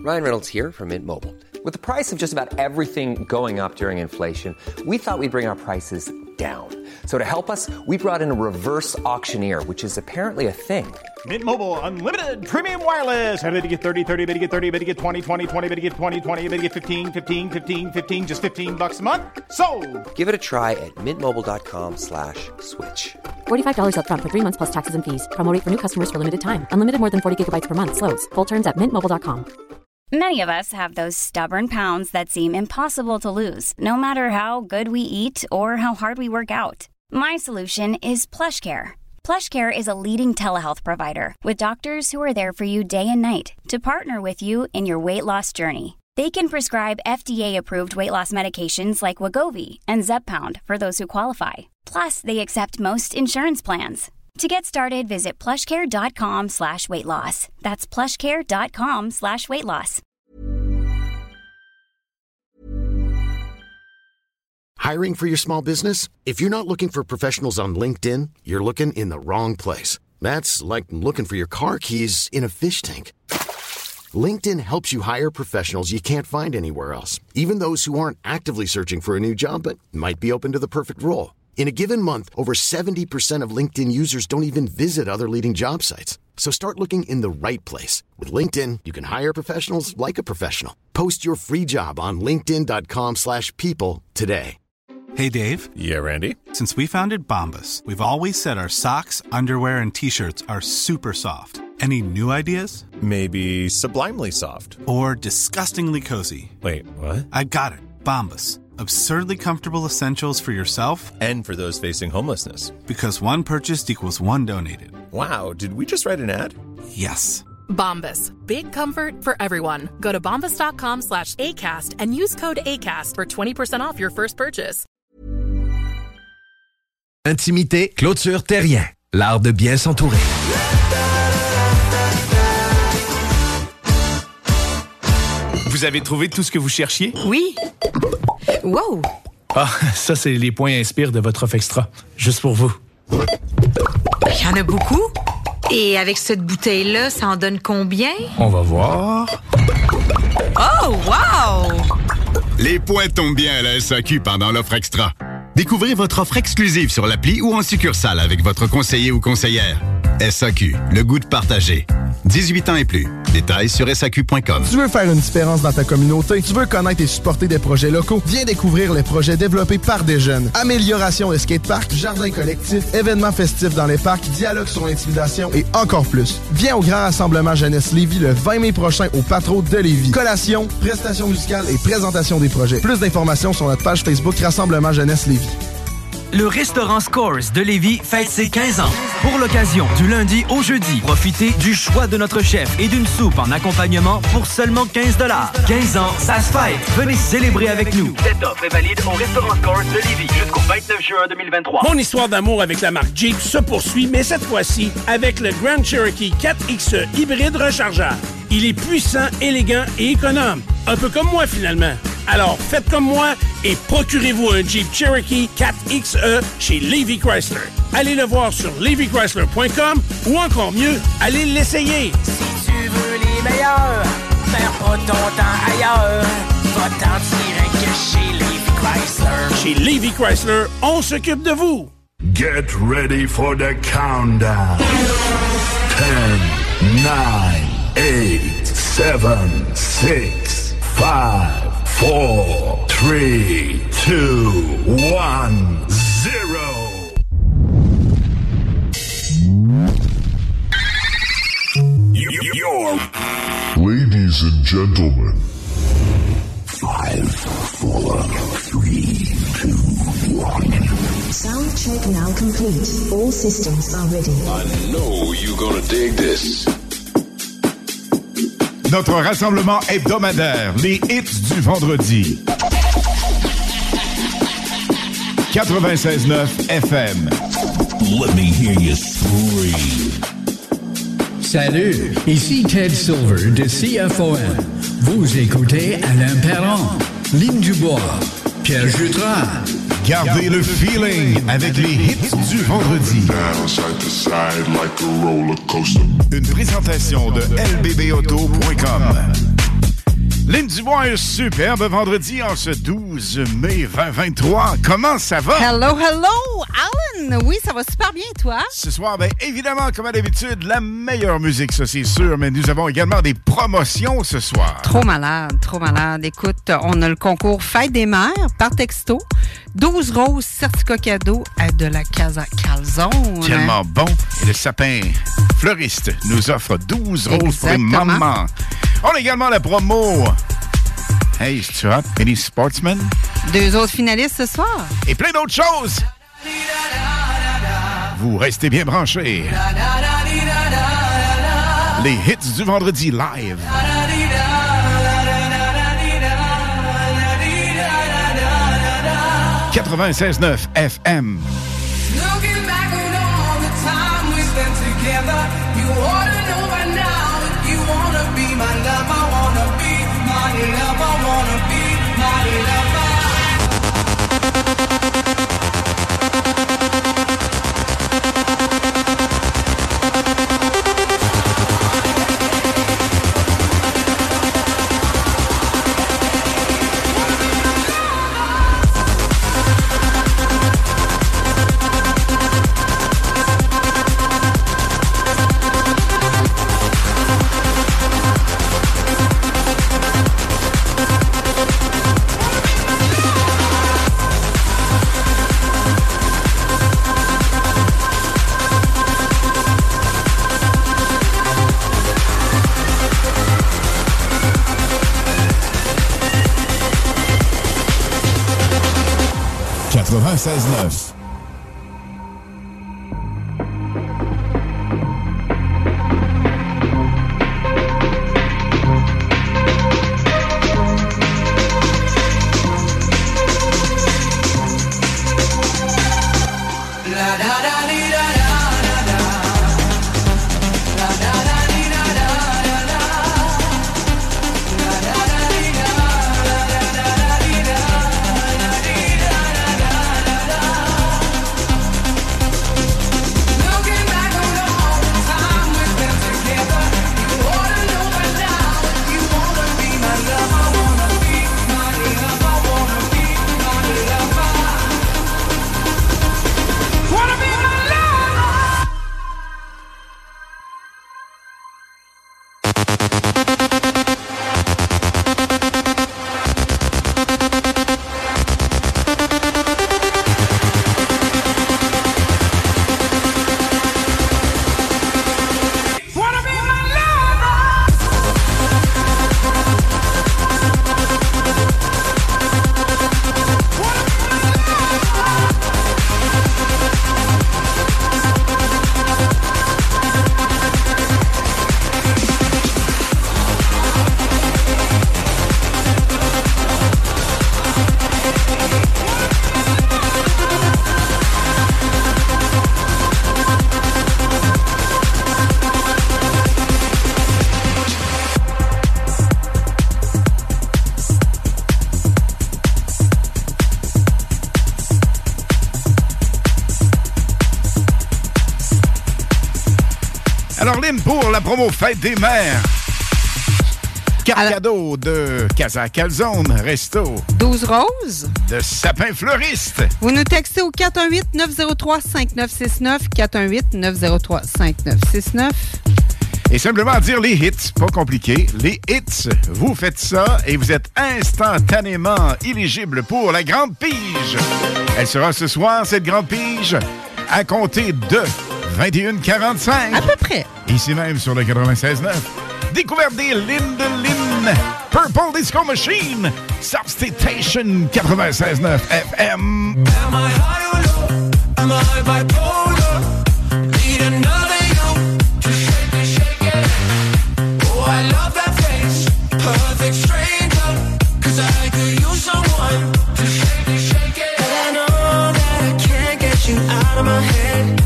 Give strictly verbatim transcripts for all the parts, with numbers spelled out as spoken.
Ryan Reynolds here from Mint Mobile. With the price of just about everything going up during inflation, we thought we'd bring our prices down. So to help us, we brought in a reverse auctioneer, which is apparently a thing. Mint Mobile Unlimited Premium Wireless. How to get thirty, thirty, how to get thirty, how to get twenty, twenty, twenty, how to get twenty, twenty, how to get fifteen, fifteen, fifteen, fifteen, just fifteen bucks a month? Sold! Give it a try at mintmobile.com slash switch. forty-five dollars up front for three months plus taxes and fees. Promo rate for new customers for limited time. Unlimited more than forty gigabytes per month. Slows full terms at mint mobile dot com. Many of us have those stubborn pounds that seem impossible to lose, no matter how good we eat or how hard we work out. My solution is PlushCare. PlushCare is a leading telehealth provider with doctors who are there for you day and night to partner with you in your weight loss journey. They can prescribe F D A-approved weight loss medications like Wegovy and Zepbound for those who qualify. Plus, they accept most insurance plans. To get started, visit plushcare.com slash weight loss. That's plushcare.com slash weight loss. Hiring for your small business? If you're not looking for professionals on LinkedIn, you're looking in the wrong place. That's like looking for your car keys in a fish tank. LinkedIn helps you hire professionals you can't find anywhere else, even those who aren't actively searching for a new job but might be open to the perfect role. In a given month, over seventy percent of LinkedIn users don't even visit other leading job sites. So start looking in the right place. With LinkedIn, you can hire professionals like a professional. Post your free job on linkedin.com slash people today. Hey, Dave. Yeah, Randy. Since we founded Bombas, we've always said our socks, underwear, and T-shirts are super soft. Any new ideas? Maybe sublimely soft. Or disgustingly cozy. Wait, what? I got it. Bombas. Absurdly comfortable essentials for yourself and for those facing homelessness. Because one purchased equals one donated. Wow, did we just write an ad? Yes. Bombas. Big comfort for everyone. Go to bombas.com slash ACAST and use code ACAST for twenty percent off your first purchase. Intimité, Clôture Terrien. L'art de bien s'entourer. Vous avez trouvé tout ce que vous cherchiez? Oui. Wow! Ah, ça, c'est les points inspire de votre offre extra. Juste pour vous. Il y en a beaucoup. Et avec cette bouteille-là, ça en donne combien? On va voir. Oh, wow! Les points tombent bien à la S A Q pendant l'offre extra. Découvrez votre offre exclusive sur l'appli ou en succursale avec votre conseiller ou conseillère. S A Q, le goût de partager. dix-huit ans et plus. Détails sur S A Q point com. Tu veux faire une différence dans ta communauté? Tu veux connaître et supporter des projets locaux? Viens découvrir les projets développés par des jeunes. Amélioration de skateparks, jardins collectifs, événements festifs dans les parcs, dialogue sur l'intimidation et encore plus. Viens au Grand Rassemblement Jeunesse Lévis le vingt mai prochain au Patro de Lévis. Collation, prestations musicales et présentation des projets. Plus d'informations sur notre page Facebook Rassemblement Jeunesse Lévis. Le restaurant Scores de Lévis fête ses quinze ans. Pour l'occasion, du lundi au jeudi, profitez du choix de notre chef et d'une soupe en accompagnement pour seulement quinze dollars. quinze ans, ça se fête. Venez célébrer avec nous. Cette offre est valide au restaurant Scores de Lévis jusqu'au vingt-neuf juin deux mille vingt-trois. Mon histoire d'amour avec la marque Jeep se poursuit, mais cette fois-ci avec le Grand Cherokee quatre X E hybride rechargeable. Il est puissant, élégant et économe. Un peu comme moi, finalement. Alors, faites comme moi et procurez-vous un Jeep Cherokee quatre X E chez Lévis Chrysler. Allez le voir sur lévis chrysler point com ou encore mieux, allez l'essayer. Si tu veux les meilleurs, perds pas ton temps ailleurs. Va-t'en direct que chez Lévis Chrysler. Chez Lévis Chrysler, on s'occupe de vous. Get ready for the countdown. ten, nine, eight, seven, six, five, four, three, two, one, zero. You're... Ladies and gentlemen. Five, four, three, two, one. Sound check now complete. All systems are ready. I know you're gonna dig this. Notre rassemblement hebdomadaire, les hits du vendredi. quatre-vingt-seize neuf F M. Let me hear you scream. Salut, ici Ted Silver de C F O M. Vous écoutez Alain Perron, Lynn Dubois, Pierre Jutras. Gardez le feeling avec les hits du vendredi. Une présentation de L B B auto point com. Lynn Dubois, un superbe vendredi en ce douze mai vingt vingt-trois. Comment ça va? Hello, hello, Alan. Oui, ça va super bien, toi? Ce soir, bien évidemment, comme à d'habitude, la meilleure musique, ça c'est sûr, mais nous avons également des promotions ce soir. Trop malade, trop malade. Écoute, on a le concours Fête des mères par texto. douze roses, certificat cadeau à de la Casa Calzone. Tellement bon. Et le sapin fleuriste nous offre douze roses pour les mamans. On a également la promo Hey, c'est hot? Any Sportsman? Deux autres finalistes ce soir. Et plein d'autres choses. Vous restez bien branchés. Les hits du vendredi live. quatre-vingt-seize neuf F M. Looking back on all the time we spent together, you ought to know by now if you wanna be my love, I wanna be my love, I wanna be my lover. quatre-vingt-seize neuf. Pour la promo Fête des mères. Carte Alors, cadeau de Casa Calzone, Resto. douze roses. De Sapin Fleuriste. Vous nous textez au quatre un huit neuf zéro trois cinq neuf six neuf, quatre un huit neuf zéro trois cinq neuf six neuf. Et simplement dire les hits, pas compliqué. Les hits, vous faites ça et vous êtes instantanément éligible pour la Grande Pige. Elle sera ce soir, cette Grande Pige, à compter de vingt et une quarante-cinq. À peu près. Ici même sur le quatre-vingt-seize neuf. Découverte des Lynn de Lynn. Purple Disco Machine. Substitution quatre-vingt-seize neuf F M. Am I high or low? Am I bipolar? Need another you to shake it, shake it. Oh, I love that face. Perfect stranger. Cause I could use someone to shake it, shake it. But I know that I can't get you out of my head.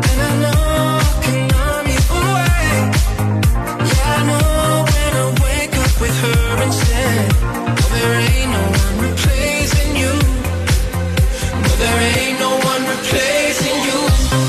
With her instead. No, there ain't no one replacing you. No, there ain't no one replacing you.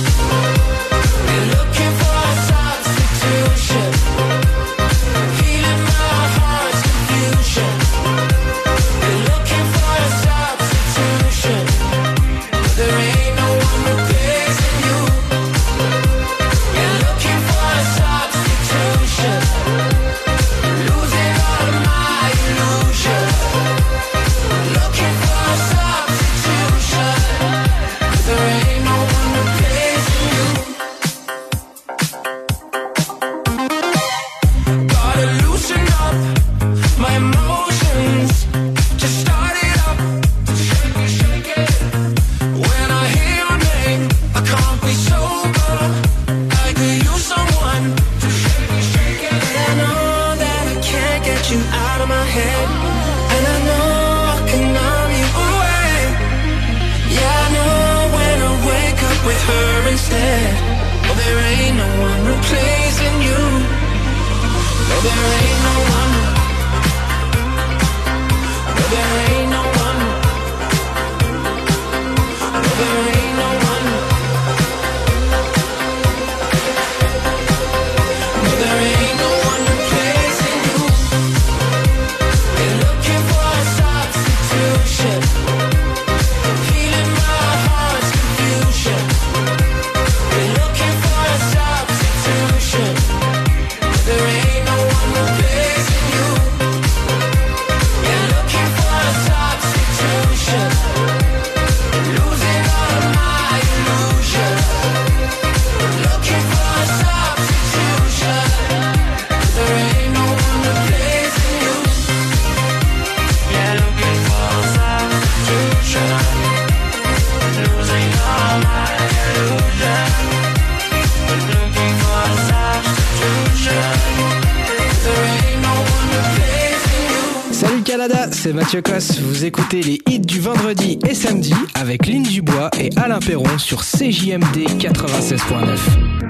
of my head, and I know I can numb you away. Yeah, I know when I wake up with her instead. Oh, there ain't no one replacing you. No, there ain't no one. No, there ain't no one. No, there ain't no one. No, there ain't no one replacing you. You're looking for a substitution, feeling my heart's confusion. You're looking for a substitution. There ain't no one replacing you. You're looking for a substitution, losing all of my illusions. Looking for a substitution. There ain't no one replacing you. You're looking for a substitution, losing all my illusions. Looking for a substitution. There ain't no one replacing you. Salut Canada, c'est Mathieu Cosse. Vous écoutez les hits du vendredi et samedi avec Lynn Dubois et Alain Perron sur C J M D quatre-vingt-seize point neuf.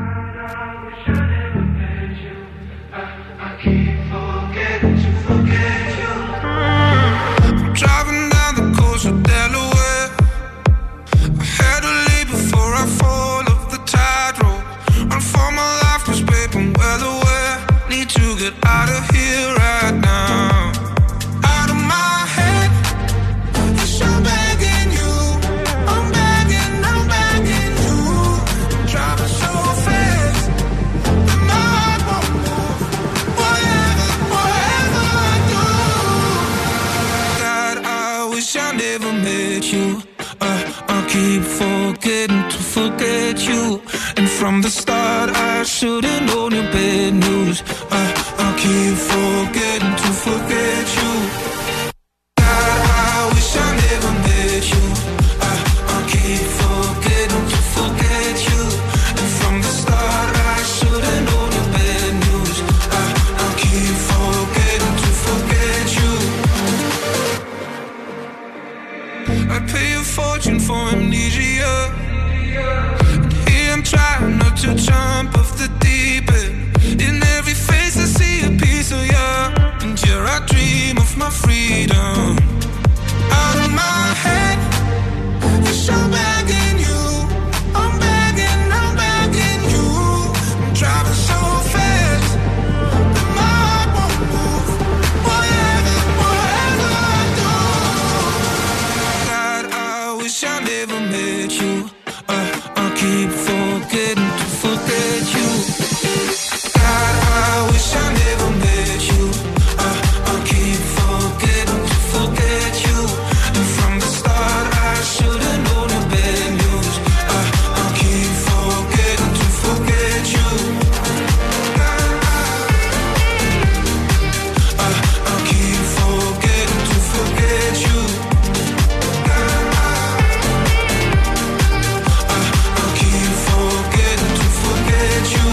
Driving down the coast of Delaware, I had to leave before I fall off the tightrope. Run for my life, cause babe, I'm well aware. Need to get out of here right now. Out of my head, yes, I'm begging you. I'm begging, I'm begging you. Driving so fast that my heart won't move. Whatever, whatever I do. God, I wish I never met you. Uh, I keep forgetting to forget you. And from the start, I should've known your bad news. Uh, I keep forgetting to forget you. God, I wish I never met you. Uh, I keep forgetting to forget you. And from the start, I should've known your bad news. Uh, I keep forgetting to forget you. I pay a fortune for amnesia. And here I'm trying not to jump off the deep end. In every face I see a piece of you. And here I dream of my freedom. Out of my head, yes, I'm begging you. I'm begging, I'm begging you. I'm driving so fast that my heart won't move. Whatever, whatever I do. God, I wish I never met you. Uh, I keep forgetting to forget you. God, I wish I never met you. Uh, I keep forgetting to forget you. And from the start, I should've known your bad news. Uh, I keep forgetting to forget you. Uh, I keep forgetting to forget you. I keep forgetting to forget you.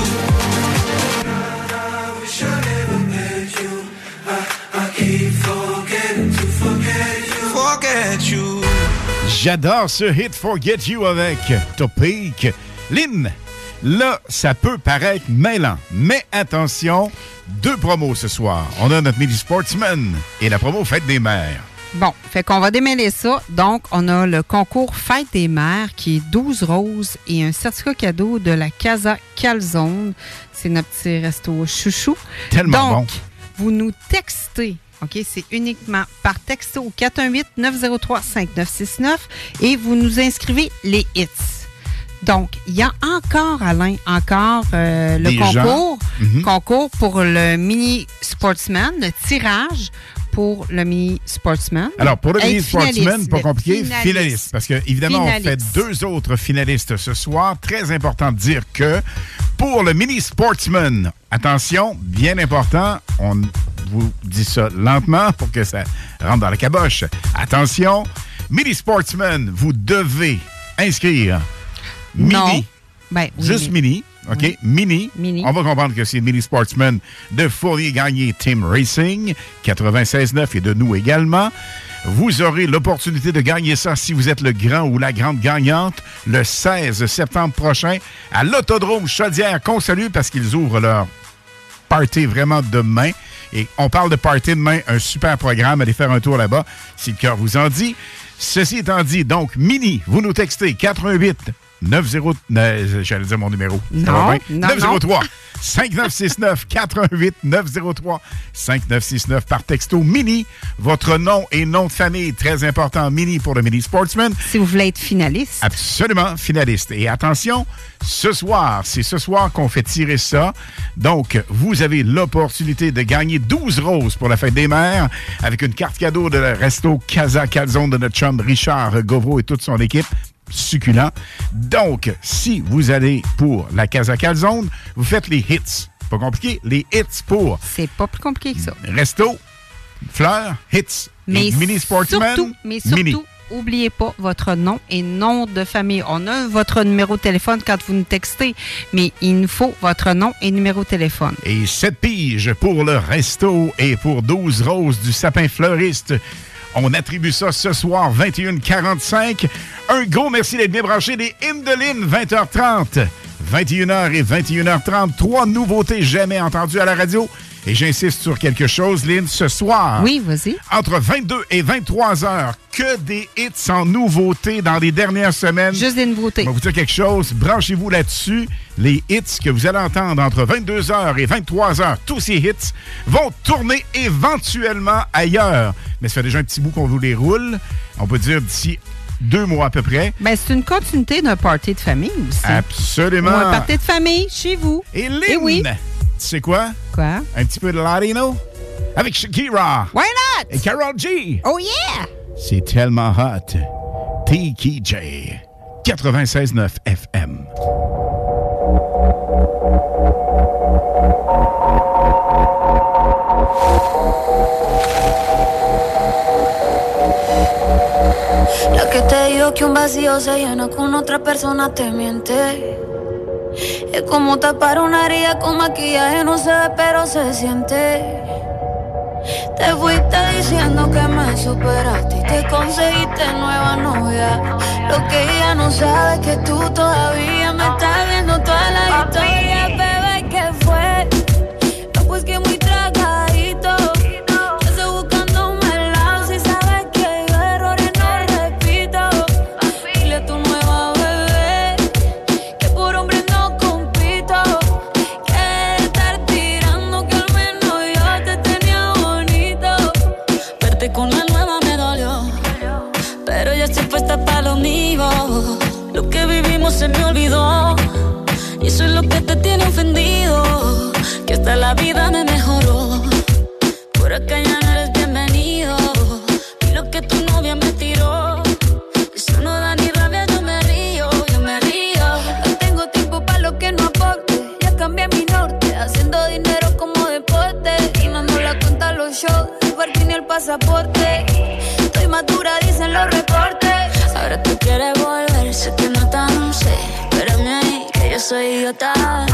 I wish I never met you. I, I keep forgetting to forget you. Forget you. J'adore ce hit Forget You avec Topic. Lynn, là, ça peut paraître mêlant, mais attention, deux promos ce soir. On a notre Midi Sportsman et la promo Fête des Mères. Bon, fait qu'on va démêler ça. Donc, on a le concours Fête des Mères qui est douze roses et un certificat cadeau de la Casa Calzone. C'est notre petit resto chouchou. Tellement Donc, bon. vous nous textez. OK, c'est uniquement par texto au quatre un huit neuf zéro trois cinq neuf six neuf et vous nous inscrivez les hits. Donc, il y a encore, Alain, encore euh, le Des concours, gens. Mm-hmm. concours pour le Mini Sportsman, le tirage pour le Mini Sportsman. Alors, pour le Être Mini Sportsman, finaliste, pas le compliqué, finaliste. finaliste. Parce que, évidemment, Finaliste. on fait deux autres finalistes ce soir. Très important de dire que pour le Mini Sportsman, attention, bien important, on vous dit ça lentement pour que ça rentre dans la caboche. Attention, Mini Sportsman, vous devez inscrire Mini. Non. Ben, oui, Juste mais- Mini. OK? Oui. Mini. Mini. On va comprendre que c'est Mini Sportsman de Fournier-Gagné Team Racing, quatre-vingt-seize neuf et de nous également. Vous aurez l'opportunité de gagner ça si vous êtes le grand ou la grande gagnante le seize septembre prochain à l'Autodrome Chaudière qu'on salue parce qu'ils ouvrent leur party vraiment demain. Et on parle de party demain, un super programme. Allez faire un tour là-bas si le cœur vous en dit. Ceci étant dit, donc, Mini, vous nous textez quatre un huit neuf zéro... Euh, j'allais dire mon numéro. Ça non, va bien? non, neuf zéro trois non. cinq neuf six neuf quatre un huit neuf zéro trois cinq neuf six neuf par texto Mini. Votre nom et nom de famille, très important, Mini pour le Mini Sportsman. Si vous voulez être finaliste. Absolument, finaliste. Et attention, ce soir, c'est ce soir qu'on fait tirer ça. Donc, vous avez l'opportunité de gagner douze roses pour la fête des mères avec une carte cadeau de resto Casa Calzone de notre chum Richard Govreau et toute son équipe. Succulent. Donc, si vous allez pour la Casa Calzone, vous faites les hits. Pas compliqué, les hits pour... C'est pas plus compliqué que ça. Resto, fleurs, hits. Mais et Mini Sportsman, surtout, mais surtout, Mini. N'oubliez pas votre nom et nom de famille. On a votre numéro de téléphone quand vous nous textez, mais il nous faut votre nom et numéro de téléphone. Et sept piges pour le resto et pour douze roses du sapin fleuriste. On attribue ça ce soir, vingt et une heures quarante-cinq. Un gros merci d'être bien branché des Indeline, vingt heures trente. vingt et une heures et vingt et une heures trente. Trois nouveautés jamais entendues à la radio. Et j'insiste sur quelque chose, Lynn, ce soir. Oui, vas-y. Entre vingt-deux et vingt-trois heures, que des hits en nouveautés dans les dernières semaines. Juste des nouveautés. Je vais vous dire quelque chose. Branchez-vous là-dessus. Les hits que vous allez entendre entre vingt-deux heures et vingt-trois heures, tous ces hits vont tourner éventuellement ailleurs. Mais ça fait déjà un petit bout qu'on vous les roule. On peut dire d'ici deux mois à peu près. Ben, c'est une continuité d'un party de famille aussi. Absolument. Ou un party de famille chez vous. Et Lynn, Et oui. tu sais quoi? Quoi? Un petit peu de Latino avec Shakira. Why not? Et Karol G. Oh yeah! C'est tellement hot. T K J, quatre-vingt-seize neuf F M. La que te dijo que un vacío se llena con otra persona te miente. Es como tapar una herida con maquillaje, no se ve pero se siente. Te fuiste diciendo que me superaste y te conseguiste nueva novia. Lo que ella no sabe es que tú todavía me estás viendo toda la historia. Bebé, ¿qué fue? No, pues que muy tragadito. Yo estoy buscándome el lado. Si sabes que yo errores no repito. Dile a tu nueva bebé que por hombre no compito. Que estar tirando que al menos yo te tenía bonito. Verte con la nueva me dolió, pero ya estoy puesta para lo mío. Lo que vivimos se me olvidó y eso es lo que te tiene ofendido. Que hasta la vida me mejoró. Por acá ya no eres bienvenido. Y lo que tu novia me tiró, eso no da ni rabia, yo me río, yo me río. No tengo tiempo para lo que no aporte. Ya cambié mi norte, haciendo dinero como deporte. Y no ando la cuenta a los shows, el parking ni el pasaporte. Estoy madura, dicen los reportes. Ahora tú quieres volver, sé que no tan sé. Espérame ahí, que yo soy idiota.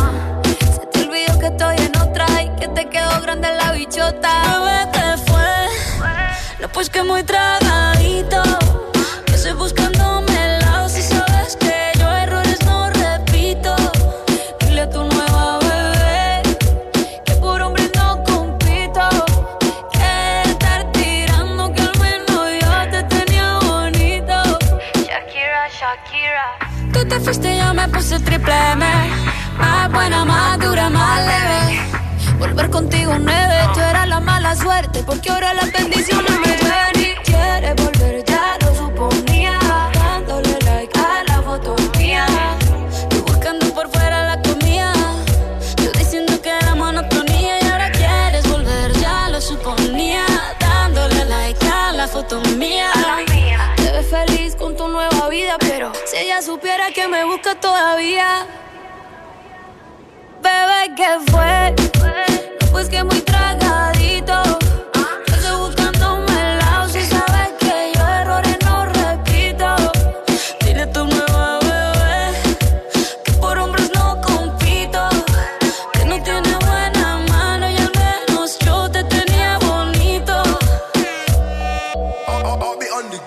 Se te olvidó que estoy en otra y que te quedó grande la bichota. Bebé, ¿qué fue? No, pues que muy tragadito. Que estoy buscándome el lado. Si sabes que yo errores no repito. Dile a tu nueva bebé que por hombre no compito. Que estar tirando que al menos yo te tenía bonito. Shakira, Shakira. Tú te fuiste y yo me puse triple M. Más buena, más dura, más leve. Volver contigo nueve. Tú eras la mala suerte porque ahora las bendiciones me llueven. Y quieres volver, ya lo suponía. Dándole like a la foto mía. Tú buscando por fuera la comida. Yo diciendo que era monotonía. Y ahora quieres volver, ya lo suponía. Dándole like a la foto mía. Te ves feliz con tu nueva vida, pero si ella supiera que me busca todavía. Bebé, ¿qué fue? No, pues que muy tragadito. Yo estoy buscándome el lado. Si sabes que yo errores no repito. Dile a tu nueva bebé que por hombres no compito.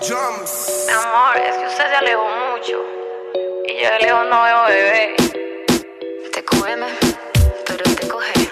Mi amor, es que usted se alejó mucho. Y yo de lejos no veo bebé. Te come, pero te coge.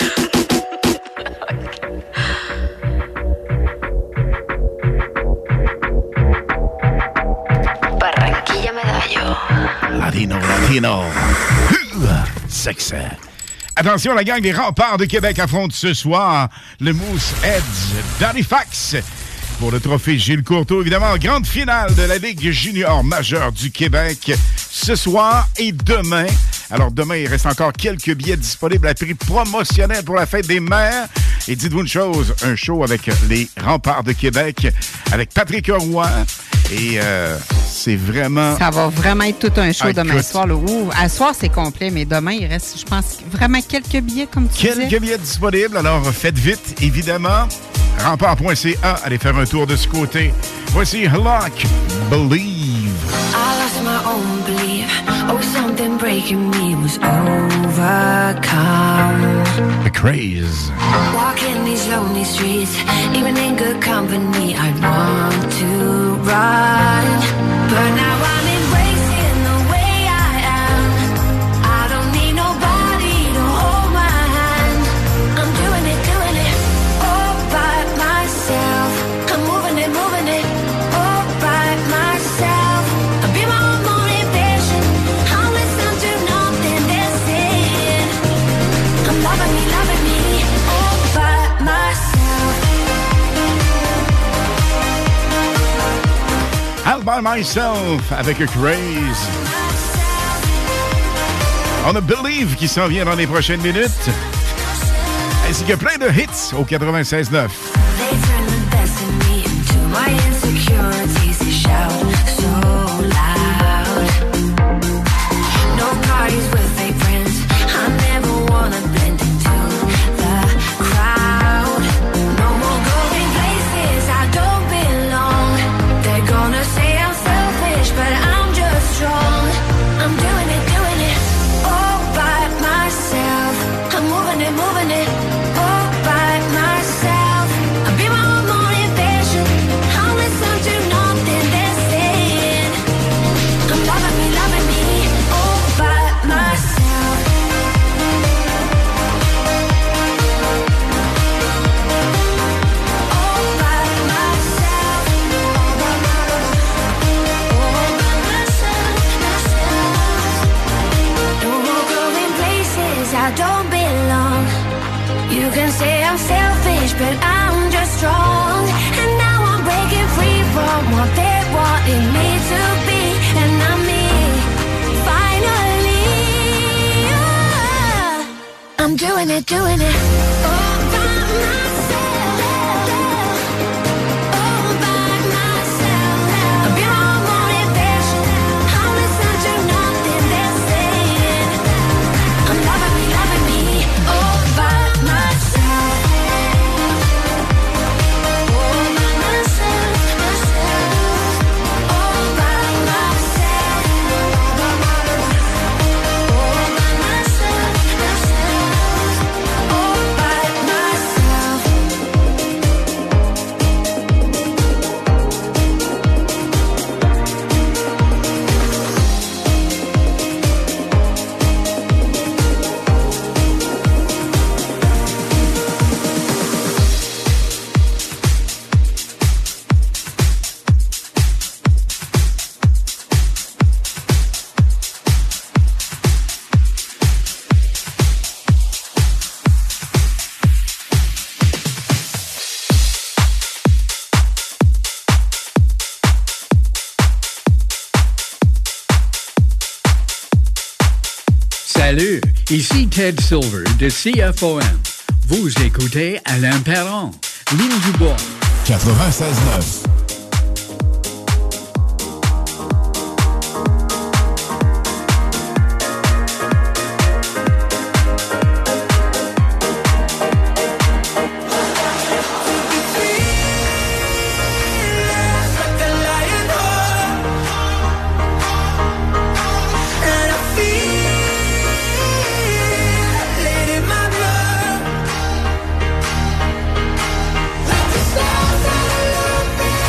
Barranquilla Medallo. Latino, Latino. Sexe. Attention, la gang des Remparts de Québec affronte ce soir le Moose Heads d'Halifax pour le trophée Gilles Courteau. Évidemment, grande finale de la Ligue junior majeure du Québec ce soir et demain. Alors, demain, il reste encore quelques billets disponibles à prix promotionnel pour la fête des mères. Et dites-vous une chose, un show avec les Remparts de Québec, avec Patrick Roy. Et euh, c'est vraiment... Ça va vraiment être tout un show ah, demain écoute, soir. Là. Ouh, à soir, c'est complet, mais demain, il reste, je pense, vraiment quelques billets, comme tu Quelques disais. billets disponibles, alors faites vite, évidemment. rempart point c a, allez faire un tour de ce côté. Voici Lock, Believe. I lost my own belief. Oh, something breaking me was overcome. The Craze. Walking these lonely streets, even in good company, I want to run. But now I'm embracing the way I am. I don't need nobody to hold my hand. I'm doing it, doing it, all by myself. I'm moving it, moving it, all by myself. I'll be my own motivation. I'll listen to nothing they're saying. I'm loving me, loving me, all by myself. All by Myself avec A Craze. On a Believe qui s'en vient dans les prochaines minutes. Ainsi que plein de hits au quatre-vingt-seize neuf. They turn the best in me into my insecurities. They shout so loud. No parties with fake friends. I never wanna blend into the crowd. No more going places I don't belong. They're gonna say I'm selfish, but I'm just strong. I'm doing it, doing it, all by myself. I'm moving it, moving it, all by myself. I'll be my own motivation. I'll listen to nothing they're saying. I'm loving me, loving me, all by myself. All by myself. All by myself, myself. No more going places I don't belong. You can say I'm selfish, but I'm just strong. And now I'm breaking free from what they wanted me to be. And I'm me, finally. Yeah. I'm doing it, doing it, all by myself. All by myself. I'll be my own motivation. I'll listen to nothing they're saying. I'm loving me, loving me, all by myself. All by myself, myself. All by myself. All by myself, myself. All by myself. Salut, ici Ted Silver de C F O M. Vous écoutez Alain Perron, Ligne du Bois. quatre-vingt-seize neuf. Let the stars out of love.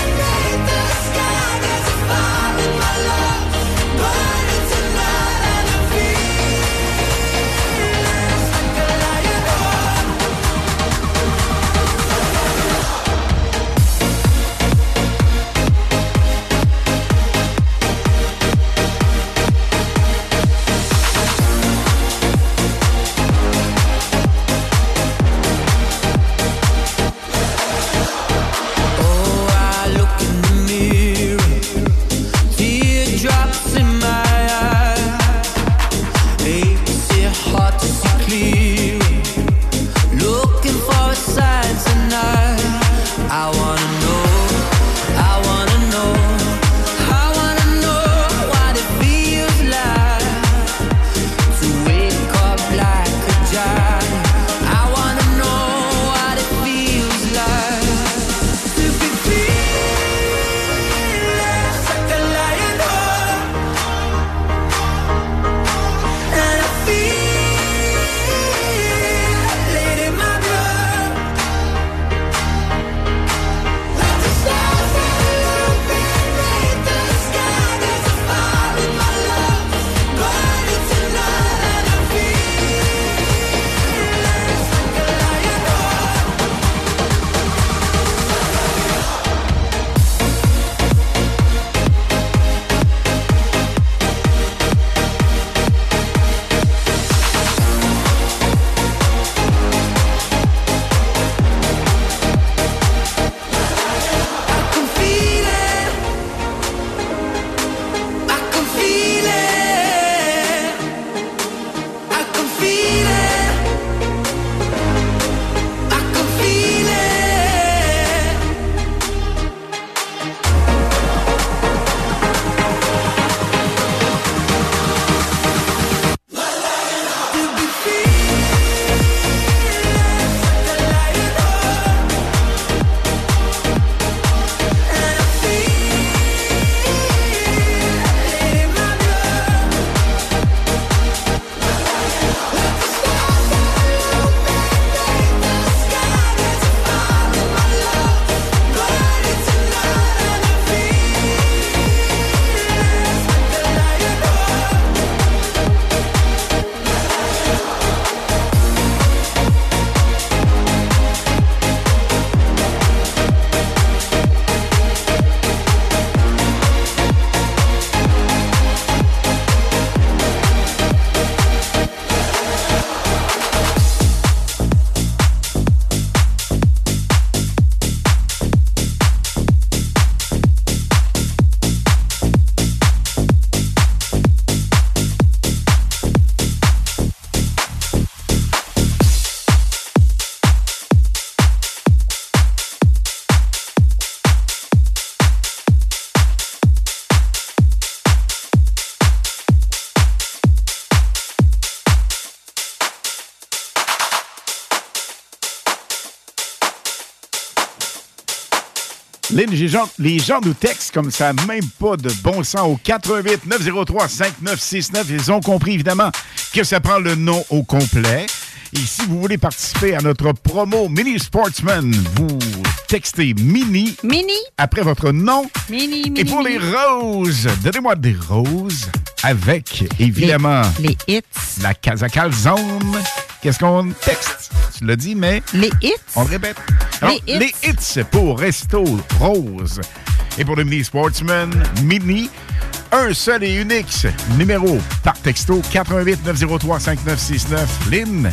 Lynn, les gens, les gens nous textent comme ça, même pas de bon sens au quatre un huit neuf zéro trois cinq neuf six neuf. Ils ont compris, évidemment, que ça prend le nom au complet. Et si vous voulez participer à notre promo Mini Sportsman, vous textez Mini. Mini. Après votre nom. Mini, Mini. Et pour mini. les roses, donnez-moi des roses avec, évidemment, les, les hits. La Casa Calzone. Qu'est-ce qu'on texte? Tu l'as dit, mais... Les hits. On le répète. Alors, les, hits. les hits pour Resto Rose. Et pour le Mini Sportsman Mini, un seul et unique numéro par texto quatre un huit neuf zéro trois cinq neuf six neuf. Lynn,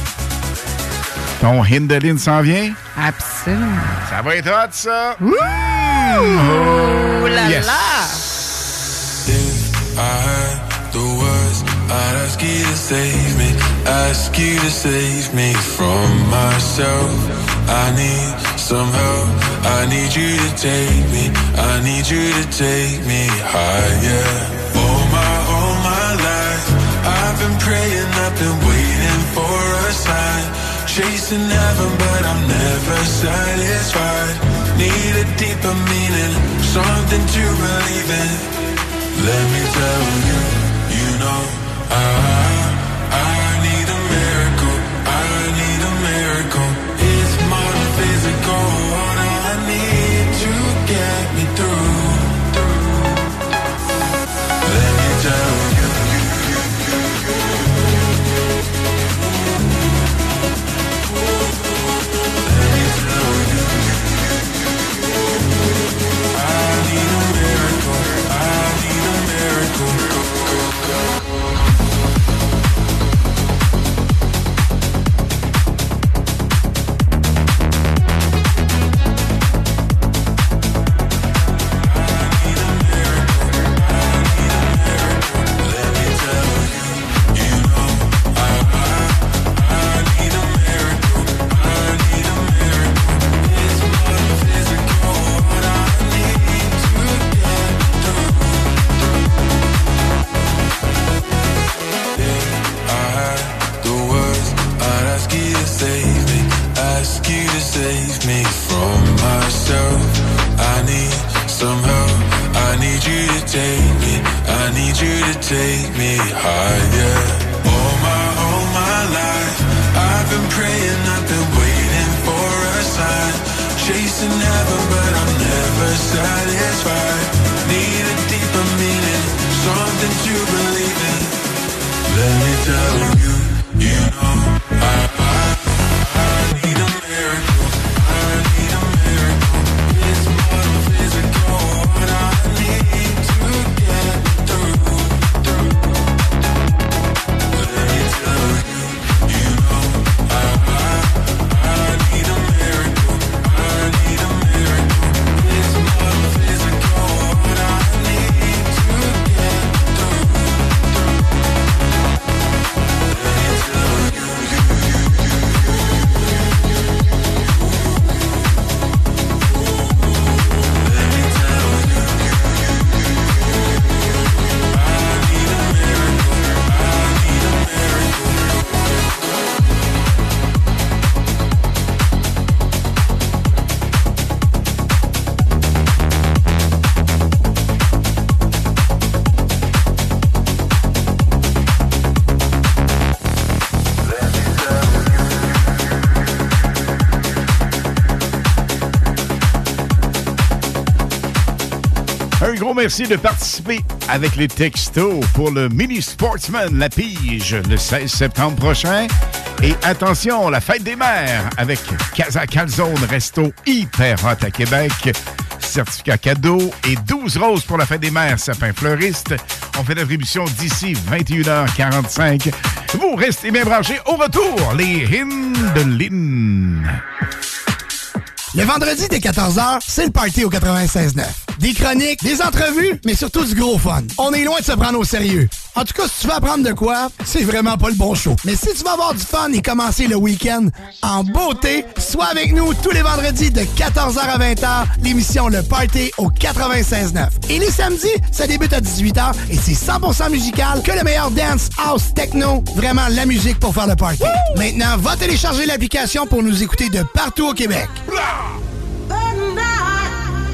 ton hymne de Lynn s'en vient? Absolument. Ça va être hot, ça? Ouh! Oh là yes. là! If I had the words, I'd ask you to save me, ask you to save me from myself. I need some help, I need you to take me, I need you to take me higher. All my, all my life, I've been praying, I've been waiting for a sign, chasing heaven but I'm never satisfied. Need a deeper meaning, something to believe in. Let me tell you, you know I, I need a miracle, I need a miracle. It's more than physical, what I need to get me through. Let me tell you. Let me tell you. I need a miracle, I need a miracle. Go, go, go. Save me from myself. I need some help, I need you to take me, I need you to take me higher. All my, all my life, I've been praying, I've been waiting for a sign, chasing heaven but I'm never satisfied. Need a deeper meaning, something to believe in. Let me tell you, you know I, I, I need a miracle. Un gros merci de participer avec les textos pour le Mini Sportsman La Pige le seize septembre prochain. Et attention, la fête des mères avec Casa Calzone Resto hyper hot à Québec. Certificat cadeau et douze roses pour la fête des mères Sapin Fleuriste. On fait l'attribution d'ici vingt et une heures quarante-cinq. Vous restez bien branchés. Au retour, les hymnes de Lynn. Le vendredi dès quatorze heures, c'est le party au quatre-vingt-seize neuf. Des chroniques, des entrevues, mais surtout du gros fun. On est loin de se prendre au sérieux. En tout cas, si tu veux apprendre de quoi, c'est vraiment pas le bon show. Mais si tu veux avoir du fun et commencer le week-end en beauté, sois avec nous tous les vendredis de quatorze heures à vingt heures, l'émission Le Party au quatre-vingt-seize neuf. Et les samedis, ça débute à dix-huit heures et c'est cent pour cent musical que le meilleur dance, house, techno, vraiment la musique pour faire le party. Woo! Maintenant, va télécharger l'application pour nous écouter de partout au Québec.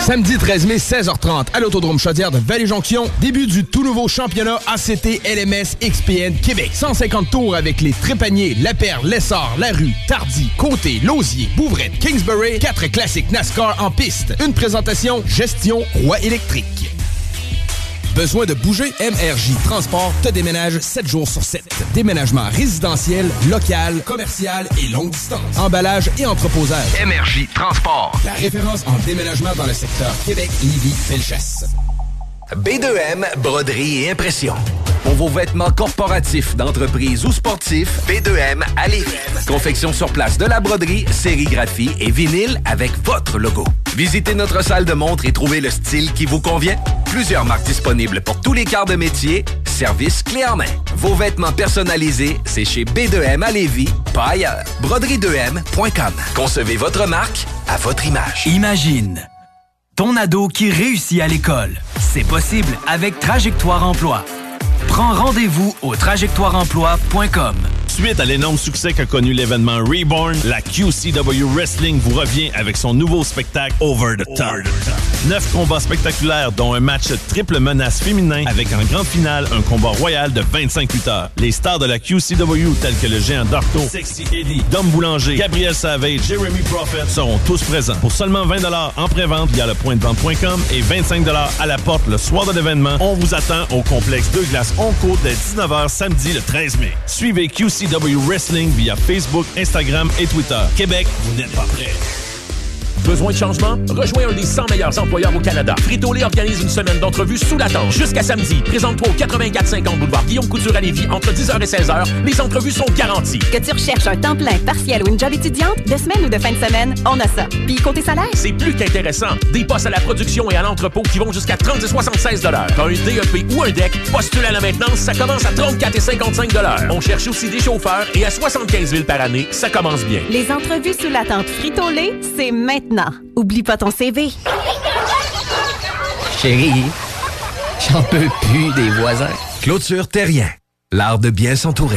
Samedi treize mai, seize heures trente, à l'Autodrome Chaudière de Vallée-Jonction, début du tout nouveau championnat A C T L M S X P N Québec. cent cinquante tours avec les Trépaniers, La Perle, Lessard, La Rue, Tardy, Côté, Lausier, Bouvrette, Kingsbury, quatre classiques NASCAR en piste. Une présentation Gestion Roi électrique. Besoin de bouger? M R J Transport te déménage sept jours sur sept. Déménagement résidentiel, local, commercial et longue distance. Emballage et entreposage. M R J Transport. La référence en déménagement dans le secteur Québec, Lévis, Felchasse. B deux M, broderie et impression. Pour vos vêtements corporatifs, d'entreprise ou sportifs, B deux M à Lévis. Confection sur place de la broderie, sérigraphie et vinyle avec votre logo. Visitez notre salle de montre et trouvez le style qui vous convient. Plusieurs marques disponibles pour tous les quarts de métier. Service clé en main. Vos vêtements personnalisés, c'est chez B deux M à Lévis, pas ailleurs. broderie deux M point com. Concevez votre marque à votre image. Imagine ton ado qui réussit à l'école. C'est possible avec Trajectoire Emploi. Prends rendez-vous au trajectoire emploi point com. Suite à l'énorme succès qu'a connu l'événement Reborn, la Q C W Wrestling vous revient avec son nouveau spectacle Over the Top. Neuf combats spectaculaires, dont un match triple menace féminin avec en grande finale un combat royal de vingt-cinq lutteurs. Les stars de la Q C W tels que le géant Darto, Sexy Eddie, Dom Boulanger, Gabriel Savage, Jeremy Prophet seront tous présents. Pour seulement vingt dollars en pré-vente via le point de vente point com et vingt-cinq dollars à la porte le soir de l'événement, on vous attend au complexe Deux Glaces Onco dès dix-neuf heures samedi le treize mai. Suivez Q C W Wrestling via Facebook, Instagram et Twitter. Québec, vous n'êtes pas prêts. Besoin de changement? Rejoins un des cent meilleurs employeurs au Canada. Frito-Lay organise une semaine d'entrevues sous la tente. Jusqu'à samedi, présente-toi au quatre-vingt-quatre cinquante boulevard Guillaume Couture à Lévis entre dix heures et seize heures. Les entrevues sont garanties. Que tu recherches un temps plein, partiel ou une job étudiante, de semaine ou de fin de semaine, on a ça. Puis côté salaire? C'est plus qu'intéressant. Des postes à la production et à l'entrepôt qui vont jusqu'à trente et soixante-seize dollars. T'as un D E P ou un D E C, postule à la maintenance, ça commence à trente-quatre et cinquante-cinq dollars. On cherche aussi des chauffeurs et à soixante-quinze mille par année, ça commence bien. Les entrevues sous la tente Frito-Lay, c'est maintenant. Oublie pas ton C V. Chérie, j'en peux plus des voisins. Clôture Terrien, l'art de bien s'entourer.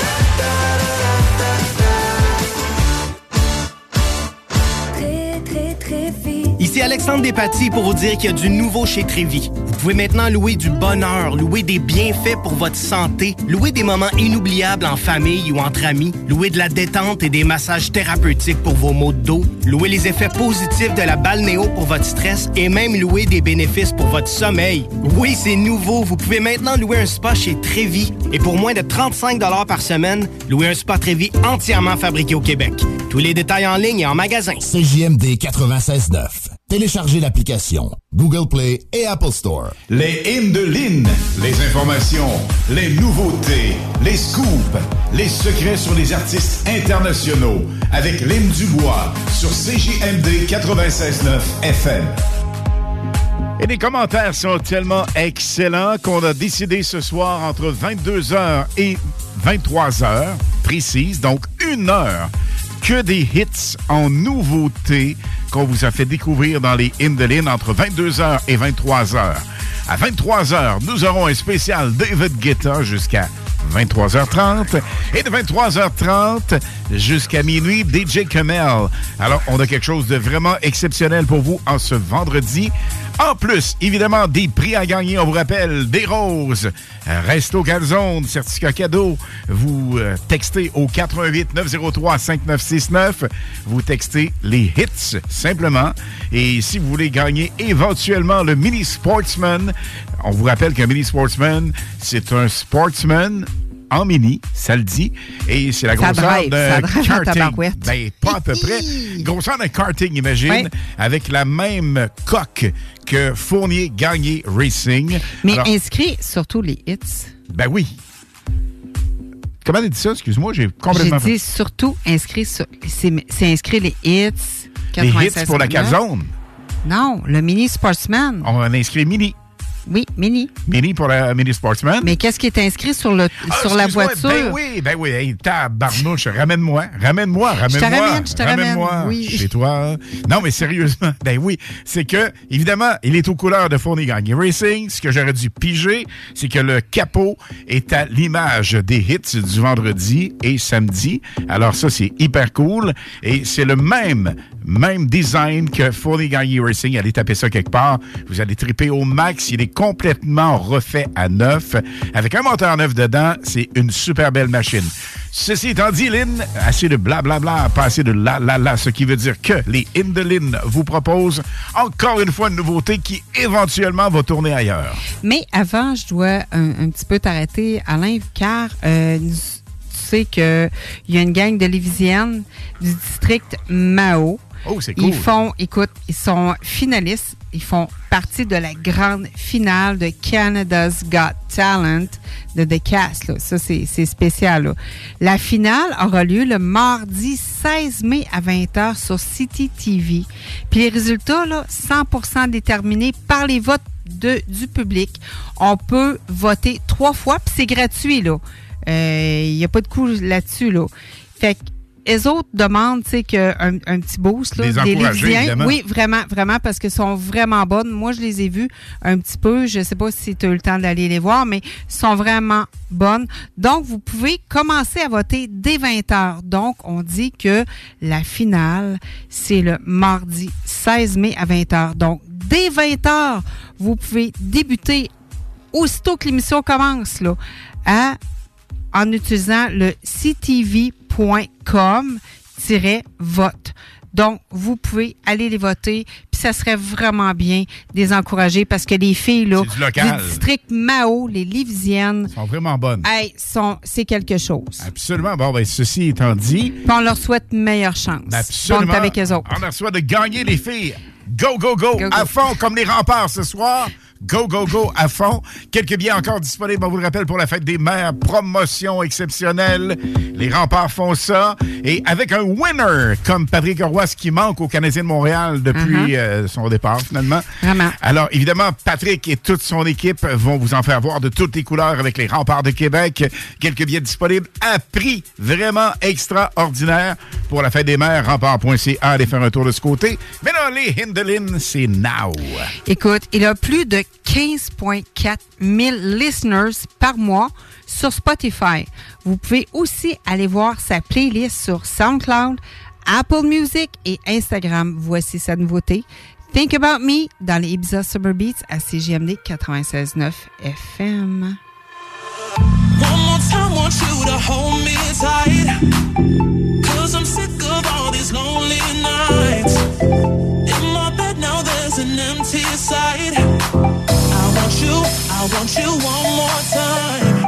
Ici Alexandre Despatie pour vous dire qu'il y a du nouveau chez Trévis. Vous pouvez maintenant louer du bonheur, louer des bienfaits pour votre santé, louer des moments inoubliables en famille ou entre amis, louer de la détente et des massages thérapeutiques pour vos maux de dos, louer les effets positifs de la balnéo pour votre stress et même louer des bénéfices pour votre sommeil. Oui, c'est nouveau. Vous pouvez maintenant louer un spa chez Trévis. Et pour moins de trente-cinq dollars par semaine, louer un spa Trévis entièrement fabriqué au Québec. Tous les détails en ligne et en magasin. C J M D quatre-vingt-seize neuf. Téléchargez l'application Google Play et Apple Store. Les hymnes de Lynn, les informations, les nouveautés, les scoops, les secrets sur les artistes internationaux avec Lynn Dubois sur C J M D quatre-vingt-seize neuf F M. Et les commentaires sont tellement excellents qu'on a décidé ce soir entre vingt-deux heures et vingt-trois heures précises, donc une heure, que des hits en nouveauté qu'on vous a fait découvrir dans les hymnes de Lynn entre vingt-deux heures et vingt-trois heures. À vingt-trois heures, nous aurons un spécial David Guetta jusqu'à vingt-trois heures trente. Et de vingt-trois heures trente jusqu'à minuit, D J Kamel. Alors, on a quelque chose de vraiment exceptionnel pour vous en ce vendredi. En plus, évidemment, des prix à gagner. On vous rappelle, des roses, Resto Calzone, certificat cadeau. Vous euh, textez au quatre un huit neuf zéro trois cinq neuf six neuf. Vous textez les hits, simplement. Et si vous voulez gagner éventuellement le Mini Sportsman, on vous rappelle qu'un Mini Sportsman, c'est un sportsman en mini, ça le dit, et c'est la grosseur d'un karting. Ben, pas à peu près. Grosseur d'un karting, imagine, oui. Avec la même coque que Fournier Gagné Racing. Mais Alors, inscrit surtout les hits. Ben oui. Comment tu as dit ça? Excuse-moi, j'ai complètement... J'ai dit surtout inscrit sur... C'est, c'est inscrit les hits. Les hits pour la calzone? Non, le Mini Sportsman. On a inscrit Mini. Oui, Mini. Mini pour la Mini Sportsman. Mais qu'est-ce qui est inscrit sur, le, ah, sur la voiture? Ben oui, ben oui. Hey, tabarnouche, ramène-moi, ramène-moi, ramène-moi. Je te ramène, je te ramène-moi ramène. Oui. Chez toi. Non, mais sérieusement, ben oui. C'est que, évidemment, il est aux couleurs de Fournier Gagné Racing. Ce que j'aurais dû piger, c'est que le capot est à l'image des hits du vendredi et samedi. Alors ça, c'est hyper cool. Et c'est le même même design que Fournier Gagné Racing. Allez taper ça quelque part. Vous allez triper au max. Il est complètement refait à neuf. Avec un moteur neuf dedans, c'est une super belle machine. Ceci étant dit, Lynn, assez de blablabla, pas assez de la la la, ce qui veut dire que les In de Lynn vous proposent encore une fois une nouveauté qui éventuellement va tourner ailleurs. Mais avant, je dois un, un petit peu t'arrêter, Alain, car euh, tu sais qu'il y a une gang de Lévisiennes du district Mao. Oh, c'est cool. Ils font, écoute, ils sont finalistes. Ils font partie de la grande finale de Canada's Got Talent de The Cast. Là. Ça, c'est, c'est spécial. Là. La finale aura lieu le mardi seize mai à vingt heures sur City T V. Puis les résultats, là, cent pour cent déterminés par les votes de, du public. On peut voter trois fois, puis c'est gratuit. Il euh, n'y a pas de coût là-dessus. Là. Fait que les autres demandent, tu sais, qu'un un petit boost, là, des Lévisiens. Oui, vraiment, vraiment, parce qu'elles sont vraiment bonnes. Moi, je les ai vues un petit peu. Je sais pas si tu as eu le temps d'aller les voir, mais sont vraiment bonnes. Donc, vous pouvez commencer à voter dès vingt heures. Donc, on dit que la finale, c'est le mardi seize mai à vingt heures. Donc, dès vingt heures, vous pouvez débuter aussitôt que l'émission commence, là, à, en utilisant le c t v point com tiret vote. Donc, vous pouvez aller les voter, puis ça serait vraiment bien de les encourager parce que les filles là, du, local. du district Mao, les Lévisiennes, sont vraiment bonnes. Hey, sont, c'est quelque chose. Absolument. Bon, ben ceci étant dit... Puis on leur souhaite meilleure chance. Absolument. Bon, avec eux autres. On leur souhaite de gagner les filles. Go, go, go, go, à go. fond, comme les remparts ce soir. Go, go, go, à fond. Quelques billets encore disponibles, on vous le rappelle, pour la fête des mères. Promotion exceptionnelle. Les remparts font ça. Et avec un winner comme Patrick Roy, ce qui manque aux Canadiens de Montréal depuis uh-huh. euh, son départ, finalement. Vraiment. Alors, évidemment, Patrick et toute son équipe vont vous en faire voir de toutes les couleurs avec les remparts de Québec. Quelques billets disponibles à prix vraiment extraordinaire pour la fête des mères. Rempart point c a, allez faire un tour de ce côté. Mais là, les Hindelin, c'est now. Écoute, il y a plus de quinze virgule quatre mille listeners par mois sur Spotify. Vous pouvez aussi aller voir sa playlist sur SoundCloud, Apple Music et Instagram. Voici sa nouveauté. Think About Me dans les Ibiza Summer Beats à C J M D quatre-vingt-seize neuf F M. One more time, want you to hold me tight, 'cause I'm sick of all these lonely nights. In my bed now there's an empty side. I want you, I want you one more time.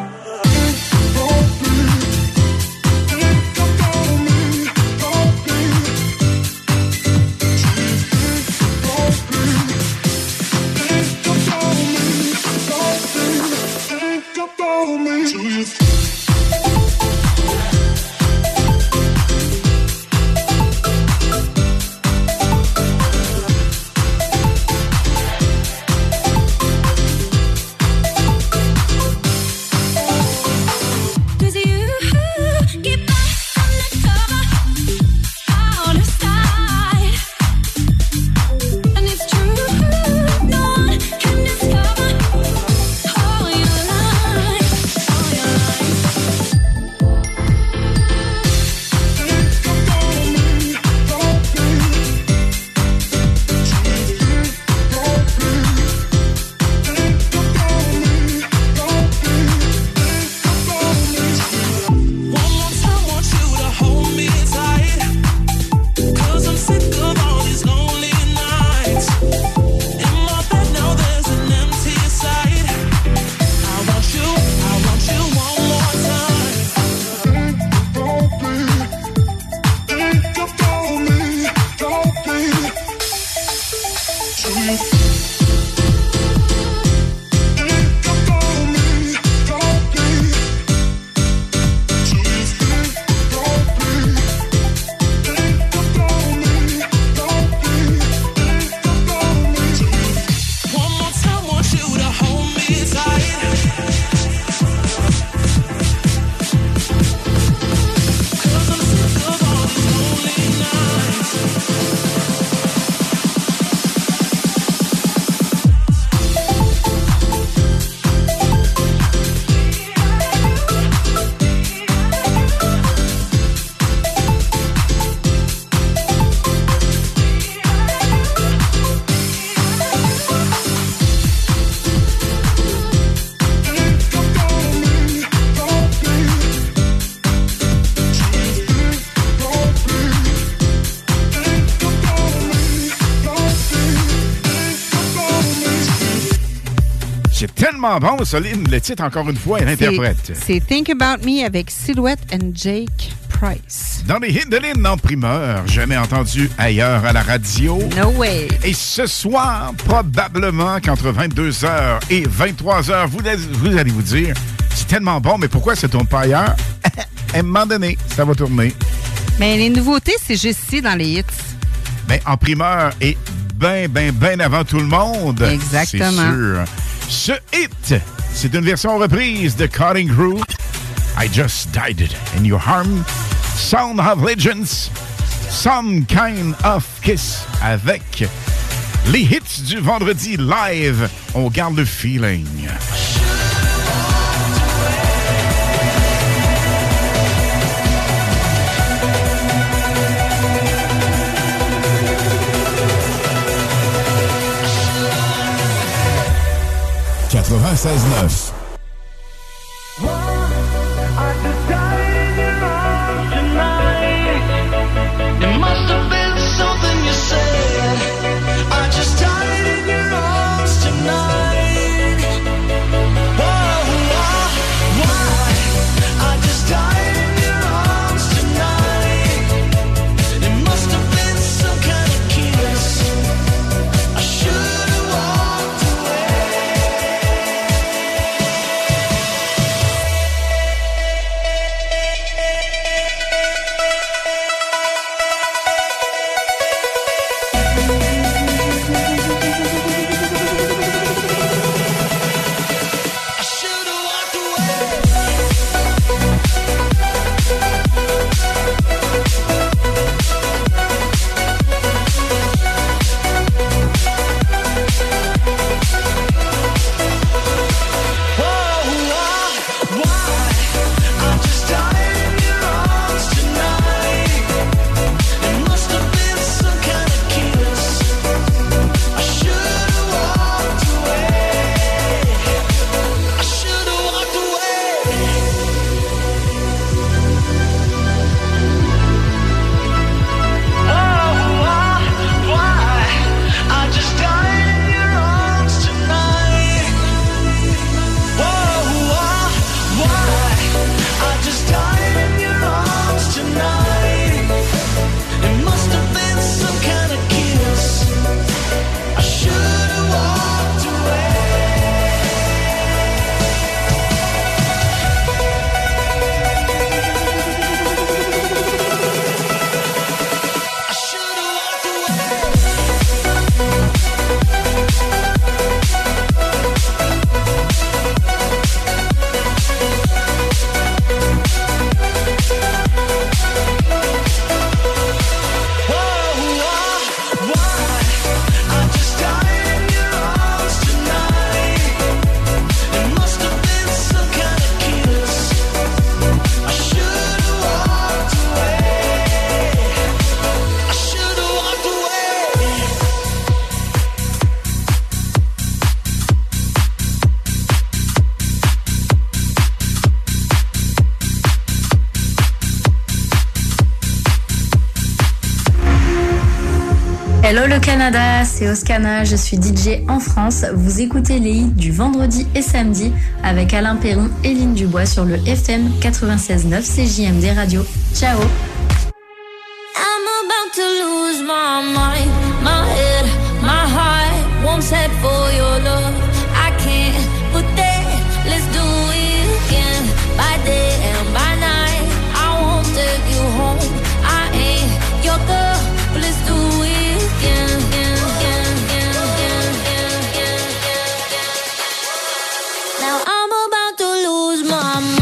C'est tellement bon, Soline. Le titre, encore une fois, elle interprète. C'est Think About Me avec Silhouette and Jake Price. Dans les hits de Lynn en primeur, jamais entendu ailleurs à la radio. No way. Et ce soir, probablement qu'entre vingt-deux heures et vingt-trois heures, vous, vous allez vous dire, c'est tellement bon, mais pourquoi ça ne tourne pas ailleurs? À un moment donné, ça va tourner. Mais les nouveautés, c'est juste ici dans les hits. Ben, en primeur et bien, bien, bien avant tout le monde. Exactement. C'est sûr. Ce hit, c'est une version reprise de Cutting Crew. I Just Died in Your Arms. Sound of Legends. Some Kind of Kiss. Avec les hits du vendredi live. On garde le feeling. quatre-vingt-seize neuf. Hello le Canada, c'est Oscana, je suis D J en France. Vous écoutez les hits du vendredi et samedi avec Alain Perron et Lynn Dubois sur le F M quatre-vingt-seize neuf C J M D Radio. Ciao. I'm about to lose my mind, my head, my heart won't set for your love. I can't put that, let's do it again. By day and by night, I won't take you home. I ain't your girl, but let's do it again, again, again, again, again, again, again, again. Now I'm about to lose my mind.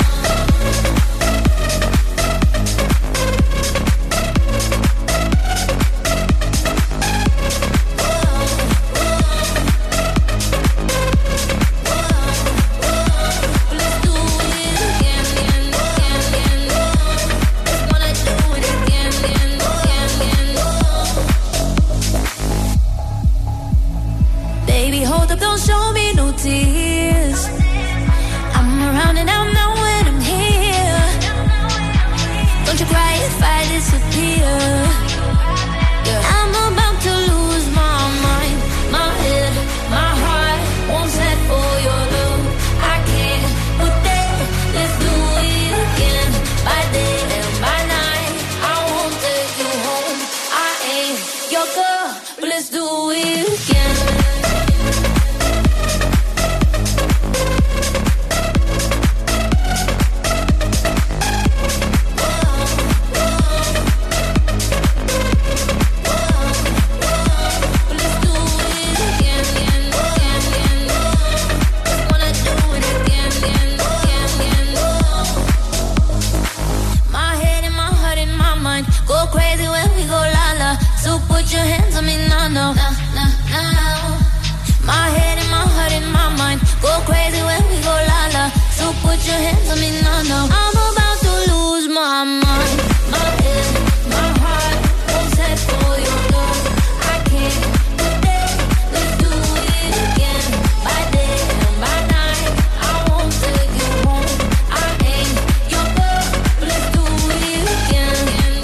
Don't show me no tears. I'm around and I'm not when I'm here. Don't you cry if I disappear. Yeah. I'm about to lose my mind, my head, my heart won't set for do it again. Put your hands on me now, no, no, no, no. My head and my heart and my mind go crazy when we go la la. So put your hands on me now, no. I'm about to lose my mind. My head, my heart goes set for your love. I can't today. Let's do it again. By day and by night, I won't take you home. I ain't your girl, but let's do it again.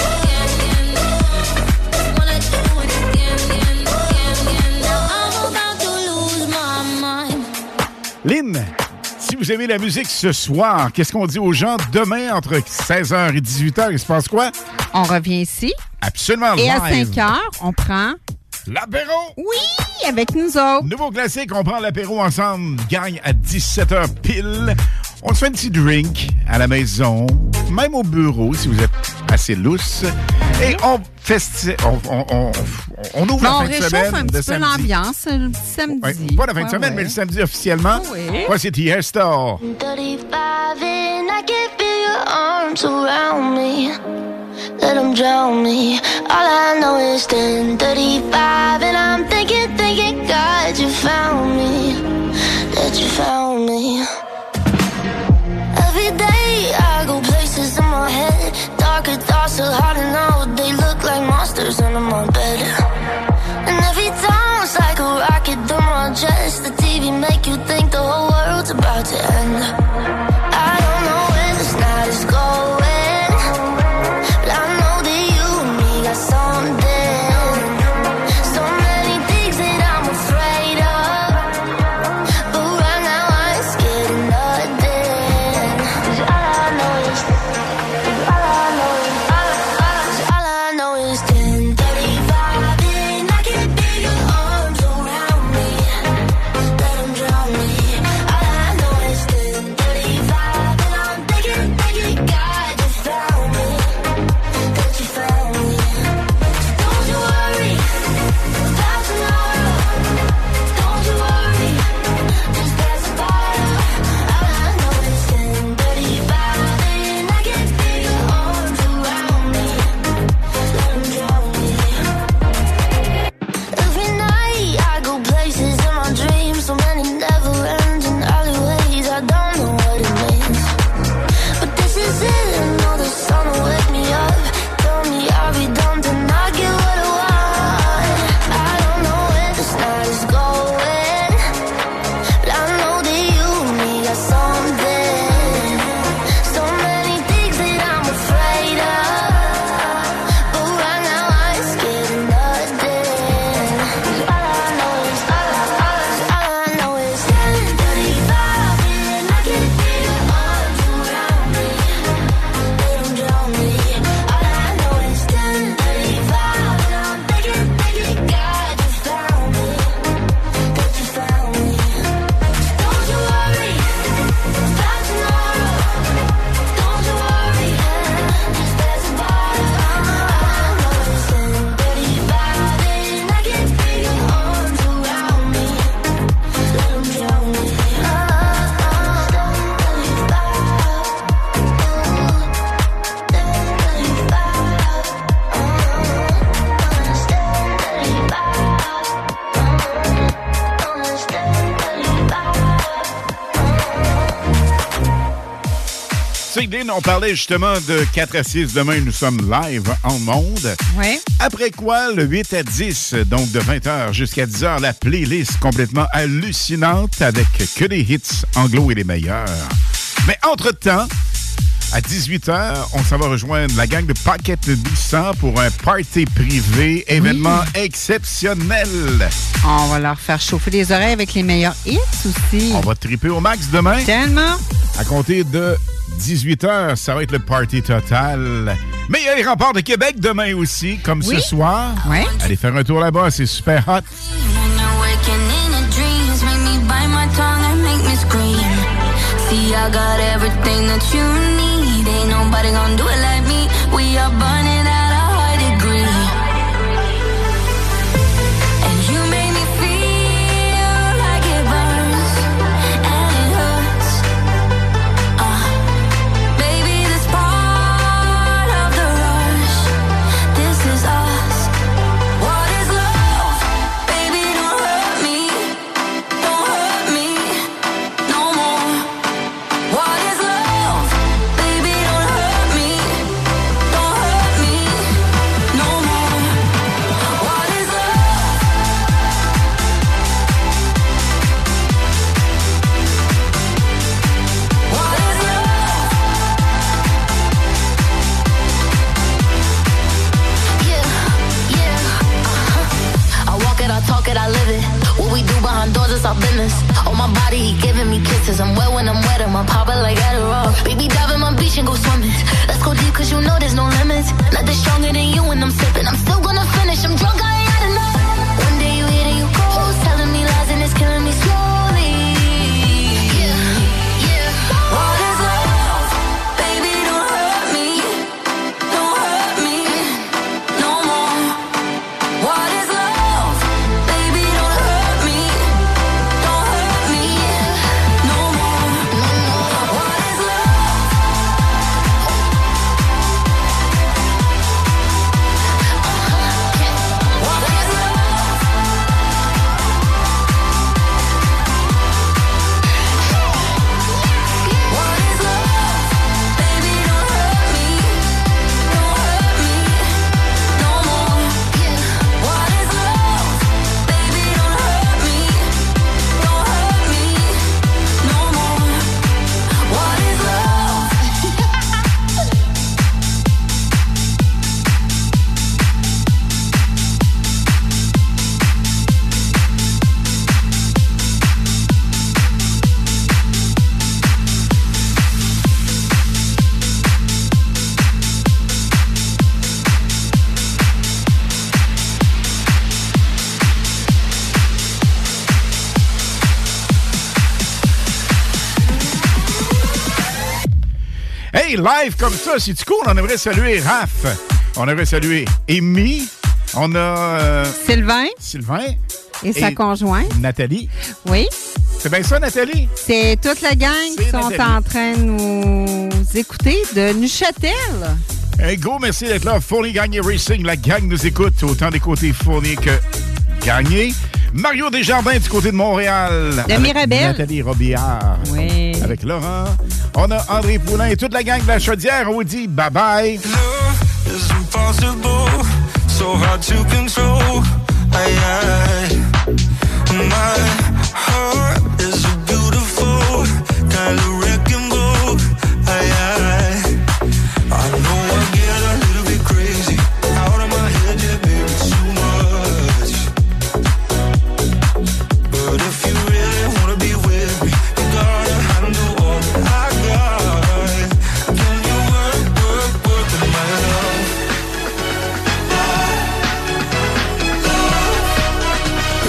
Lynn, si vous aimez la musique ce soir, qu'est-ce qu'on dit aux gens demain entre seize heures et dix-huit heures? Il se passe quoi? On revient ici. Absolument. Et live. à cinq heures, on prend... l'apéro! Oui, avec nous autres. Nouveau classique, on prend l'apéro ensemble. Gagne à dix-sept heures pile. On se fait un petit drink à la maison, même au bureau, si vous êtes assez lousse. Et on festi- on, on, on, on ouvre bon, la fin de semaine. On réchauffe un petit peu samedi. l'ambiance le samedi. Ouais, pas la fin de ouais, semaine, ouais. mais le samedi officiellement. Oui. Voici T R Star. thirty-five and I can feel your arms around me. Let them drown me. All I know is ten thirty-five and I'm thinking, thinking, God, you found me. That you found me. Every day I go places in my head. Darker thoughts are hard to know. They look like monsters under my bed. And every time it's like a rocket through my chest. The T V make you think the whole world's about to end. I don't know where this night is going, but I know that you and me got something. So many things that I'm afraid of, but right now I ain't scared of nothing. 'Cause all I know is, all I know is, all I, all I know is ten thirty-five and I can feel your arms around me. Let them drown me. All I know is ten thirty-five and I'm thinking, thinking, God, you found me. That you found me. Don't you worry about tomorrow. Don't you worry, just pass the bottle. All I know is ten thirty-five and I can feel your arms around me. Let them drown me. Every night I go places in my dreams, so many never-ending alleyways. I don't know what it means, but this is it. I know the sun will wake me up. Tell me I'll be done, then I'll get what I want. I don't know where this night is going, but I know that you and me got something. So many things that I'm afraid of, but right now I ain't scared of nothing. 'Cause all I know is, all I, all I, all I know is ten thirty-five and I can feel your arms around me. Let them drown me. All I know is ten thirty-five and I'm thinking, thinking, God, you found me. That you found me. Don't you worry about tomorrow. Don't you worry, just pass the bottle. All I know is ten thirty-five and I can feel your arms around me. Let them drown me. Oh, oh, C'est Lynn, on parlait justement de quatre à six. Demain, nous sommes live en monde. Oui. Après quoi, le huit à dix, donc de vingt heures jusqu'à dix heures, la playlist complètement hallucinante avec que des hits anglo et les meilleurs. Mais entre-temps, à dix-huit heures, on s'en va rejoindre la gang de Pocket huit cents pour un party privé, événement Oui. exceptionnel. On va leur faire chauffer les oreilles avec les meilleurs hits aussi. On va triper au max demain. Tellement. À compter de dix-huit heures, ça va être le party total. Mais il y a les remparts de Québec demain aussi, comme oui. ce soir. Ouais. Allez faire un tour là-bas, c'est super hot. See, I got everything that you need. Ain't nobody gonna do it like me. We are burning at a high degree. And you make me feel like it burns and it hurts. Uh, baby, this part of the rush. This is us. What is love? Baby, don't hurt me. Don't hurt me no more. What is love? Baby, don't hurt me. Don't hurt me no more. What is love? What is love? Yeah, yeah, uh-huh. I walk it, I talk it, I live it. What we do behind doors is our business. On my body, he giving me kisses. I'm wet when I'm wet, I'm popping like Adderall. Baby, dive in my beach and go swimming. Let's go deep, cause you know there's no limits. Nothing stronger than you when I'm sipping. I'm still gonna finish, I'm drunk, I ain't had enough. One day you hit and you go, telling me lies and it's killing me slowly. Yeah, yeah. What is love? Baby, don't hurt me. Don't hurt me no more. What is love? Baby, don't hurt me. Don't hurt me no more. What is love? What is love? What is love? Baby, don't hurt me. Don't hurt me no more. What is love? Baby, don't hurt me. Don't hurt me no more. What is love? Hey, live comme ça, c'est-tu cool? On aimerait saluer Raph. On aimerait saluer Amy. On a... euh, Sylvain Sylvain. et sa conjointe. Nathalie. Oui. C'est bien ça, Nathalie? C'est toute la gang qui sont Nathalie. en train de nous écouter de Neuchâtel. Un gros merci d'être là. Fournier Gagné Racing, la gang nous écoute. Autant des côtés Fournier que Gagné. Mario Desjardins du côté de Montréal. De avec Mirabel. Nathalie Robillard. Oui. Avec Laurent. On a André Poulain et toute la gang de la Chaudière. On vous dit bye-bye. It's impossible, so hard to control. Aye, aye. My heart is a beautiful kind of wrecking ball. Aye, aye. I know I get a little bit crazy, out of my head, yeah, baby, too much. But if you really wanna be with me, you gotta handle all that I got. Can you work, work, work with my love? Love, love.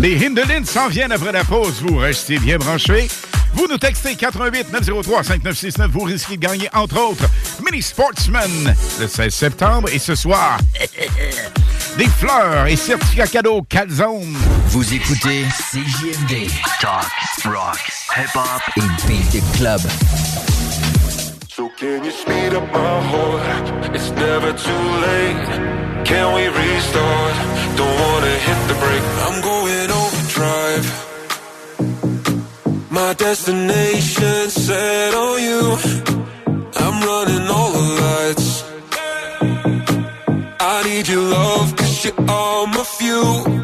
Les Hindelines s'en viennent après la pause. Vous restez bien branchés. Vous nous textez quatre un huit neuf zéro trois cinq neuf six neuf. Vous risquez de gagner, entre autres, Mini Sportsman le seize septembre. Et ce soir, des fleurs et certificats cadeaux Calzone. Vous écoutez C J M D. Talk, rock, hip-hop et beat the club. So can you speed up my heart? It's never too late. Can we restart? Don't wanna hit the brake. I'm going overdrive. My destination set on you. I'm running all the lights. I need your love, cause you're all my fuel.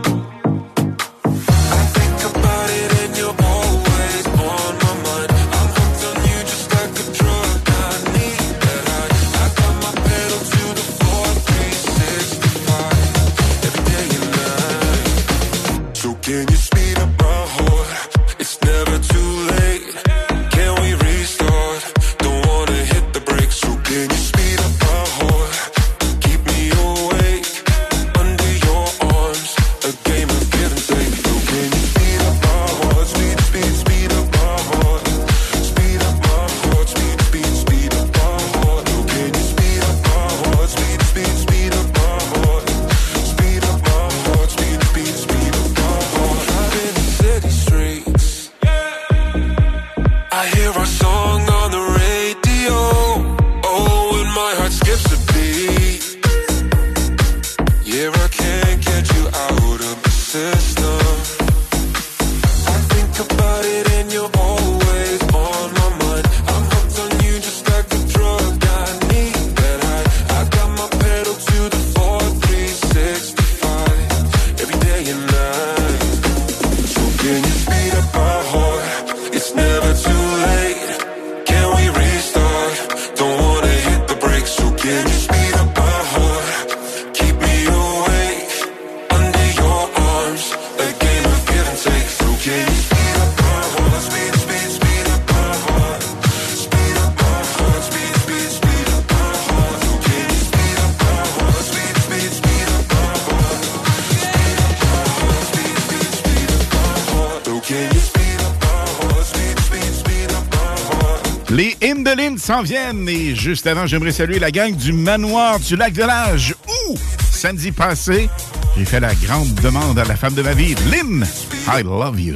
I think about it and you're always on my mind. I'm hooked on you just like a drug. I need that high. I got my pedal to the floor, three sixty-five, every day and night. So can you speed up my heart? It's never too late. Can we restart? Don't wanna hit the brakes. So can you speed up my heart? Keep me awake under your arms. A game of give and take. So can you speed up my heart? Speed, speed, speed up my heart. Speed up my heart. Speed, speed, speed up my heart. So can you speed up my heart? Speed, speed, speed up my heart. Speed up my heart. Speed, speed, speed up my heart. Driving the city streets. I hear our song on the radio. Oh, and my heart skips a beat. Yeah, I can't get you out of the system. I think about it and you're always on my mind. I'm hooked on you just like a drug. I need that high. I got my pedal to the floor, three sixty-five, every day and night. So can you speed up my heart? It's never too late. Can we restart? Don't wanna hit the brakes. So can you speed up my heart? Keep me awake under your arms. A game of give and take. So can you speed up my heart? Speed, speed, speed up my heart. Speed up my heart. Speed, speed, speed up my heart. So can you speed up my heart? Speed, speed, speed up my heart. Speed up my heart. Speed, speed, speed up my heart. So can you speed up my heart? Speed, speed, speed up my heart. Les Hindelines s'en viennent. Et juste avant, j'aimerais saluer la gang du Manoir du Lac-de-L'Âge où, samedi passé, j'ai fait la grande demande à la femme de ma vie, Lynn. I love you.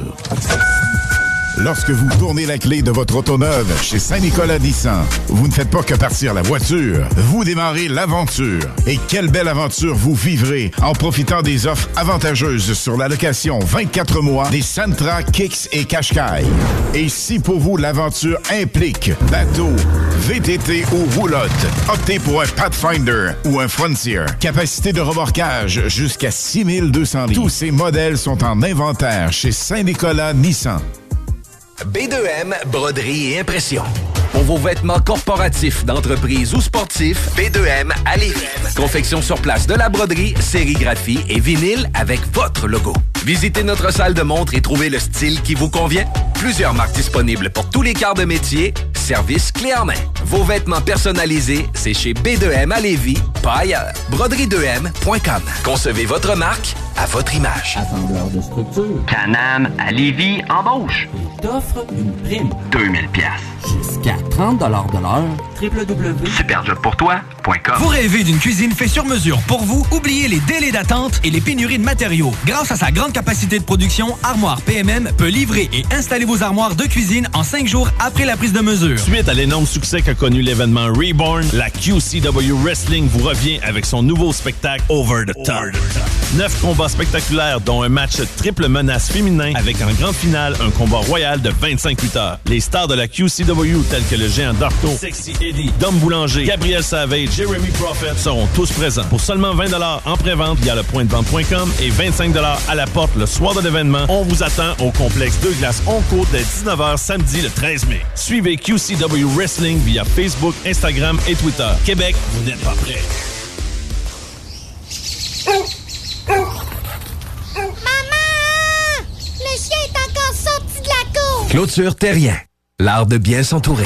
Lorsque vous tournez la clé de votre auto neuve chez Saint-Nicolas Nissan, vous ne faites pas que partir la voiture, vous démarrez l'aventure. Et quelle belle aventure vous vivrez en profitant des offres avantageuses sur la location vingt-quatre mois des Sentra, Kicks et Qashqai. Et si pour vous l'aventure implique bateau, V T T ou roulotte, optez pour un Pathfinder ou un Frontier. Capacité de remorquage jusqu'à six mille deux cents litres. Tous ces modèles sont en inventaire chez Saint-Nicolas Nissan. B deux M, broderie et impression. Pour vos vêtements corporatifs, d'entreprise ou sportifs, B deux M à Lévis. Confection sur place de la broderie, sérigraphie et vinyle avec votre logo. Visitez notre salle de montre et trouvez le style qui vous convient. Plusieurs marques disponibles pour tous les quarts de métier. Service clé en main. Vos vêtements personnalisés, c'est chez B deux M à Lévis, pas ailleurs. broderie deux M point com. Concevez votre marque à votre image. Assembleur de structure. Can-Am à Lévis embauche. Il t'offre une prime. deux mille piastres. Jusqu'à trente dollars de l'heure. w w w point superjob pour toi point com. Vous rêvez d'une cuisine faite sur mesure pour vous? Oubliez les délais d'attente et les pénuries de matériaux. Grâce à sa grande capacité de production, Armoire P M M peut livrer et installer vos armoires de cuisine en cinq jours après la prise de mesure. Suite à l'énorme succès qu'a connu l'événement Reborn, la Q C W Wrestling vous revient avec son nouveau spectacle Over the Top. Neuf combats spectaculaires, dont un match triple menace féminin avec en grande finale un combat royal de vingt-cinq lutteurs. Les stars de la Q C W tels que le géant Darto, Sexy Eddie, Dom Boulanger, Gabriel Savage, Jeremy Prophet seront tous présents. Pour seulement vingt dollars en pré-vente via le point de vente point com et vingt-cinq dollars à la porte le soir de l'événement, on vous attend au complexe Deux Glaces Onco dès dix-neuf heures samedi le treize mai. Suivez Q C W Wrestling via Facebook, Instagram et Twitter. Québec, vous n'êtes pas prêts. Maman! Le chien est encore sorti de la cour! Clôture Terrien, l'art de bien s'entourer.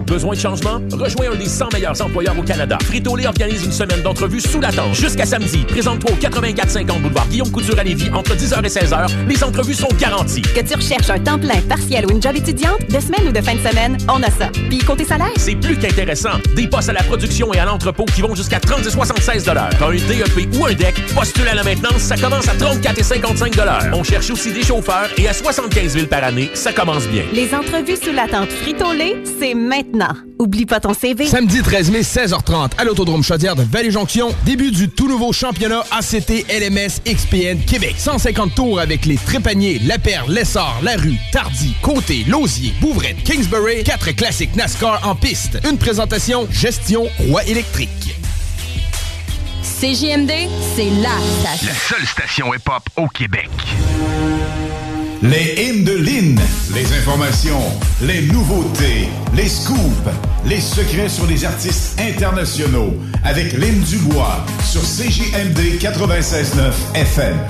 Besoin de changement? Rejoins un des cent meilleurs employeurs au Canada. Frito-Lay organise une semaine d'entrevues sous la tente. Jusqu'à samedi, présente-toi au quatre-vingt-quatre cinquante boulevard Guillaume Couture à Lévis entre dix heures et seize heures. Les entrevues sont garanties. Que tu recherches un temps plein, partiel ou une job étudiante, de semaine ou de fin de semaine, on a ça. Puis côté salaire? C'est plus qu'intéressant. Des postes à la production et à l'entrepôt qui vont jusqu'à trente et soixante-seize dollars. T'as un D E P ou un D E C, postule à la maintenance, ça commence à trente-quatre et cinquante-cinq dollars. On cherche aussi des chauffeurs et à soixante-quinze mille par année, ça commence bien. Les entrevues sous la tente Frito-Lay, c'est maintenant. Oublie pas ton C V. Samedi treize mai, seize heures trente, à l'Autodrome Chaudière de Vallée-Jonction, début du tout nouveau championnat A C T L M S X P N Québec. cent cinquante tours avec les Trépaniers, La Perle, Lessard, La Rue, Tardy, Côté, Lausier, Bouvrette, Kingsbury, quatre classiques NASCAR en piste. Une présentation Gestion Roi Électrique. C J M D, c'est la station. La seule station hip-hop au Québec. Les hymnes de Lynn, les informations, les nouveautés, les scoops, les secrets sur les artistes internationaux avec Lynn Dubois sur C J M D quatre-vingt-seize neuf F M.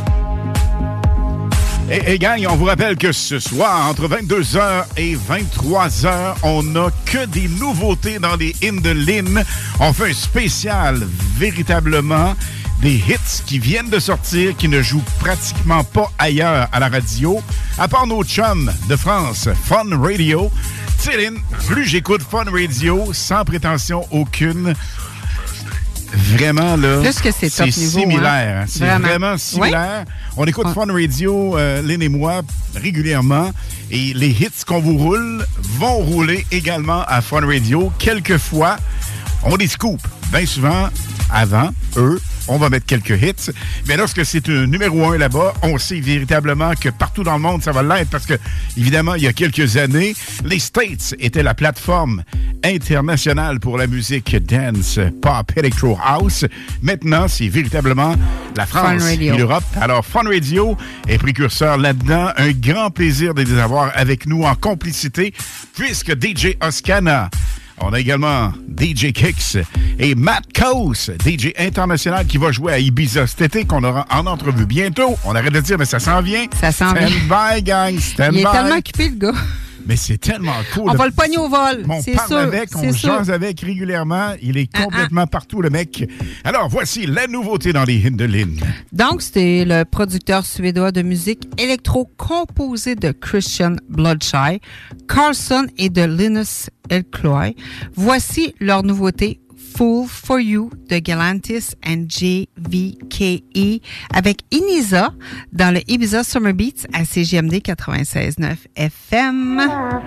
Et, et gang, on vous rappelle que ce soir, entre vingt-deux heures et vingt-trois heures, on n'a que des nouveautés dans les hymnes de Lynn. On fait un spécial, véritablement, des hits qui viennent de sortir, qui ne jouent pratiquement pas ailleurs à la radio, à part nos chums de France, Fun Radio. Tu sais, Lynn, plus j'écoute Fun Radio, sans prétention aucune, vraiment, là, plus que c'est, c'est top niveau, similaire. Hein? C'est vraiment, vraiment similaire. Oui? On écoute Fun Radio, euh, Lynn et moi, régulièrement. Et les hits qu'on vous roule vont rouler également à Fun Radio. Quelquefois, on les scoop. Bien souvent, avant, eux, on va mettre quelques hits. Mais lorsque c'est un numéro un là-bas, on sait véritablement que partout dans le monde, ça va l'être parce que, évidemment, il y a quelques années, les States étaient la plateforme internationale pour la musique dance, pop, electro, house. Maintenant, c'est véritablement la France et l'Europe. Alors, Fun Radio est précurseur là-dedans. Un grand plaisir de les avoir avec nous en complicité puisque D J Oscana, on a également D J Kicks et Matt Coase, D J international qui va jouer à Ibiza cet été, qu'on aura en entrevue bientôt. On arrête de dire, mais ça s'en vient. Ça s'en stand vient. Stand by, gang, stand by. Il est tellement occupé, le gars. Mais c'est tellement cool. On va le pogner au vol, on c'est parle sûr. avec, on jase avec régulièrement. Il est complètement ah, ah. partout, le mec. Alors, voici la nouveauté dans les hymnes de Lynn. Donc, c'était le producteur suédois de musique électro composé de Christian Bloodshy, Carlson et de Linus Elcloy. Voici leur nouveauté, Fool for You de Galantis and J V K E avec Inisa dans le Ibiza Summer Beats à C J M D quatre-vingt-seize neuf F M.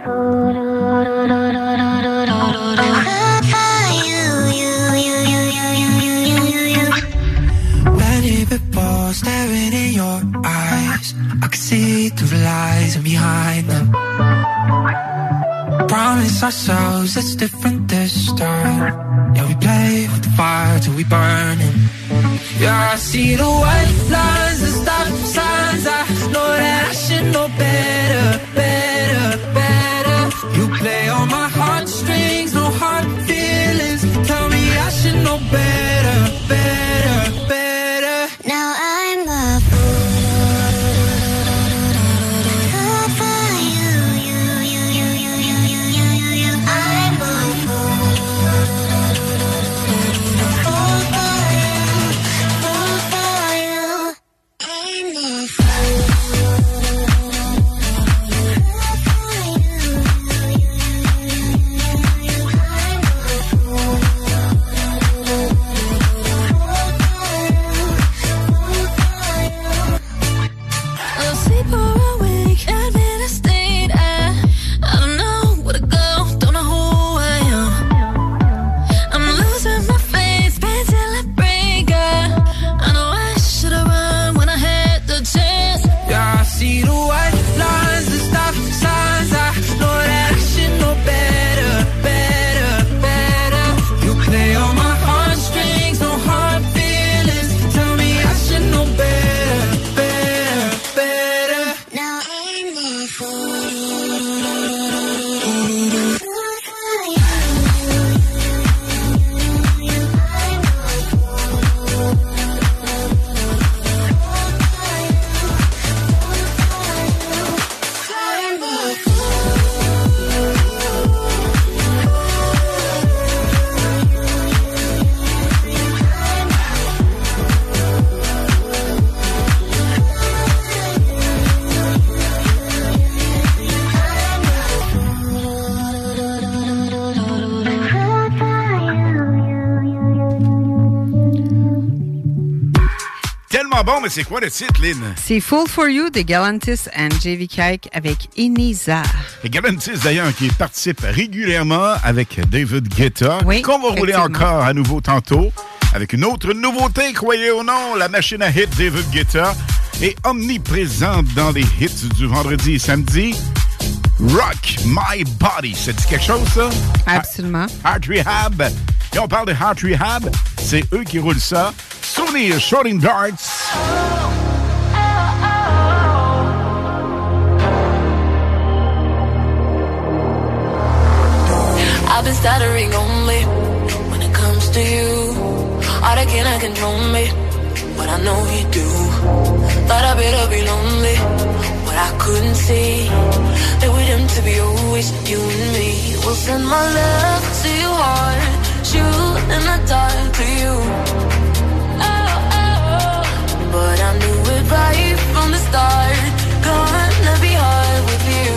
Many people staring in your eyes. I can see through the lies and behind them. Promise ourselves it's different this time. Yeah, we play with the fire till we burn it. Yeah, I see the white lines, the stop signs. I know that I should know better, better, better. You play on my heartstrings, no hard feelings. Tell me I should know better, better, better. Now I'm a fool. tellement bon, mais c'est quoi le titre, Lynn? C'est Fool for You de Galantis and J V Cake avec Inisa. Et Galantis, d'ailleurs, qui participe régulièrement avec David Guetta, oui, qu'on va rouler encore à nouveau tantôt, avec une autre nouveauté, croyez ou non, la machine à hit David Guetta est omniprésente dans les hits du vendredi et samedi. Rock My Body, ça dit quelque chose, ça? Absolument. Heart Rehab. Et on parle de Heart Rehab, c'est eux qui roulent ça. Sony Shooting Darts. I've been stuttering only when it comes to you. All that cannot control me, but I know you do. Thought I better be lonely, but I couldn't see that we're doomed to be always you and me. We'll send my love to your heart, shoot in the dark to you. Oh, oh, but I knew it right from the start. Gonna be hard with you.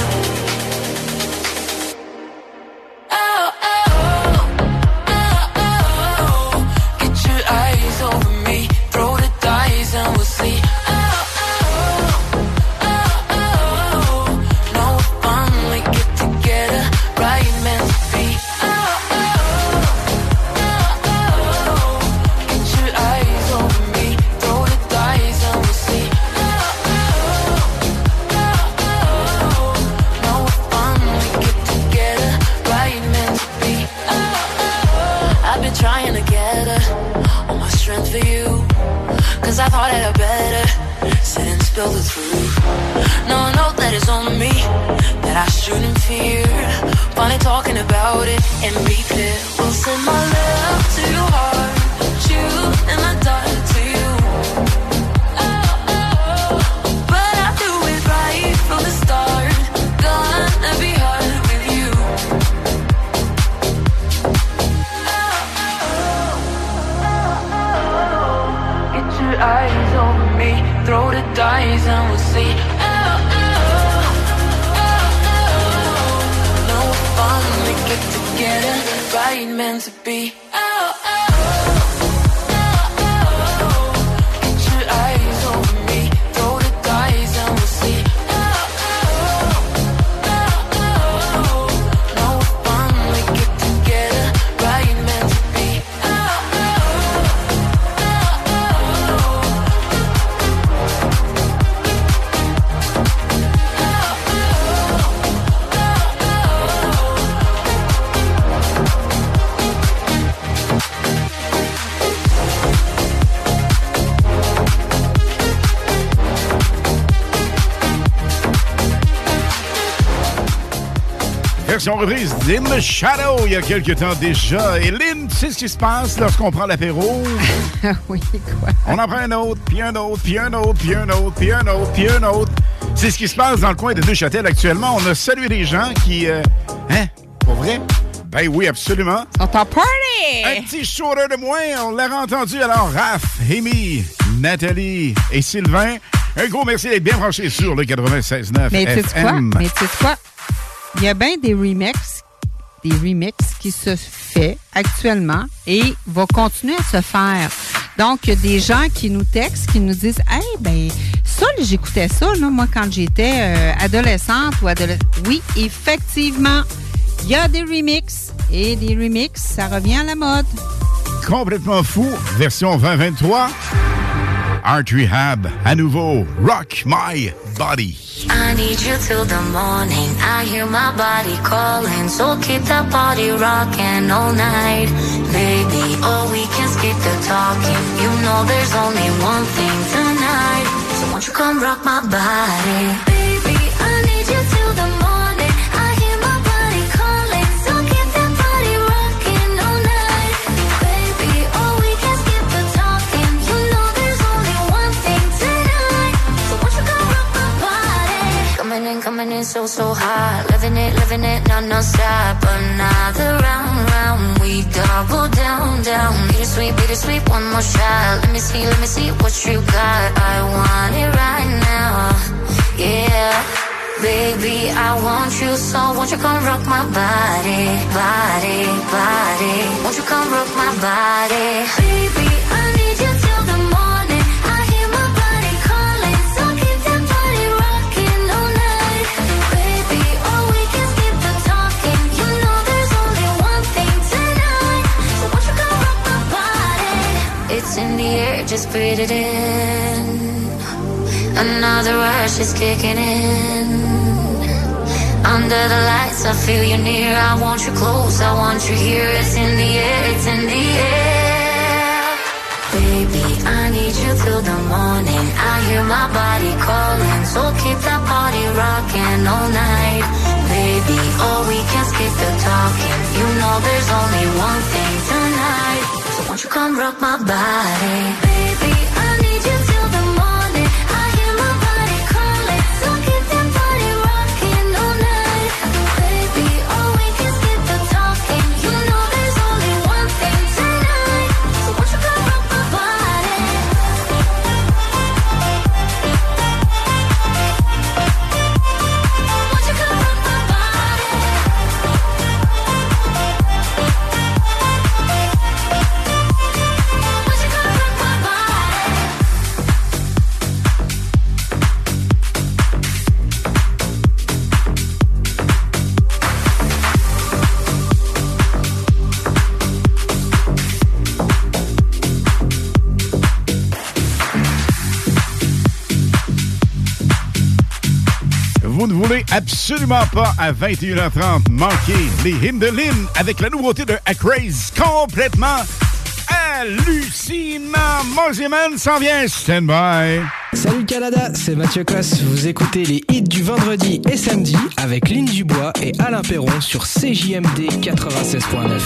Oh, oh, oh, oh, get your eyes over me, throw the dice and we'll see. Oh, oh, oh, oh, no fun we get together, right meant to be. Oh, oh, oh, oh, get your eyes over me, throw the dice and we'll see. Oh, oh, oh, no fun we get together, right meant to be. Oh, oh, I've been trying to gather all my strength for you, cause I thought I'd better sit and spill the truth. No, I know that it's on me, that I shouldn't fear. Finally talking about it and be clear. We'll send my love to your heart, shoot in the dark to you. Oh, oh, but I do it right from the start. Gonna be hard with you. Get your eyes over me, throw the dice and we'll see. Oh, oh, oh, oh, no fun we get together, right meant to be. Oh, oh, oh, oh, get your eyes over me, throw the dice and we'll see. Oh, oh, oh, oh, no fun we get together, right meant to be. Oh, Version reprise d'In the Shadow il y a quelques temps déjà. Et Lynn, tu sais ce qui se passe lorsqu'on prend l'apéro? Oui, quoi? On en prend un autre, puis un autre, puis un autre, puis un autre, puis un autre, puis un autre. C'est ce qui se passe dans le coin de Neuchâtel actuellement. On a salué des gens qui... Euh, hein? Pour vrai? Ben oui, absolument. Sont en party! Un petit shooter de moins, on l'a entendu. Alors, Raph, Amy, Nathalie et Sylvain, un gros merci d'être bien branchés sur le quatre-vingt-seize neuf Mais tu sais quoi? F M. Mais tu sais quoi? Il y a bien des remixes, des remixes qui se fait actuellement et va continuer à se faire. Donc, il y a des gens qui nous textent, qui nous disent « Hey, ben ça, j'écoutais ça, là, moi, quand j'étais euh, adolescente ou adolescente. » Oui, effectivement, il y a des remixes et des remixes, ça revient à la mode. Complètement fou, version vingt vingt-trois. Heart Rehab, à nouveau, Rock My Body. I need you till the morning. I hear my body calling. So keep that body rocking all night. Baby, oh, we can skip the talking. You know there's only one thing tonight. So won't you come rock my body? Baby, I need you till the morning. I hear my body calling. So keep that body rocking all night. Baby, oh, we can skip the talking. You know there's only one thing tonight. So won't you come rock my body? Coming in, coming in so, so hot. Living it, living it, non-stop. Another round, round. We double down, down. Bittersweet, bittersweet, one more shot. Let me see, let me see what you got. I want it right now. Yeah. Baby, I want you, so won't you come rock my body, body, body. Won't you come rock my body? Baby, I need you till the morning. I hear breathe it in. Another rush is kicking in. Under the lights, I feel you near. I want you close, I want you here. It's in the air, it's in the air. Baby, I need you till the morning. I hear my body calling, so keep that party rocking all night. Baby, all we can skip the talking. You know there's only one thing tonight. So won't you come rock my body? Baby, I need you till the morning. I hear my body calling, so keep that party rocking all night. Baby, all we can skip the talking. You know there's only one thing tonight. So won't you come rock my body? Won't you come rock my body? Won't you come rock my body? Vous ne voulez absolument pas à vingt et une heures trente manquer les hymnes de Lynn avec la nouveauté de Acraze complètement hallucinant. Moziman s'en vient, stand by. Salut Canada, c'est Mathieu Cosse. Vous écoutez les hits du vendredi et samedi avec Lynn Dubois et Alain Perron sur C J M D quatre-vingt-seize point neuf.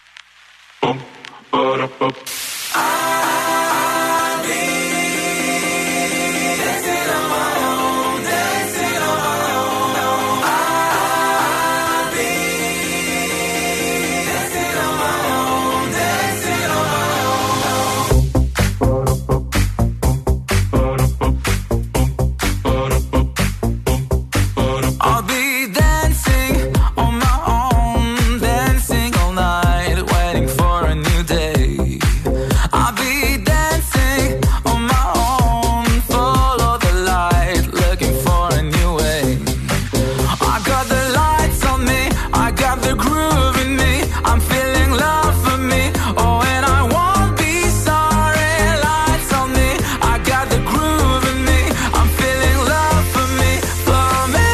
I'll be dancing on my own, dancing all night, waiting for a new day. I'll be dancing on my own, follow the light, looking for a new way. I got the lights on me, I got the groove in me, I'm feeling love for me, oh and I won't be sorry. Lights on me, I got the groove in me, I'm feeling love for me, for me.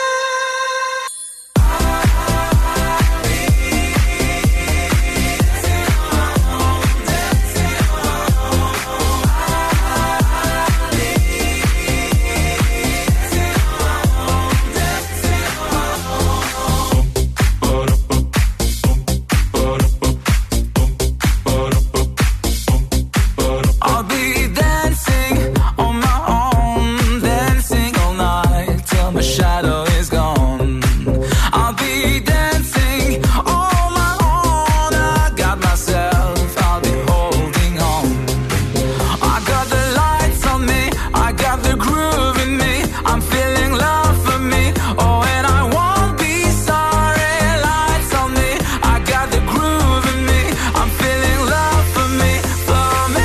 I'll be dancing on my own, dancing all night till my shadow is gone. I'll be dancing on my own, I got myself, I'll be holding on. I got the lights on me, I got the groove in me, I'm feeling love for me, oh and I won't be sorry. Lights on me, I got the groove in me, I'm feeling love for me, for me.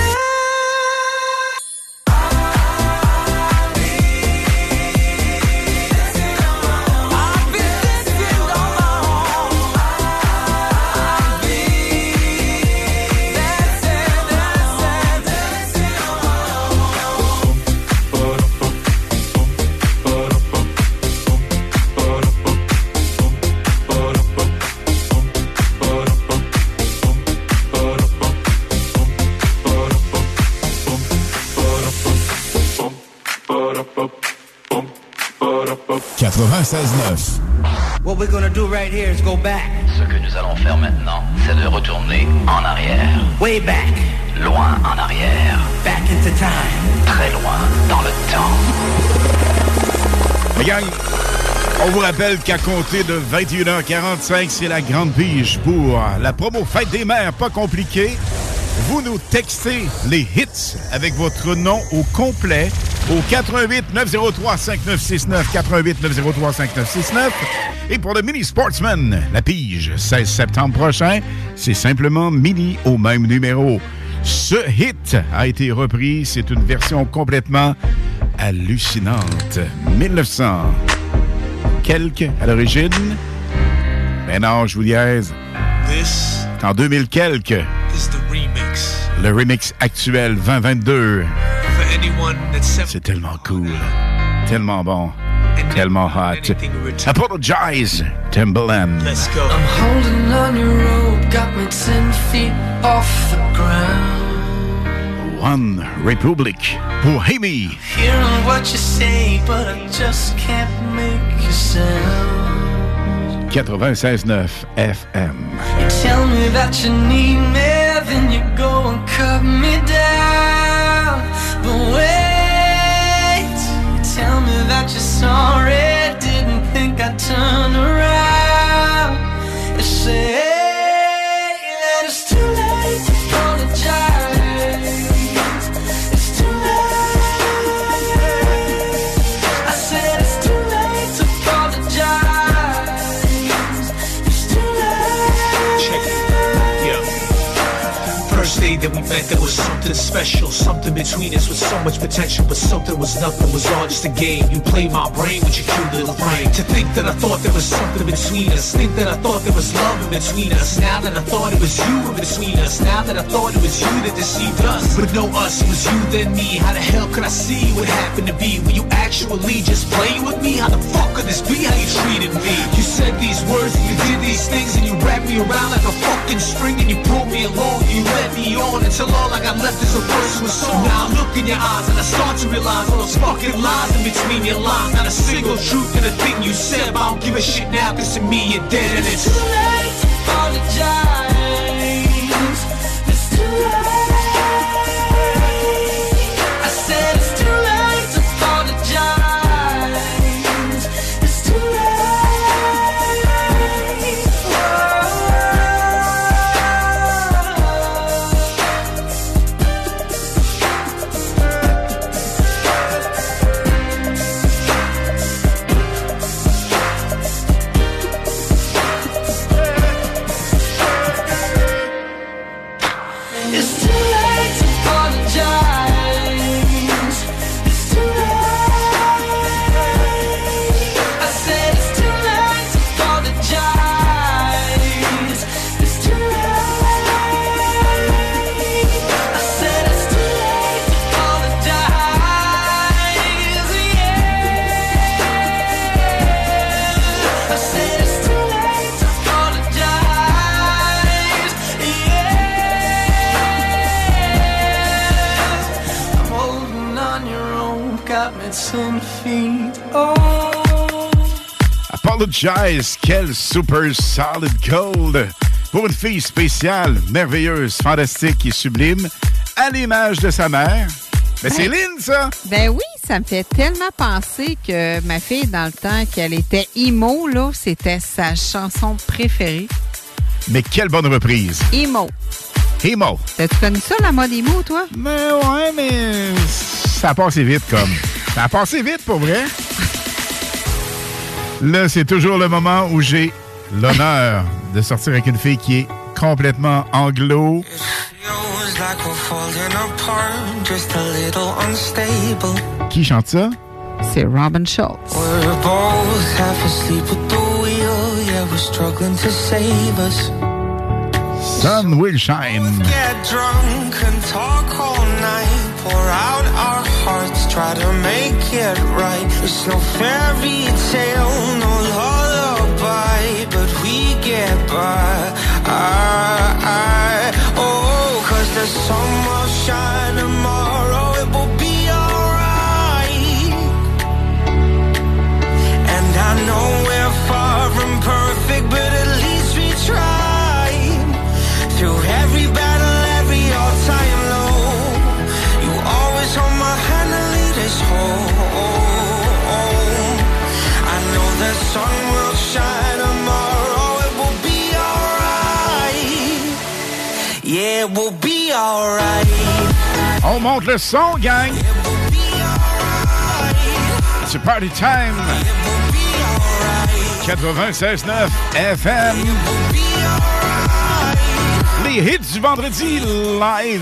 quatre-vingt-seize neuf. What we're gonna do right here is go back. Ce que nous allons faire maintenant, c'est de retourner en arrière. Way back. Loin en arrière. Back into time. Très loin dans le temps. Les gang, on vous rappelle qu'à compter de vingt et une heures quarante-cinq, c'est la grande pige pour la promo Fête des Mères, pas compliqué. Vous nous textez les hits avec votre nom au complet au quatre un huit neuf zéro trois cinq neuf six neuf, quatre un huit neuf zéro trois cinq neuf six neuf. Et pour le Mini Sportsman, la pige, seize septembre prochain, c'est simplement Mini au même numéro. Ce hit a été repris, c'est une version complètement hallucinante. mille neuf cents quelques à l'origine. Ben non, je vous diaise. This En deux mille quelques. is the remix. Le remix actuel vingt vingt-deux. C'est tellement cool. Tellement bon. Tellement hot. Apologize, Timbaland. Let's go. I'm holding on your rope, got me ten feet off the ground. One Republic pour Amy. Hearing what you say, but I just can't make you sound. quatre-vingt-seize neuf F M. You tell me that you need me, then you go and cut me down. But wait, you tell me that you're sorry, didn't think I'd turn around. You say that it's too late to apologize. It's too late. I said it's too late to apologize. It's too late. Check it. Yeah. First day that we met, there was something special, something between us with so much potential, but something was nothing, was all just a game. You played my brain with your cute little brain. To think that I thought there was something between us, think that I thought there was love in between us. Now that I thought it was you in between us, now that I thought it was you that deceived us. But no us, it was you then me. How the hell could I see what happened to be? Were you actually just playing with me? How the fuck could this be how you treated me? You said these words and you did these things and you wrapped me around like a fucking string and you pulled me along and you led me on until all I got left is a verse with song. Now I look in your eyes and I start to realize all those fucking lies in between your lines. Not a single truth in a thing you said, but I don't give a shit now, cause to me you're dead and it's too late to apologize. It's too late. I said it's too late to apologize. It's too late. It's too late to apologize. It's too late. I said it's too late to apologize. It's too late. I said it's too late to apologize. Yeah. I said it's too late to apologize. Yeah. I'm holding on your rope, got me ten feet. Oh. Apologize, quel super solid gold. Pour une fille spéciale, merveilleuse, fantastique et sublime, à l'image de sa mère. Mais c'est Lynn, ça! Ben oui, ça me fait tellement penser que ma fille, dans le temps qu'elle était emo, là, c'était sa chanson préférée. Mais quelle bonne reprise! Emo. Emo. T'as-tu connu ça, la mode emo, toi? Mais ouais, mais ça a passé vite, comme. Ça a passé vite, pour vrai. Là, c'est toujours le moment où j'ai l'honneur de sortir avec une fille qui est complètement anglo. Feels like we're falling apart, just a little unstable. Qui chante ça? C'est Robin Schulz. We're both half asleep with the wheel, yeah, we're struggling to save us. Sun will shine. Get drunk and talk all night, pour out our hearts, try to make it right. It's no fairy tale, no lullaby, but we get by. I, I, oh, cause the sun will shine tomorrow, it will be alright. And I know we're far from perfect, but at least we try. Through every battle, every all-time low, you always hold my hand and lead us home. I know the sun will shine tomorrow, it will be alright. Yeah, it will be alright. On monte le son, gang! C'est party time! quatre-vingt-seize neuf F M. Les hits du vendredi live.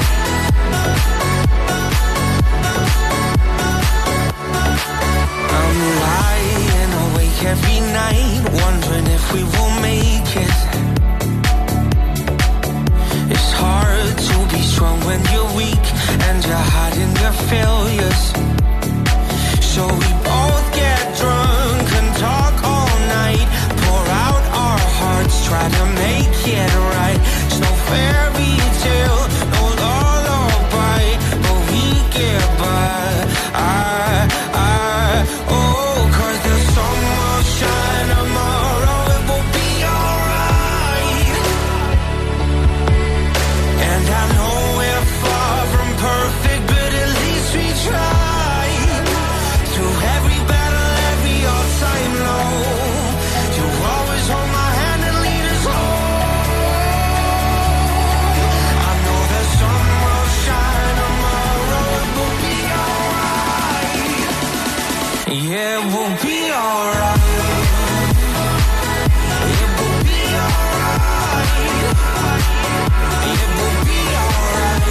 I'm night, wondering if we will make it. It's hard to be strong when you're weak and you're hiding your failures. So we both get drunk and talk all night, pour out our hearts, try to make it right. It's no fairy tale, no lullaby, but we get by. I, I, oh, 'cause the sun will shine tomorrow, it will be alright. And I know we're far from perfect, but at least we try. Through every battle, every all-time low, you always hold my hand and lead us home. I know the sun will shine tomorrow, it will be alright. Yeah, it will be alright. It will be alright. It will be alright.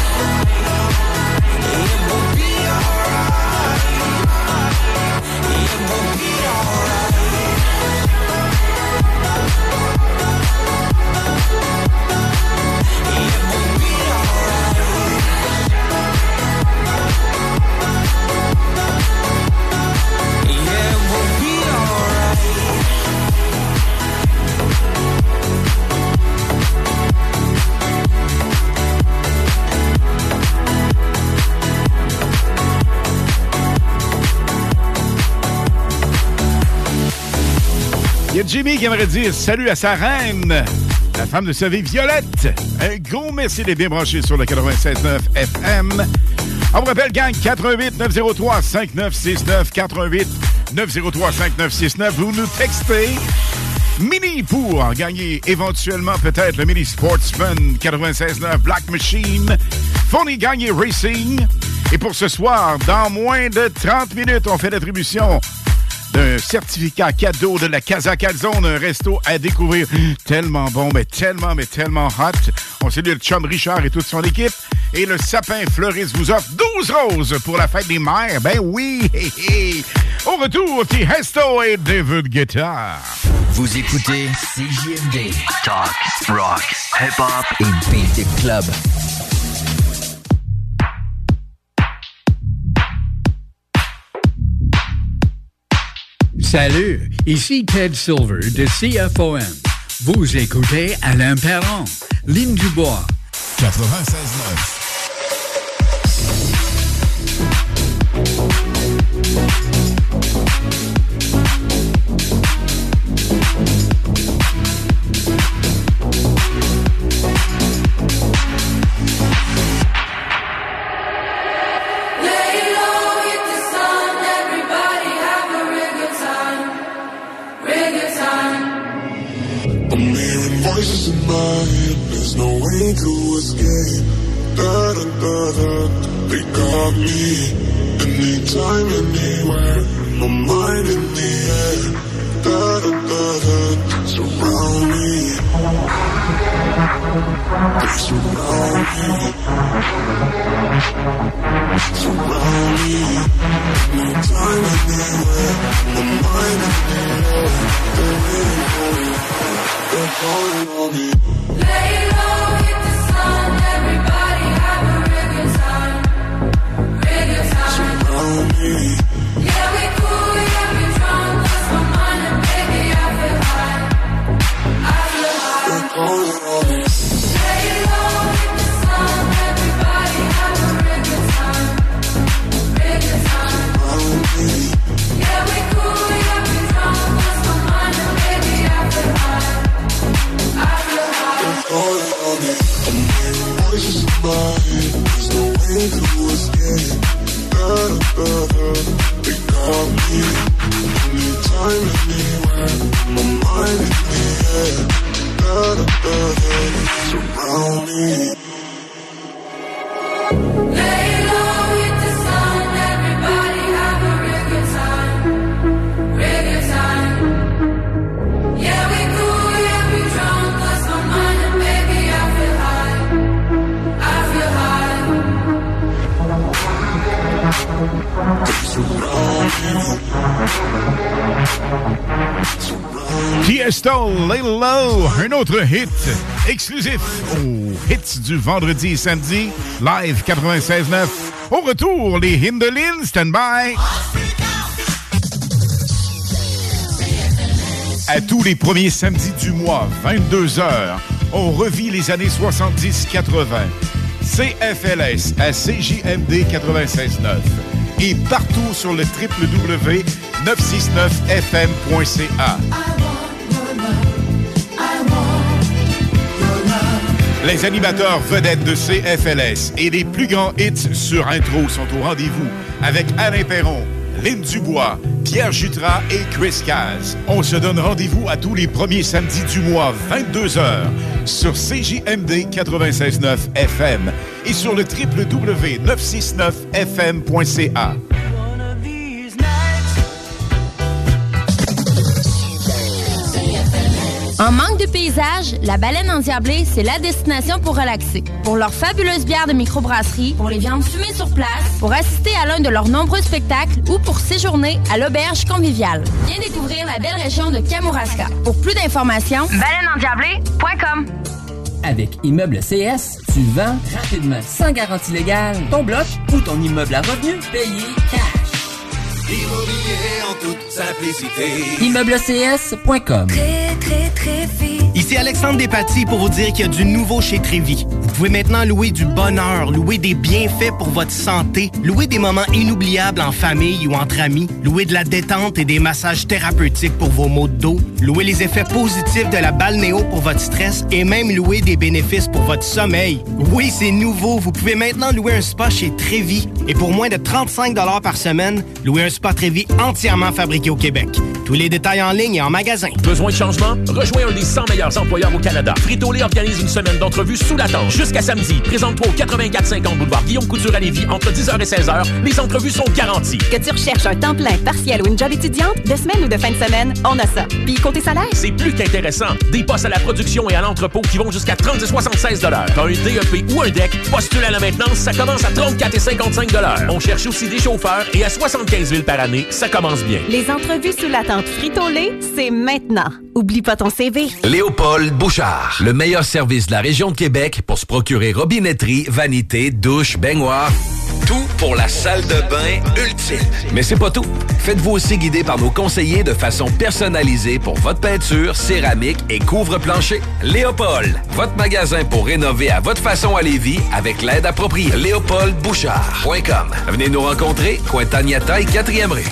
It will be alright. It will be alright. It will be alright. Yeah, it will be alright. Il y a Jimmy qui aimerait dire salut à sa reine, la femme de sa vie, Violette. Un gros merci d'être bien branché sur le quatre-vingt-seize neuf F M. On vous rappelle, gang, quatre un huit neuf zéro trois cinq neuf six neuf, quatre un huit neuf zéro trois cinq neuf six neuf. Vous nous textez Mini pour gagner éventuellement peut-être le Mini Sportsman quatre-vingt-seize neuf Black Machine. Fourni gagner Racing. Et pour ce soir, dans moins de trente minutes, on fait l'attribution d'un certificat cadeau de la Casa Calzone, un resto à découvrir tellement bon, mais tellement, mais tellement hot. On salue le chum Richard et toute son équipe. Et le sapin fleuriste vous offre douze roses pour la fête des mères. Ben oui! Hé, hé. Au retour, petit Hesto et David Guetta. Vous écoutez C J M D, Talk, Rock, Hip Hop et Beat Club. Salut, ici Ted Silver de C F O M. Vous écoutez Alain Perron, Ligne du Bois. quatre-vingt-seize neuf. Voices in my head, there's no way to escape. Da da da da, they got me. Anytime, anywhere, my mind in the air. Da da da da, surround me. They surround me. Surround me. Anytime, anywhere, my mind in the air. They're waiting for me. They're calling on me. Lay low, hit the sun, everybody have a real good time, real good time. Surround me. Yeah, we cool, yeah, we drunk, lost my mind and baby, I feel high, I feel high. They're calling on me. Lay low, hit the sun, everybody have a real good time, real good time. Surround me. Yeah, we cool, yeah, we drunk, lost my mind and baby, I feel high. Calling on me. I'm hearing voices in my head. There's no way to escape. Da da da da, they got me. Anytime, anywhere, my mind in the air. Da da da da, surround me. Lay low, hit the sun, everybody have a real good time, real good time. Yeah, we cool, yeah, we drunk, lost my mind and baby, I feel high, I feel high. They surround me. Tiesto, Lay Low, un autre hit exclusif aux hits du vendredi et samedi, live quatre-vingt-seize neuf. Au retour, les Hindelines, stand by. À tous les premiers samedis du mois, vingt-deux heures, on revit les années soixante-dix quatre-vingt. C F L S à C J M D quatre-vingt-seize neuf et partout sur le w w w point neuf cent soixante-neuf F M point C A. Les animateurs vedettes de C F L S et les plus grands hits sur intro sont au rendez-vous avec Alain Perron, Lynn Dubois, Pierre Jutras et Chris Caz. On se donne rendez-vous à tous les premiers samedis du mois, vingt-deux heures, sur C J M D quatre-vingt-seize neuf F M et sur le w w w point neuf cent soixante-neuf F M point C A. En manque de paysage, la Baleine Endiablée, c'est la destination pour relaxer. Pour leurs fabuleuses bières de microbrasserie, pour les viandes fumées sur place, pour assister à l'un de leurs nombreux spectacles ou pour séjourner à l'auberge conviviale. Viens découvrir la belle région de Kamouraska. Pour plus d'informations, baleine endiablée point com. Avec Immeuble C S, tu vends rapidement, sans garantie légale, ton bloc ou ton immeuble à revenu payé cash. Immobilier en toute simplicité. Immeuble C S point com. Très, très, très vite. Ici Alexandre Despatie pour vous dire qu'il y a du nouveau chez Trévis. Vous pouvez maintenant louer du bonheur, louer des bienfaits pour votre santé, louer des moments inoubliables en famille ou entre amis, louer de la détente et des massages thérapeutiques pour vos maux de dos, louer les effets positifs de la balnéo pour votre stress et même louer des bénéfices pour votre sommeil. Oui, c'est nouveau. Vous pouvez maintenant louer un spa chez Trévis. Et pour moins de trente-cinq dollars par semaine, louer un spa Trévis entièrement fabriqué au Québec. Tous les détails en ligne et en magasin. Besoin de changement? Rejoins un des cent meilleurs employeurs au Canada. Frito-Lay organise une semaine d'entrevues sous la tente. Jusqu'à samedi, présente-toi au quatre-vingt-quatre cinquante boulevard Guillaume Couture à Lévis entre dix heures et seize heures. Les entrevues sont garanties. Que tu recherches un temps plein, partiel ou une job étudiante, de semaine ou de fin de semaine, on a ça. Puis côté salaire? C'est plus qu'intéressant. Des postes à la production et à l'entrepôt qui vont jusqu'à trente et soixante-seize dollars. T'as un D E P ou un D E C, postule à la maintenance, ça commence à trente-quatre et cinquante-cinq dollars. On cherche aussi des chauffeurs et à soixante-quinze mille par année, ça commence bien. Les entrevues sous la tente Frito-Lay, c'est maintenant. Oublie pas ton C V. Léopold Bouchard, le meilleur service de la région de Québec pour se procurer robinetterie, vanité, douche, baignoire. Tout pour la salle de bain ultime. Mais c'est pas tout. Faites-vous aussi guider par nos conseillers de façon personnalisée pour votre peinture, céramique et couvre-plancher. Léopold, votre magasin pour rénover à votre façon à Lévis avec l'aide appropriée. léopold bouchard point com. Venez nous rencontrer, Cointagnata et quatrième rue.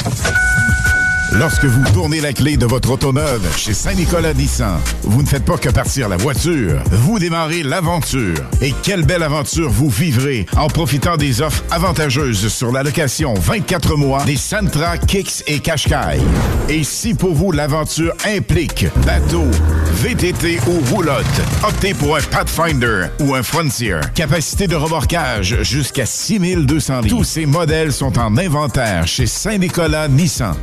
Lorsque vous tournez la clé de votre auto neuve chez Saint-Nicolas Nissan, vous ne faites pas que partir la voiture, vous démarrez l'aventure. Et quelle belle aventure vous vivrez en profitant des offres avantageuses sur la location vingt-quatre mois des Sentra, Kicks et Qashqai. Et si pour vous l'aventure implique bateau, V T T ou roulotte, optez pour un Pathfinder ou un Frontier. Capacité de remorquage jusqu'à six mille deux cents litres. Tous ces modèles sont en inventaire chez Saint-Nicolas Nissan.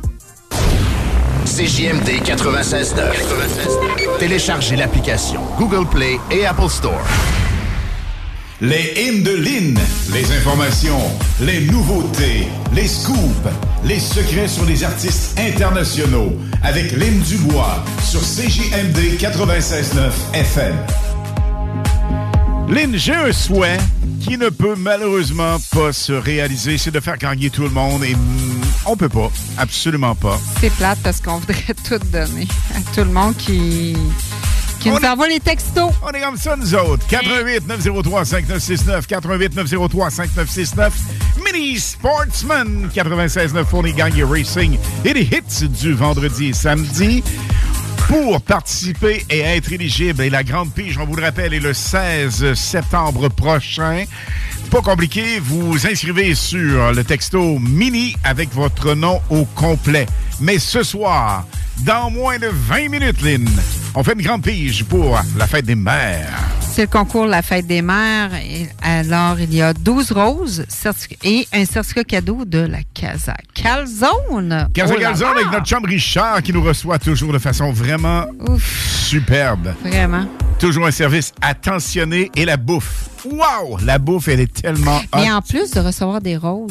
C J M D quatre-vingt-seize neuf. Téléchargez l'application Google Play et Apple Store. Les hymnes de Lynn, les informations, les nouveautés, les scoops, les secrets sur les artistes internationaux avec Lynn Dubois sur C J M D quatre-vingt-seize neuf F M. Lynn, j'ai un souhait qui ne peut malheureusement pas se réaliser, c'est de faire gagner tout le monde et mm, on peut pas, absolument pas. C'est plate parce qu'on voudrait tout donner à tout le monde qui, qui nous envoie les textos. On est comme ça, nous autres. quatre un huit neuf zéro trois cinq neuf six neuf, quatre un huit neuf zéro trois cinq neuf six neuf. Mini Sportsman quatre-vingt-seize neuf pour les gangs racing et les hits du vendredi et samedi. Pour participer et être éligible, et la grande pige, on vous le rappelle, est le seize septembre prochain. Pas compliqué, vous inscrivez sur le texto Mini avec votre nom au complet. Mais ce soir, dans moins de vingt minutes, Lynn, on fait une grande pige pour la fête des mères. C'est le concours La Fête des Mères. Et alors, il y a douze roses et un certificat cadeau de la Casa Calzone. Casa oh Calzone avec notre chum Richard qui nous reçoit toujours de façon vraiment Ouf. superbe. Vraiment. Toujours un service attentionné et la bouffe. Wow! La bouffe, elle est tellement hot. Et en plus de recevoir des roses,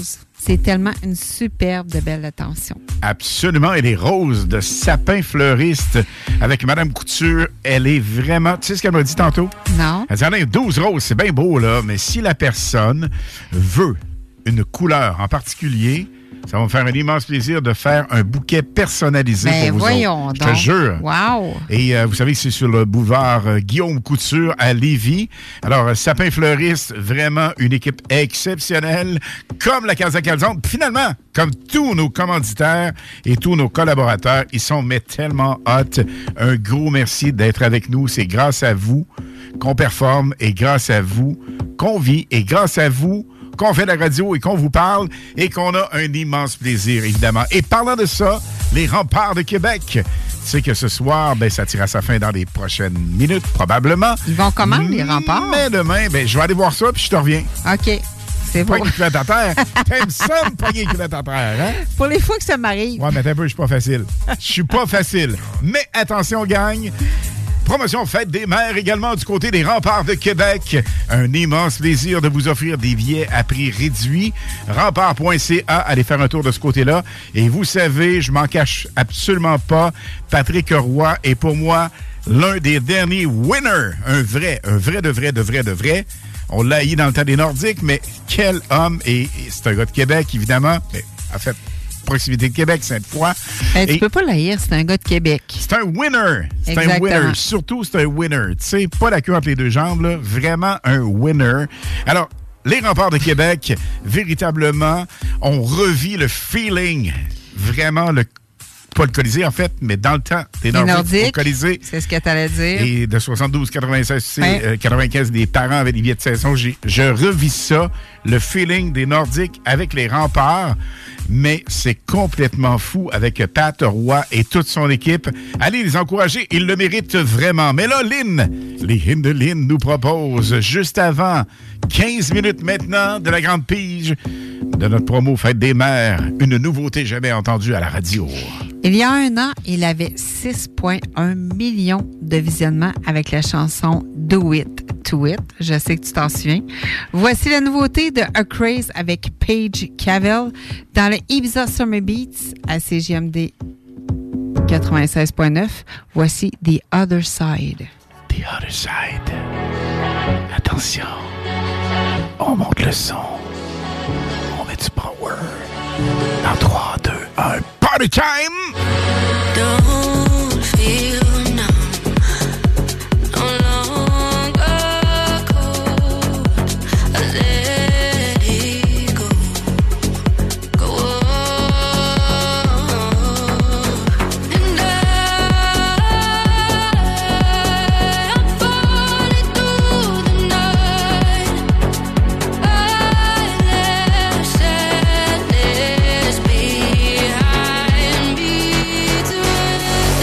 C'est tellement une superbe de belle attention. Absolument. Et les roses de sapin fleuriste avec Madame Couture, elle est vraiment... Tu sais ce qu'elle m'a dit tantôt? Non. Elle dit, ah, douze roses, c'est bien beau, là, mais si la personne veut une couleur en particulier, ça va me faire un immense plaisir de faire un bouquet personnalisé ben, pour vous voyons autres. donc. Je te jure. Wow. Et euh, vous savez que c'est sur le boulevard euh, Guillaume Couture à Lévis. Alors, euh, Sapin Fleuriste, vraiment une équipe exceptionnelle, comme la Casa Calzone. Puis finalement, comme tous nos commanditaires et tous nos collaborateurs, ils sont mais tellement hot. Un gros merci d'être avec nous. C'est grâce à vous qu'on performe et grâce à vous qu'on vit et grâce à vous qu'on fait la radio et qu'on vous parle et qu'on a un immense plaisir, évidemment. Et parlant de ça, les Remparts de Québec. Tu sais que ce soir, ben, ça tire à sa fin dans les prochaines minutes, probablement. Ils vont comment, les Remparts? Mais demain, ben, je vais aller voir ça, puis je te reviens. OK. C'est beau. Pas une culotte à terre. T'aimes ça, me pogner une culotte à terre, hein? Pour les fois que ça m'arrive. Ouais, mais t'as un peu, je suis pas facile. Je suis pas facile. Mais attention, gang. Promotion Fête des mères également du côté des Remparts de Québec. Un immense plaisir de vous offrir des billets à prix réduit. Rempart point c a, allez faire un tour de ce côté-là. Et vous savez, je m'en cache absolument pas, Patrick Roy est pour moi l'un des derniers winners. Un vrai, un vrai de vrai, de vrai, de vrai. On l'a haï dans le temps des Nordiques, mais quel homme! Et, et c'est un gars de Québec, évidemment. Mais, en fait, proximité de Québec, Sainte-Foy. Ben, tu et peux pas l'haïr, c'est un gars de Québec. C'est un winner. C'est Exactement. un winner. Surtout, c'est un winner. Tu sais, pas la queue entre les deux jambes, là. Vraiment un winner. Alors, les Remparts de Québec, véritablement, on revit le feeling, vraiment le pas le Colisée, en fait, mais dans le temps, des Nordiques, Nordiques, au Colisée. C'est ce que tu allais dire. Et de soixante-douze quatre-vingt-seize, tu sais, Ouais. euh, quatre-vingt-quinze, des parents avaient des billets de saison. J'ai, je revis ça, le feeling des Nordiques avec les Remparts, mais c'est complètement fou avec Pat Roy et toute son équipe. Allez les encourager, ils le méritent vraiment. Mais là, Lynn, les hymnes de Lynn nous proposent, juste avant, quinze minutes maintenant de la Grande Pige, de notre promo Fête des mères, une nouveauté jamais entendue à la radio. Il y a un an, il avait six virgule un millions de visionnements avec la chanson Do It To It. Je sais que tu t'en souviens. Voici la nouveauté de A Craze avec Paige Cavell dans le Ibiza Summer Beats à C J M D quatre-vingt-seize neuf. Voici The Other Side. The Other Side. Attention. On monte le son. On met du power. Dans trois, deux, un. Party time! Don't feel numb, no longer cold. Let it go, go on. And I, I'm falling through the night. I left sadness behind me to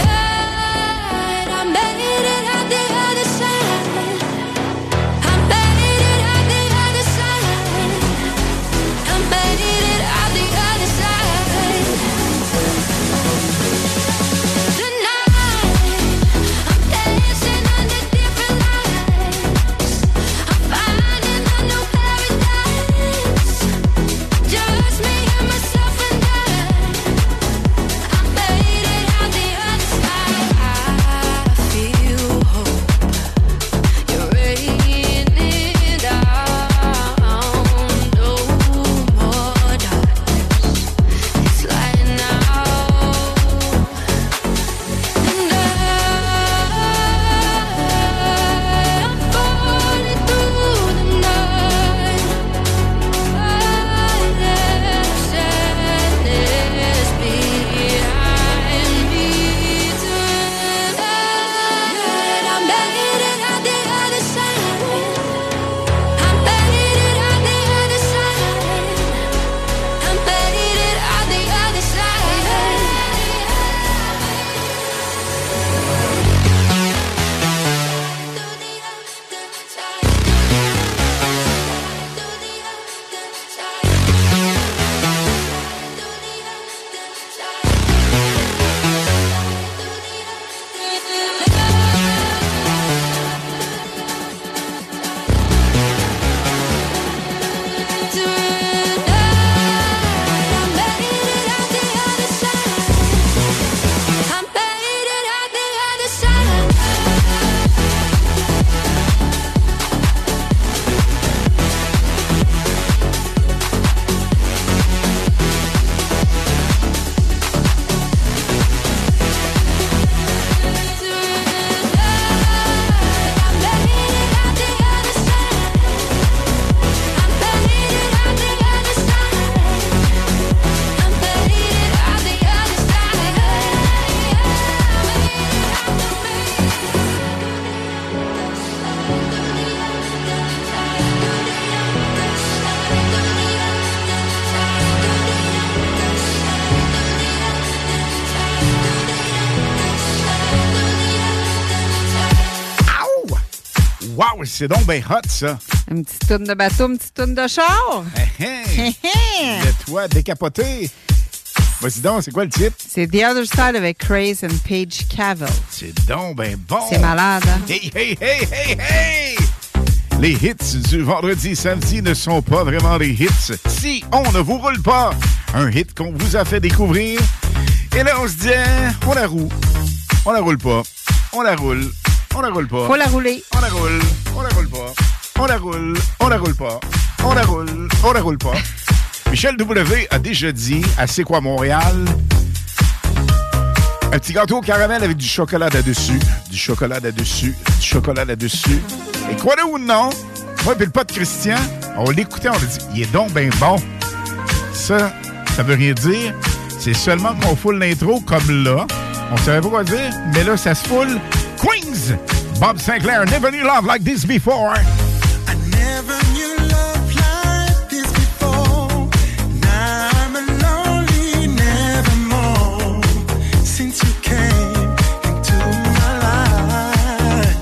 Wow, c'est donc bien hot, ça. Une petite tourne de bateau, une petite tourne de char. Hey, hey. Le toit décapoté. Vas-y donc, c'est quoi le titre? C'est The Other Side avec Craze and Paige Cavill. C'est donc ben bon. C'est malade, hein? Hey, hey, hey, hey, hey! Les hits du vendredi et samedi ne sont pas vraiment des hits si on ne vous roule pas un hit qu'on vous a fait découvrir. Et là, on se dit, on la roule. On la roule pas. On la roule. On la roule pas. Faut la rouler. On la roule. On la roule pas. On la roule. On la roule pas. On la roule. On la roule pas. Michel W. a déjà dit à C'est quoi Montréal? Un petit gâteau au caramel avec du chocolat là-dessus. Du chocolat là-dessus. Du chocolat là-dessus. Et croyez ou non, moi et le pote Christian, on l'écoutait, on a dit, il est donc bien bon. Ça, ça veut rien dire. C'est seulement qu'on foule l'intro comme là. On savait pas quoi dire, mais là, ça se foule. Queens! Bob Sinclair, Never Knew Love Like This Before. I never knew love like this before. Now I'm lonely, nevermore. Since you came into my life,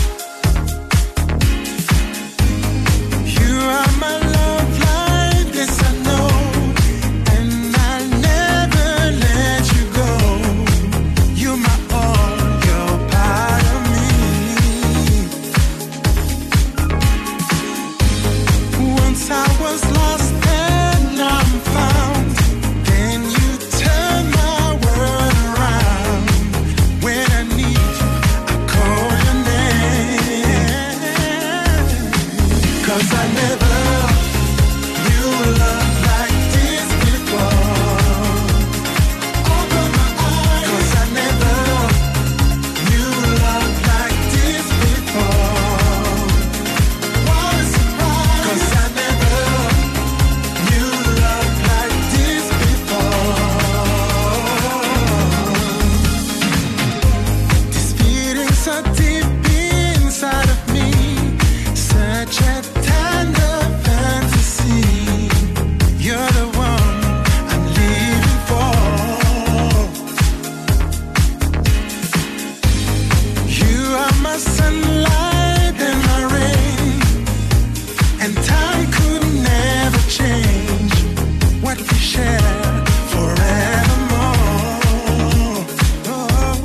you are my love light, yes I know, and I'll never let you go. You're my all, you're part of me. Once I was lost and now I'm found. Then you turn my world around. When I need you, I call your name. 'Cause I never knew love like this before. Open my eyes. 'Cause I never knew love like this before. What a surprise. 'Cause I never knew love like this before. This feeling so deep inside of me, such a tender fantasy. You're the one I'm living for. You are my sunlight and my rain, and time could never change what we share forevermore. Oh,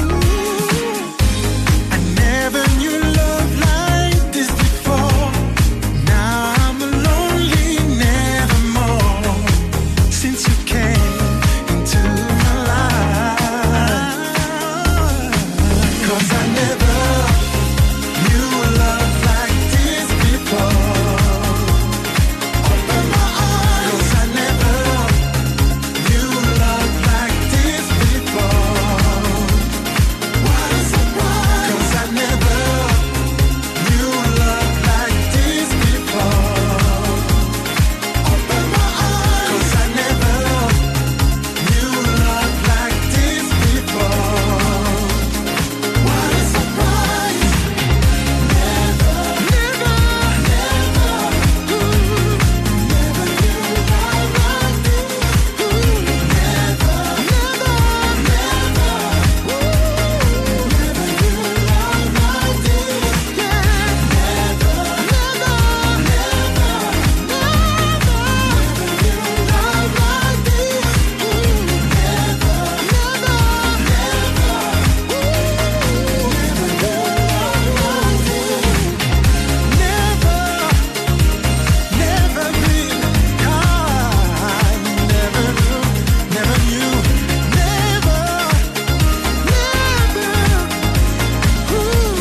I never knew love like this before. Now I'm lonely, nevermore. Since you came into my life, 'cause I never knew love like this before. Open my eyes. 'Cause I never knew love like this before. What a surprise. 'Cause I never knew love like this before. Open my eyes. 'Cause I never knew love like this before. What a surprise. Never, never, never, ooh, never knew love like this. Ooh, never, never, never, ooh, never knew love like this. Yeah, never, never, never, never, never knew love like this. Ooh, never, never, never, ooh, never knew love like this. Never, never been kind. Never knew, never knew, never, never, ooh,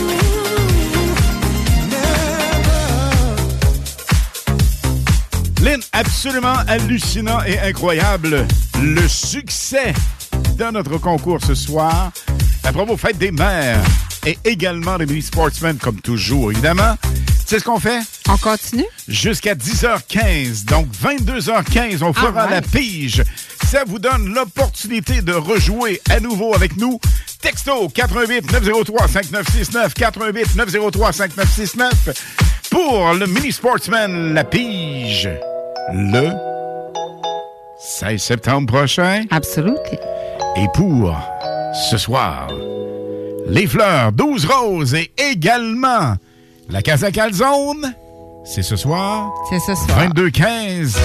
never. Lynn, absolument hallucinant et incroyable. Le succès de notre concours ce soir. La promo Fête des Mères et également les mini sportsmen comme toujours, évidemment. C'est ce qu'on fait? On continue? Jusqu'à dix heures quinze. Donc, vingt-deux heures quinze, on fera Ah ouais. la pige. Ça vous donne l'opportunité de rejouer à nouveau avec nous. Texto quatre un huit neuf zéro trois cinq neuf six neuf, quatre un huit neuf zéro trois cinq neuf six neuf pour le mini sportsman La Pige. Le seize septembre prochain. Absolument. Et pour ce soir, les fleurs douze roses et également La Casa Calzone, c'est ce soir. C'est ce soir. vingt-deux quinze.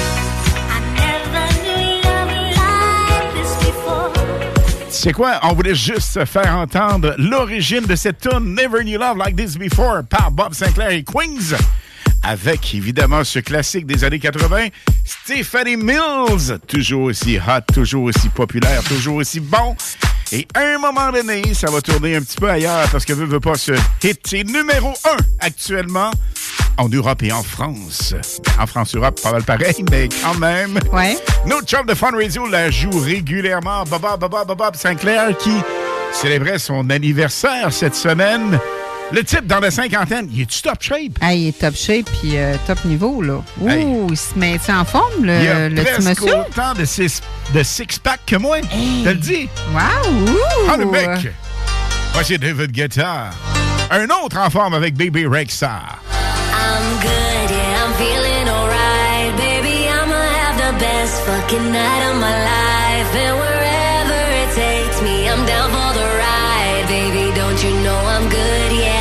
Tu sais quoi? On voulait juste faire entendre l'origine de cette tune Never Knew Love Like This Before par Bob Sinclair et Queens. Avec, évidemment, ce classique des années quatre-vingt, Stephanie Mills. Toujours aussi hot, toujours aussi populaire, toujours aussi bon. Et à un moment donné, ça va tourner un petit peu ailleurs parce que veut, veut pas ce hit. C'est numéro un actuellement en Europe et en France. En France-Europe, pas mal pareil, mais quand même. Ouais. Notre chum de Fun Radio la joue régulièrement. Bob, Bob, Bob, Bob Sinclair qui célébrait son anniversaire cette semaine. Le type dans la cinquantaine, il est-tu top shape? Ah, il est top shape puis euh, top niveau, là. Ouh, hey. Il se met en forme, le, il a le petit presque monsieur? autant de, six, de six-pack que moi. Hey. Je te le dis. Wow! Ah, le mec! Voici David Guetta. Un autre en forme avec Baby Rexha. I'm good, yeah, I'm feeling alright. Baby, I'ma have the best fucking night of my life. And wherever it takes me, I'm down for the ride. Baby, don't you know I'm good, yeah.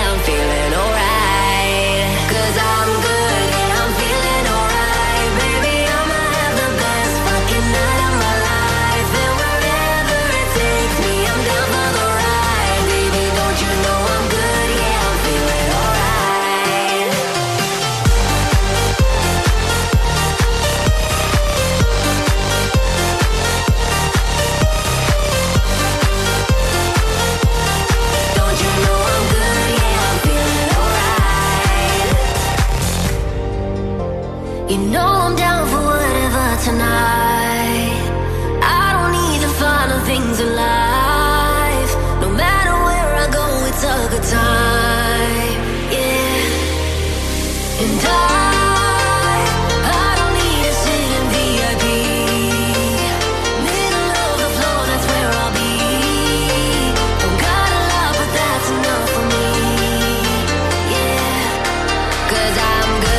You know I'm down for whatever tonight. I don't need the final things in life. No matter where I go, it's a good time. Yeah. And I, I don't need to sit in V I P. Middle of the floor, that's where I'll be. Don't got a lot, but that's enough for me. Yeah. 'Cause I'm good.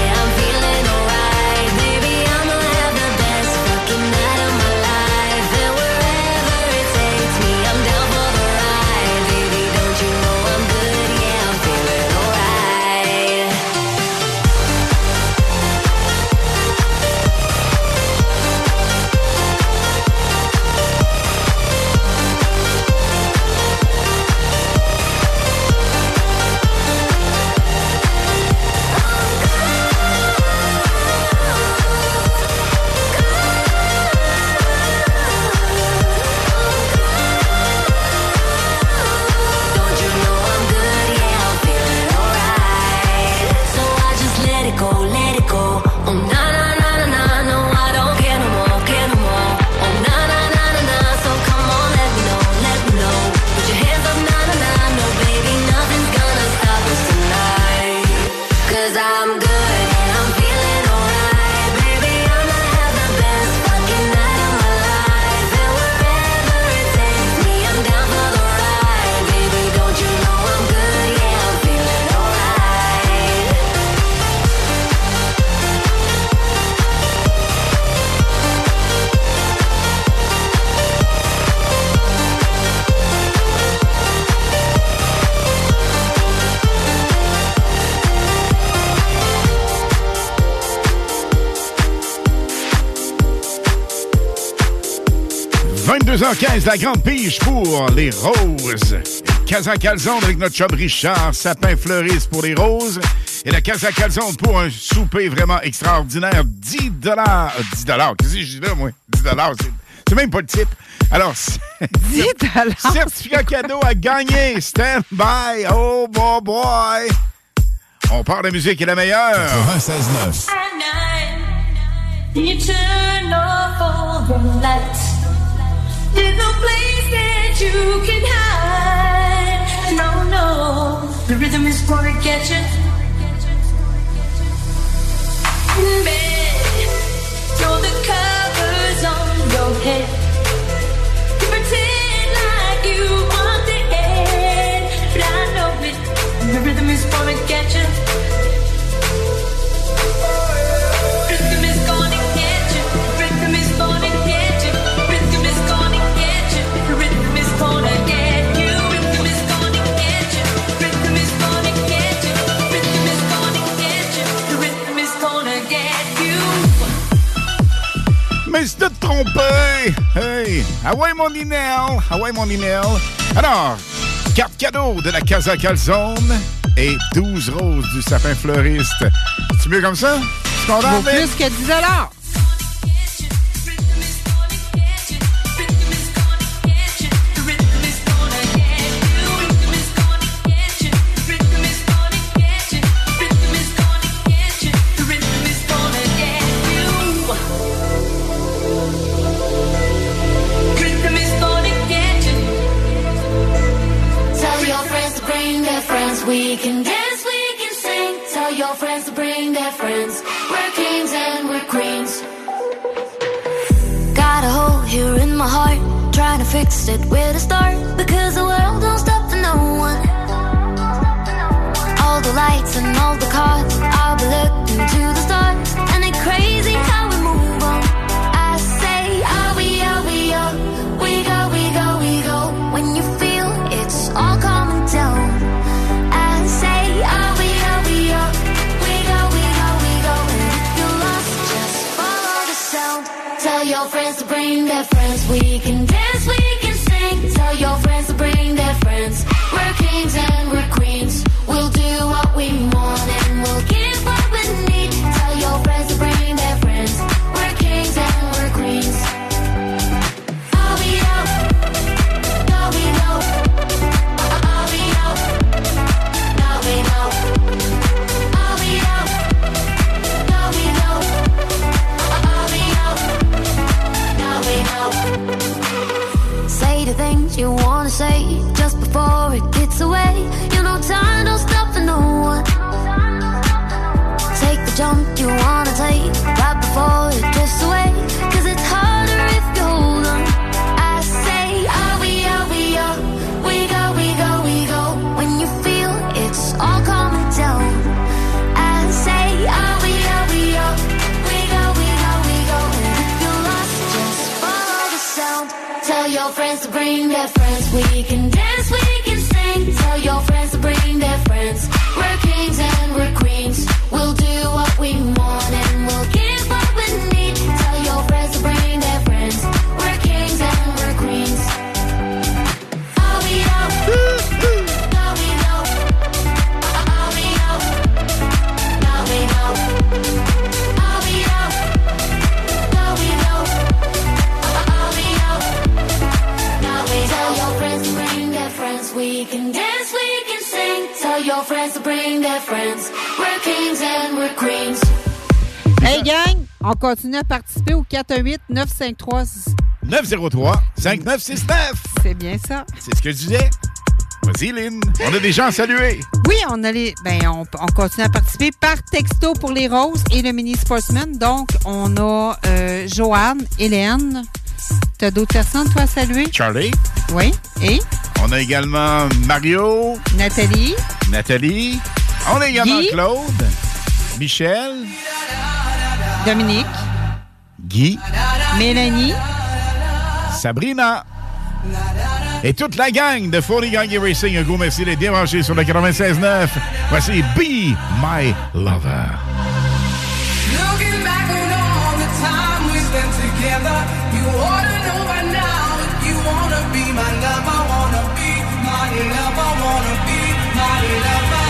vingt-deux heures quinze, la grande pige pour les roses. Casa Calzone avec notre chum Richard, sapin fleuriste pour les roses. Et la Casa Calzone pour un souper vraiment extraordinaire. dix dollars. dix dollars, qu'est-ce que je dis là, moi? dix dollars, c'est, c'est même pas le type. Alors, dix dollars. Certificat cadeau à gagner. Stand by. Oh, boy, boy. On part de musique et la meilleure. quatre-vingt-seize neuf. You turn off all the lights. There's no place that you can hide. No, no, the rhythm is gonna get you. In bed, throw the covers on your head. Pretend like you want the head, but I know it. The rhythm is gonna get you. Rhythm is gonna get you. Rhythm is gonna get you. Rhythm is gonna get you. Rhythm is gonna get you. Rhythm is gonna get you. Rhythm is gonna get you. Rhythm pomper. Hey, Hawaii mon email. Hawaii mon email. Alors, carte cadeau de la Casa Calzone et douze roses du sapin fleuriste. C'est mieux comme ça? Vaut plus que dix dollars. We can dance, we can sing. Tell your friends to bring their friends. We're kings and we're queens. Got a hole here in my heart, trying to fix it where to start. Because the world don't stop for no one. All the lights and all the cars, I'll be looking to the stars. And it's crazy how we move on. I say, are we, are we, are we go, we go, we go. When you feel it's all coming down. Tell your friends to bring their friends. We can dance, we can sing. Tell your friends to bring their friends. We're kings and we're queens. We'll do what we want and we'll give what we need. Tell your friends to bring their friends. We're kings and we're queens. Are we out? No, we know. Are we out? No, we know. Are we out? No, we know. Are we out? Say the things you wanna say just before it gets away. You know time don't stop for no one. Take the jump you wanna take right before it drifts away. Cause it's harder if you hold on. I say, are we, are we, are we go, we go, we go. When you feel it's all coming down. I say, are we, are we, are we go, we go, we go. And if you're lost, just follow the sound. Tell your friends to bring their friends. We can dance, we can sing. Tell your friends to bring their friends. We're kings and we're queens. We'll do what we want and we'll give what we need. Tell your friends to bring their friends. We're kings and we're queens. Are we out? No, we know. Are we out? No, we know. Are we out? No, we know. Are we out? No, we tell your friends to bring their friends. We can dance, we can sing. Tell your friends to bring their friends. We're kings and we're queens. Hey gang, on continue à participer au quatre un huit neuf cinq trois neuf zéro trois cinq neuf six neuf. C'est bien ça. C'est ce que je disais. Vas-y, Lynn. On a des gens à saluer. Oui, on a les, ben, on, on continue à participer par texto pour les roses et le mini sportsman. Donc, on a euh, Joanne, Hélène. T'as d'autres personnes, toi, à saluer? Charlie. Oui. Et? On a également Mario. Nathalie. Nathalie. On a également Guy. Claude. Michel. Dominique. Guy. Mélanie. Sabrina. Et toute la gang de forty Gang Racing. Un gros merci d'être débranchés sur le quatre-vingt-seize neuf. Voici Be My Lover. Looking back on all the time we spent together, you ought to know by now if you wanna be my lover, wanna be my lover, wanna be my lover.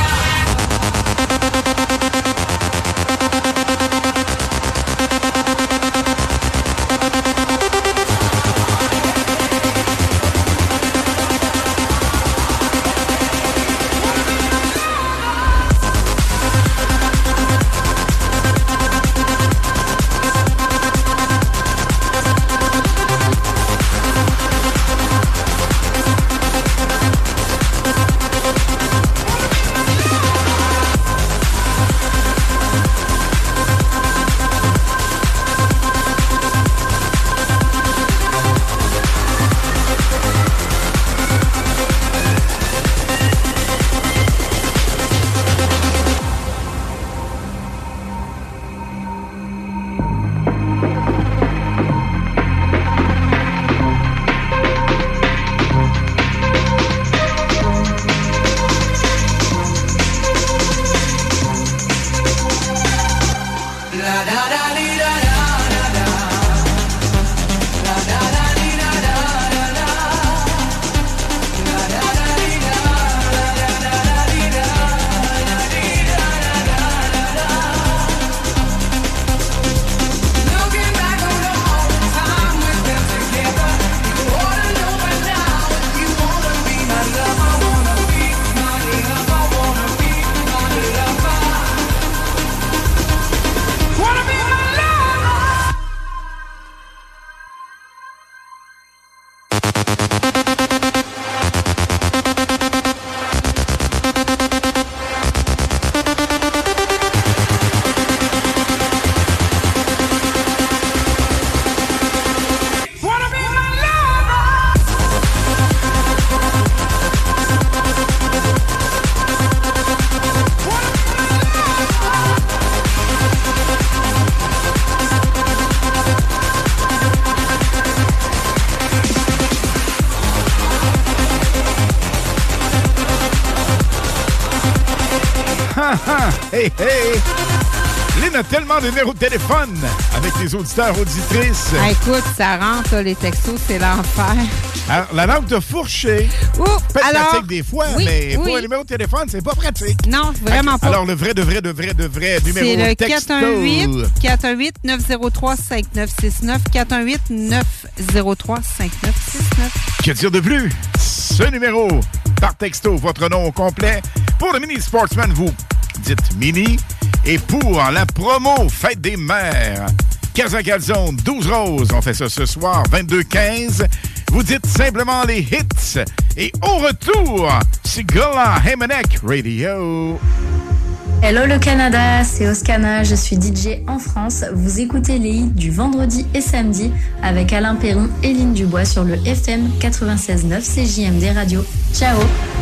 Ah ah! Hey hey! Lynn a tellement de numéros de téléphone avec les auditeurs, auditrices. Ah, écoute, ça rentre, là, les textos, c'est l'enfer. Alors, la langue de fourcher. Oh, peut être alors, pratique des fois, oui, mais oui. pour un numéro de téléphone, c'est pas pratique. Non, vraiment pas. Alors, le vrai, de vrai, de vrai, de vrai numéro c'est le texto. quatre un huit, quatre un huit, neuf zéro trois, cinq neuf six neuf, quatre un huit, neuf zéro trois, cinq neuf six neuf. Que dire de plus? Ce numéro, par texto, votre nom au complet. Pour le Mini Sportsman, vous dites Mini. Et pour la promo Fête des Mères, Casa Calzone, douze roses, on fait ça ce soir, vingt-deux quinze. Vous dites simplement les hits. Et au retour, c'est Gola Hemanek Radio. Hello le Canada, c'est Oscana, je suis D J en France. Vous écoutez les hits du vendredi et samedi avec Alain Perron et Lynn Dubois sur le F M quatre-vingt-seize neuf C J M D Radio. Ciao.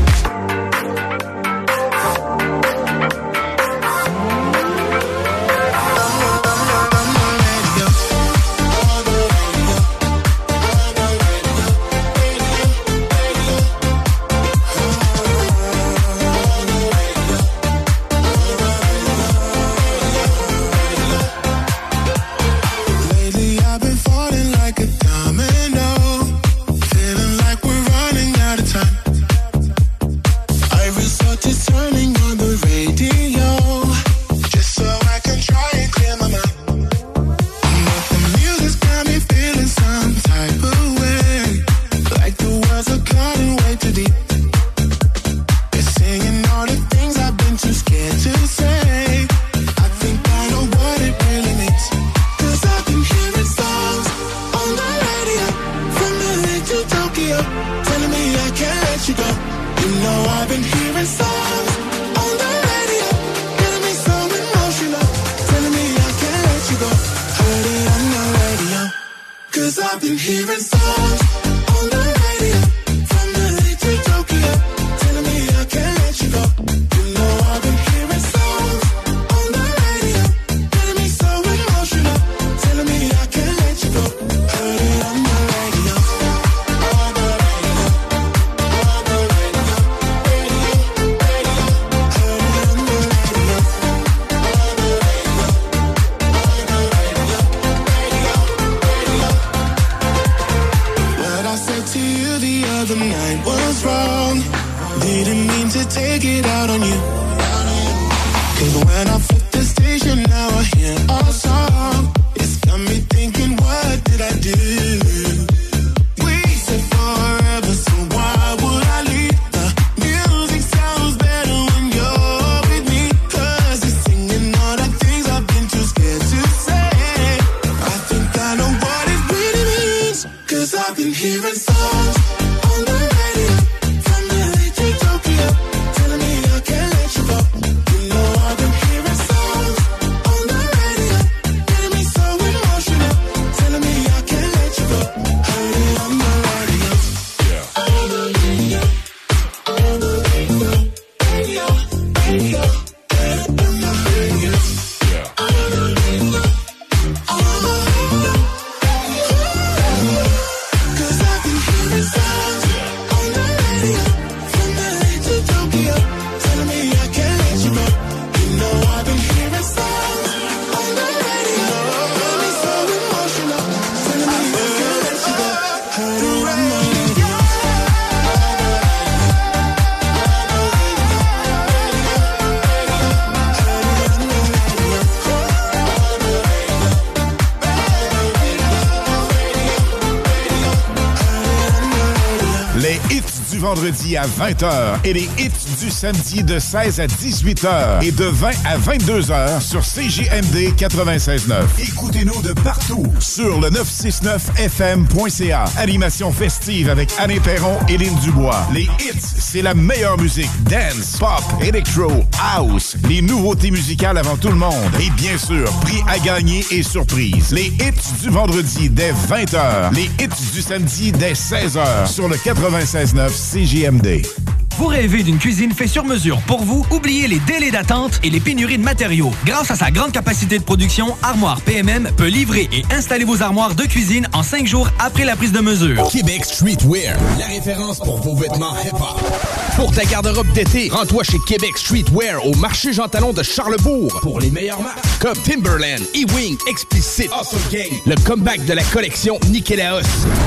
Vendredi à vingt heures et les hits du samedi de seize à dix-huit heures et de vingt à vingt-deux heures sur C J M D quatre-vingt-seize neuf. Écoutez-nous de partout sur le neuf cent soixante-neuf F M point C A. Animation festive avec Alain Perron et Lynn Dubois. Les hits, c'est la meilleure musique. Dance, pop, electro, house. Les nouveautés musicales avant tout le monde. Et bien sûr, prix à gagner et surprise. Les hits du vendredi dès vingt heures. Les hits du samedi dès seize heures sur le quatre-vingt-seize neuf C J M D. Vous rêvez d'une cuisine faite sur mesure pour vous? Oubliez les délais d'attente et les pénuries de matériaux. Grâce à sa grande capacité de production, Armoire P M M peut livrer et installer vos armoires de cuisine en cinq jours après la prise de mesure. Québec Streetwear, la référence pour vos vêtements hip-hop. Pour ta garde-robe d'été, rends-toi chez Québec Streetwear au marché Jean Talon de Charlebourg pour les meilleures marques comme Timberland, E-Wing, Explicit, Hustle Gang, le comeback de la collection Nikélaos.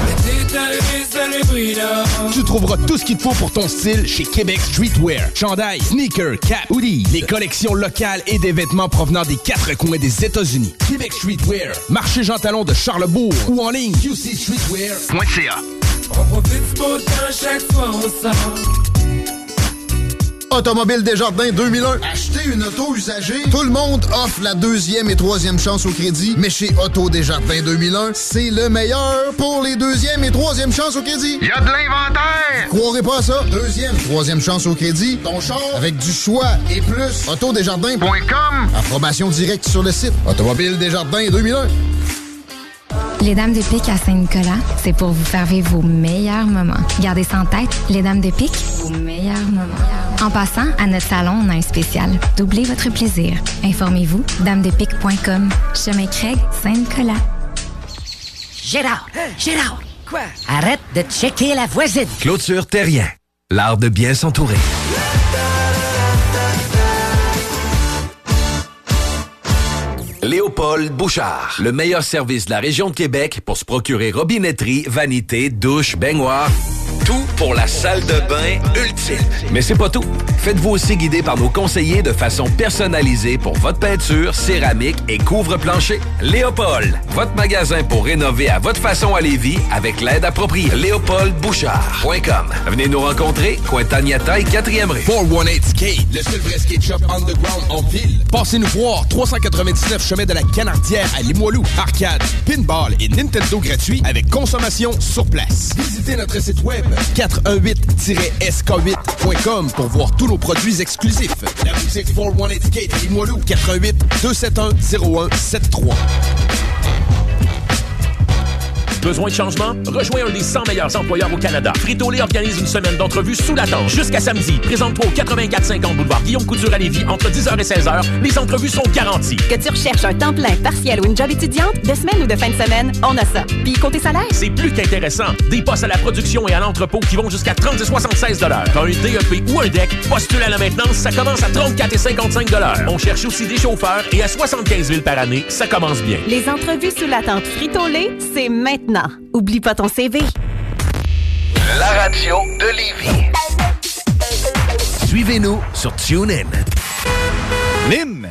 Tu trouveras tout ce qu'il te faut pour ton style chez Québec Streetwear. Chandail, sneakers, cap, hoodie, les collections locales et des vêtements provenant des quatre coins des États-Unis. Québec Streetwear, marché Jean Talon de Charlebourg ou en ligne q c streetwear point c a. On profite du beau temps chaque fois on sort. Automobile Desjardins deux mille un. Acheter une auto usagée, tout le monde offre la deuxième et troisième chance au crédit. Mais chez Auto Desjardins deux mille un, c'est le meilleur pour les deuxième et troisième chances au crédit. Il y a de l'inventaire! Croirez pas à ça. Deuxième, troisième chance au crédit. Ton char avec du choix et plus. Autodesjardins point com. Approbation directe sur le site. Automobile Desjardins deux mille un. Les Dames de Pique à Saint-Nicolas, c'est pour vous faire vivre vos meilleurs moments. Gardez ça en tête, les Dames de Pique, vos meilleurs moments. En passant, à notre salon, on a un spécial. Doublez votre plaisir. Informez-vous, dames de pique point com. Chemin Craig, Saint-Nicolas. Gérard! Gérard! Quoi? Arrête de checker la voisine! Clôture Terrien, l'art de bien s'entourer. Léopold Bouchard, le meilleur service de la région de Québec pour se procurer robinetterie, vanité, douche, baignoire. Tout pour la salle de bain ultime. Mais c'est pas tout. Faites-vous aussi guider par nos conseillers de façon personnalisée pour votre peinture, céramique et couvre-plancher. Léopold, votre magasin pour rénover à votre façon à Lévis avec l'aide appropriée. léopold bouchard point com. Venez nous rencontrer, Cointagnata et quatrième rue. quatre cent dix-huit Skate, le seul vrai skate shop underground en ville. Passez-nous voir, trois cent quatre-vingt-dix-neuf chemin de la Canardière à Limoilou. Arcade, pinball et Nintendo gratuit avec consommation sur place. Visitez notre site web quatre un huit S K huit point com pour voir tous nos produits exclusifs. La boutique quatre cent dix-huit Skate à Limoilou, quatre un huit deux sept un zéro un sept trois. Besoin de changement? Rejoins un des cent meilleurs employeurs au Canada. Frito-Lay organise une semaine d'entrevues sous la tente. Jusqu'à samedi, présente-toi au quatre-vingt-quatre cinquante boulevard Guillaume Couture à Lévis entre dix heures et seize heures. Les entrevues sont garanties. Que tu recherches un temps plein, partiel ou une job étudiante, de semaine ou de fin de semaine, on a ça. Puis côté salaire? C'est plus qu'intéressant. Des postes à la production et à l'entrepôt qui vont jusqu'à trente et soixante-seize dollars. T'as un D E P ou un D E C, postule à la maintenance, ça commence à trente-quatre et cinquante-cinq dollars. On cherche aussi des chauffeurs et à soixante-quinze mille par année, ça commence bien. Les entrevues sous la tente Frito-Lay, c'est maintenant. Oublie pas ton C V. La radio de Lévis. Suivez-nous sur TuneIn. Lynn,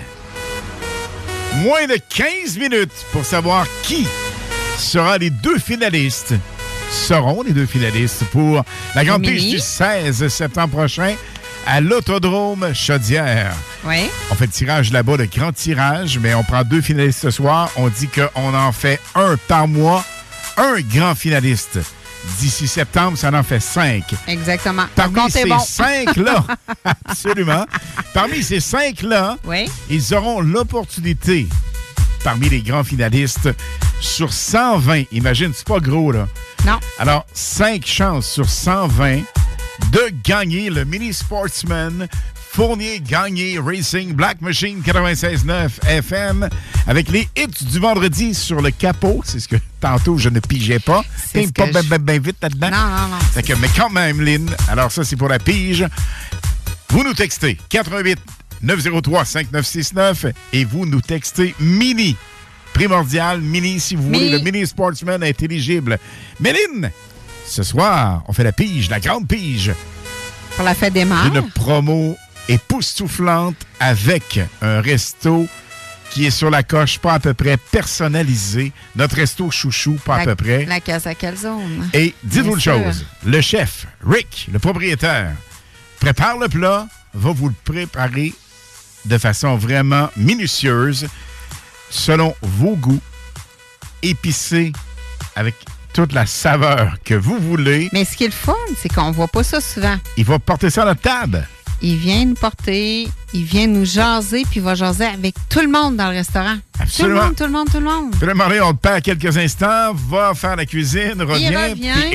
moins de quinze minutes pour savoir qui sera les deux finalistes, seront les deux finalistes pour la Grande Pige du seize septembre prochain à l'Autodrome Chaudière. Oui. On fait le tirage là-bas, le grand tirage, mais on prend deux finalistes ce soir. On dit qu'on en fait un par mois. Un grand finaliste. D'ici septembre, ça en fait cinq. Exactement. Parmi ces bon. cinq-là, absolument, parmi ces cinq-là, oui. ils auront l'opportunité, parmi les grands finalistes, sur cent vingt, imagine, c'est pas gros, là. Non. Alors, cinq chances sur cent vingt de gagner le Mini Sportsman Fournier Gagné Racing Black Machine quatre-vingt-seize neuf F M avec les hits du vendredi sur le capot. C'est ce que tantôt je ne pigeais pas. T'es pas bien ben, ben vite là-dedans. Non, non, non. Fait que, mais quand même, Lynn, alors ça, c'est pour la pige. Vous nous textez quatre un huit neuf zéro trois cinq neuf six neuf et vous nous textez Mini. Primordial, Mini, si vous voulez. Mini. Le Mini Sportsman est éligible. Mais Lynn, ce soir, on fait la pige, la grande pige. Pour la fête des mères. Une promo époustouflante avec un resto qui est sur la coche, pas à peu près personnalisé. Notre resto chouchou, pas la, à peu près. La Casa Calzone. Et dites-vous une Bien sûr. chose, le chef, Rick, le propriétaire, prépare le plat, va vous le préparer de façon vraiment minutieuse, selon vos goûts, épicé, avec toute la saveur que vous voulez. Mais ce qui est le fun, c'est qu'on voit pas ça souvent. Il va porter ça à notre table. Il vient nous porter, il vient nous jaser, puis il va jaser avec tout le monde dans le restaurant. Absolument. Tout le monde, tout le monde, tout le monde. Puis là, Marie, on te perd quelques instants, va faire la cuisine, revient. revient. Puis, écoute,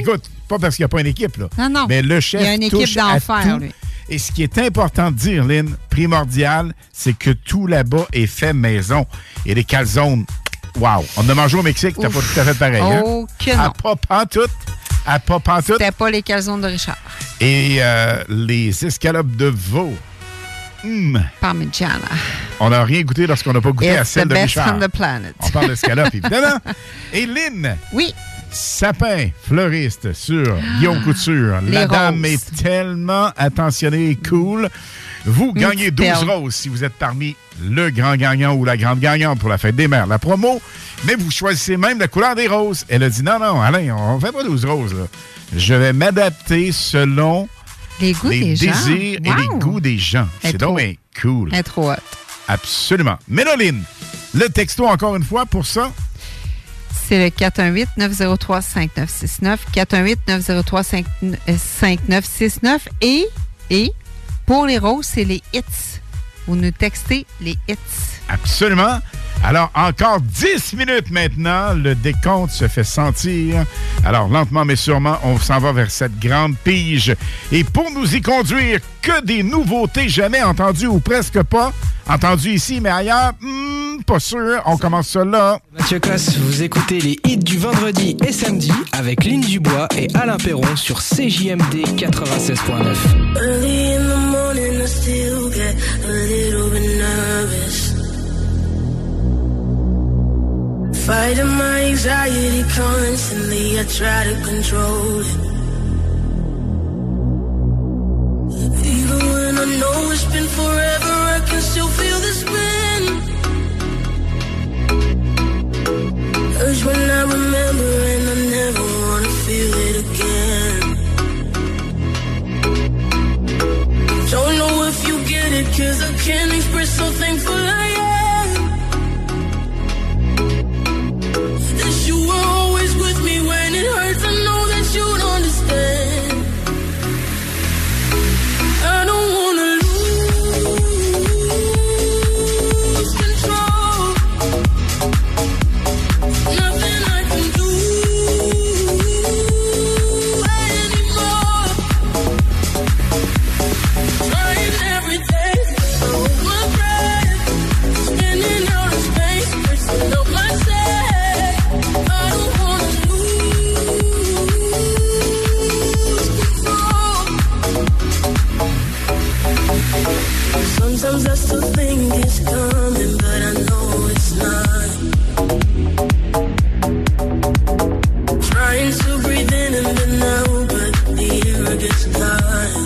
pas parce qu'il n'y a pas une équipe, là. Non, non. Mais le chef il y a une équipe touche à d'enfer, tout. lui. Et ce qui est important de dire, Lynn, primordial, c'est que tout là-bas est fait maison. Et les calzones, wow! On a mangé au Mexique, t'as pas tout à fait pareil. Hein? Oh, que non. À pas pantoute. À pas pantoute. C'était pas les calzones de Richard. Et euh, les escalopes de veau. Mmh. Parmigiana. On n'a rien goûté lorsqu'on n'a pas goûté It's à celle the de best Richard. on the planet. On parle d'escalope, évidemment. Et Lynn. Oui. Sapin, fleuriste sur Guillaume Couture. Les La dame roses. est tellement attentionnée et cool. Vous Une gagnez petite douze perle. roses si vous êtes parmi le grand gagnant ou la grande gagnante pour la fête des mères. La promo, mais vous choisissez même la couleur des roses. Elle a dit non, non, Alain, on ne fait pas douze roses. Là. Je vais m'adapter selon les goûts les des gens. désirs et Wow. les goûts des gens. Elle est C'est donc trop- bien cool. Elle est trop hot. Absolument. Ménoline, le texto encore une fois pour ça. C'est le quatre un huit, neuf zéro trois, cinq neuf six neuf, quatre un huit, neuf zéro trois, cinq neuf six neuf. Et, et pour les roses, c'est les hits. Vous nous textez les hits. Absolument. Alors, encore dix minutes maintenant. Le décompte se fait sentir. Alors, lentement mais sûrement, on s'en va vers cette grande pige. Et pour nous y conduire, que des nouveautés jamais entendues ou presque pas. Entendues ici, mais ailleurs, hmm, pas sûr. On commence ça là. Mathieu Cosse, vous écoutez les hits du vendredi et samedi avec Lynn Dubois et Alain Perron sur C J M D quatre-vingt-seize point neuf. Early in the morning, I still get a little bit nervous. Fighting my anxiety constantly, I try to control it. Even when I know it's been forever, I can still feel the spin. Urge when I remember and I never wanna feel it again. Don't know if you get it, cause I can't express how thankful I am that you were always with me when it hurts. I know that you'd understand. I don't wanna lose control. Nothing I can do anymore. Trying every day to hold my breath, spinning out of space, pressing up myself. I don't wanna lose control. Sometimes I still think it's coming, but I know it's not. Trying to breathe in and then out, but the air gets caught.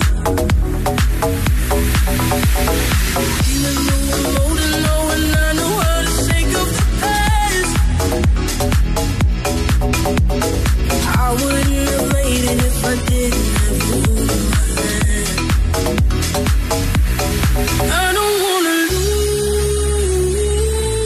Even though I'm older now and I know how to shake up the past, I wouldn't have made it if I didn't have you in my hand. I don't wanna lose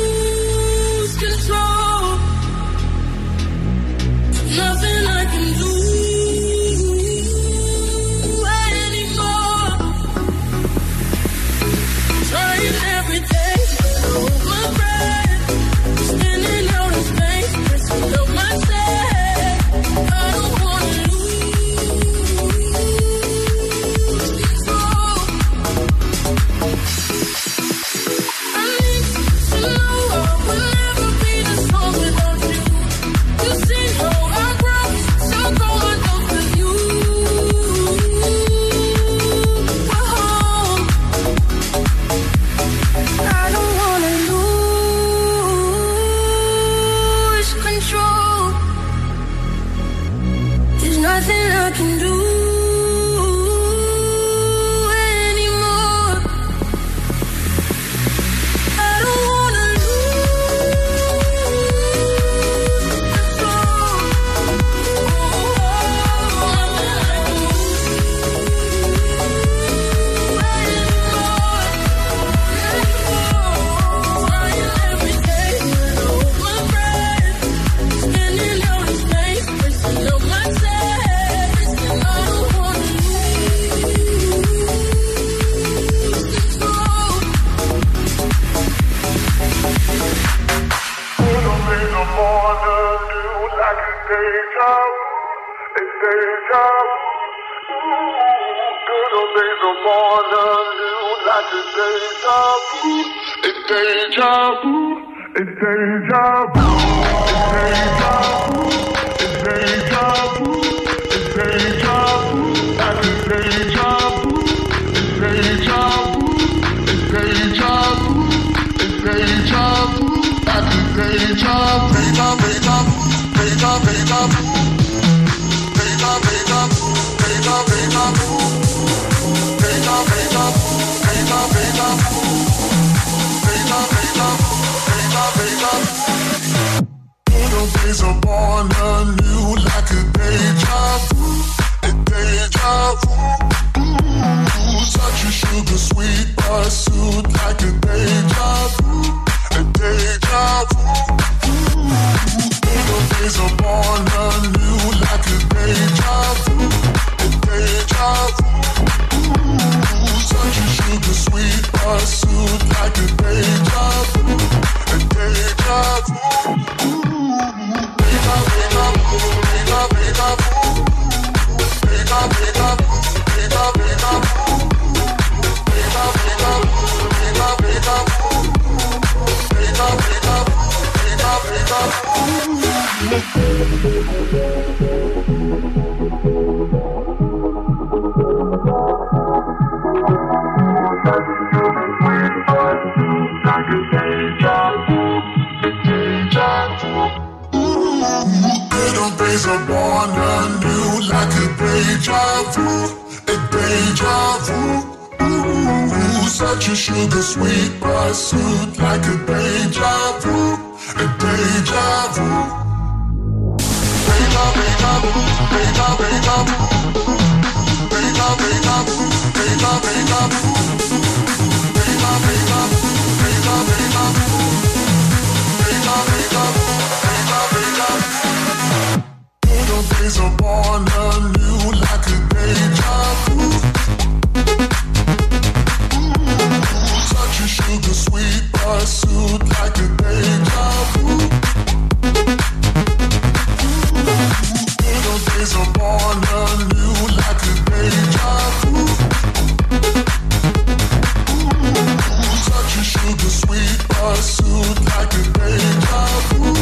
Days are born anew like a deja vu, a deja vu. Ooh, such a sugar sweet pursuit like a deja vu, a deja vu. Ooh, days are born anew like a deja vu, a deja vu. Ooh, such a sugar sweet pursuit like a deja vu, a deja vu. Days are born anew like a deja vu, a deja vu. Ooh, such a sugar sweet pursuit like a deja vu, a deja vu. Deja, deja vu, deja, deja vu. Deja, deja vu, deja, deja vu. Deja, deja vu, deja, deja vu. Deja, deja vu, deja, deja vu. Days are born anew like a deja vu. Ooh, such a sugar sweet pursuit like a deja vu. Ooh, days are born anew like a deja vu. Ooh, such a sugar sweet pursuit like a deja vu.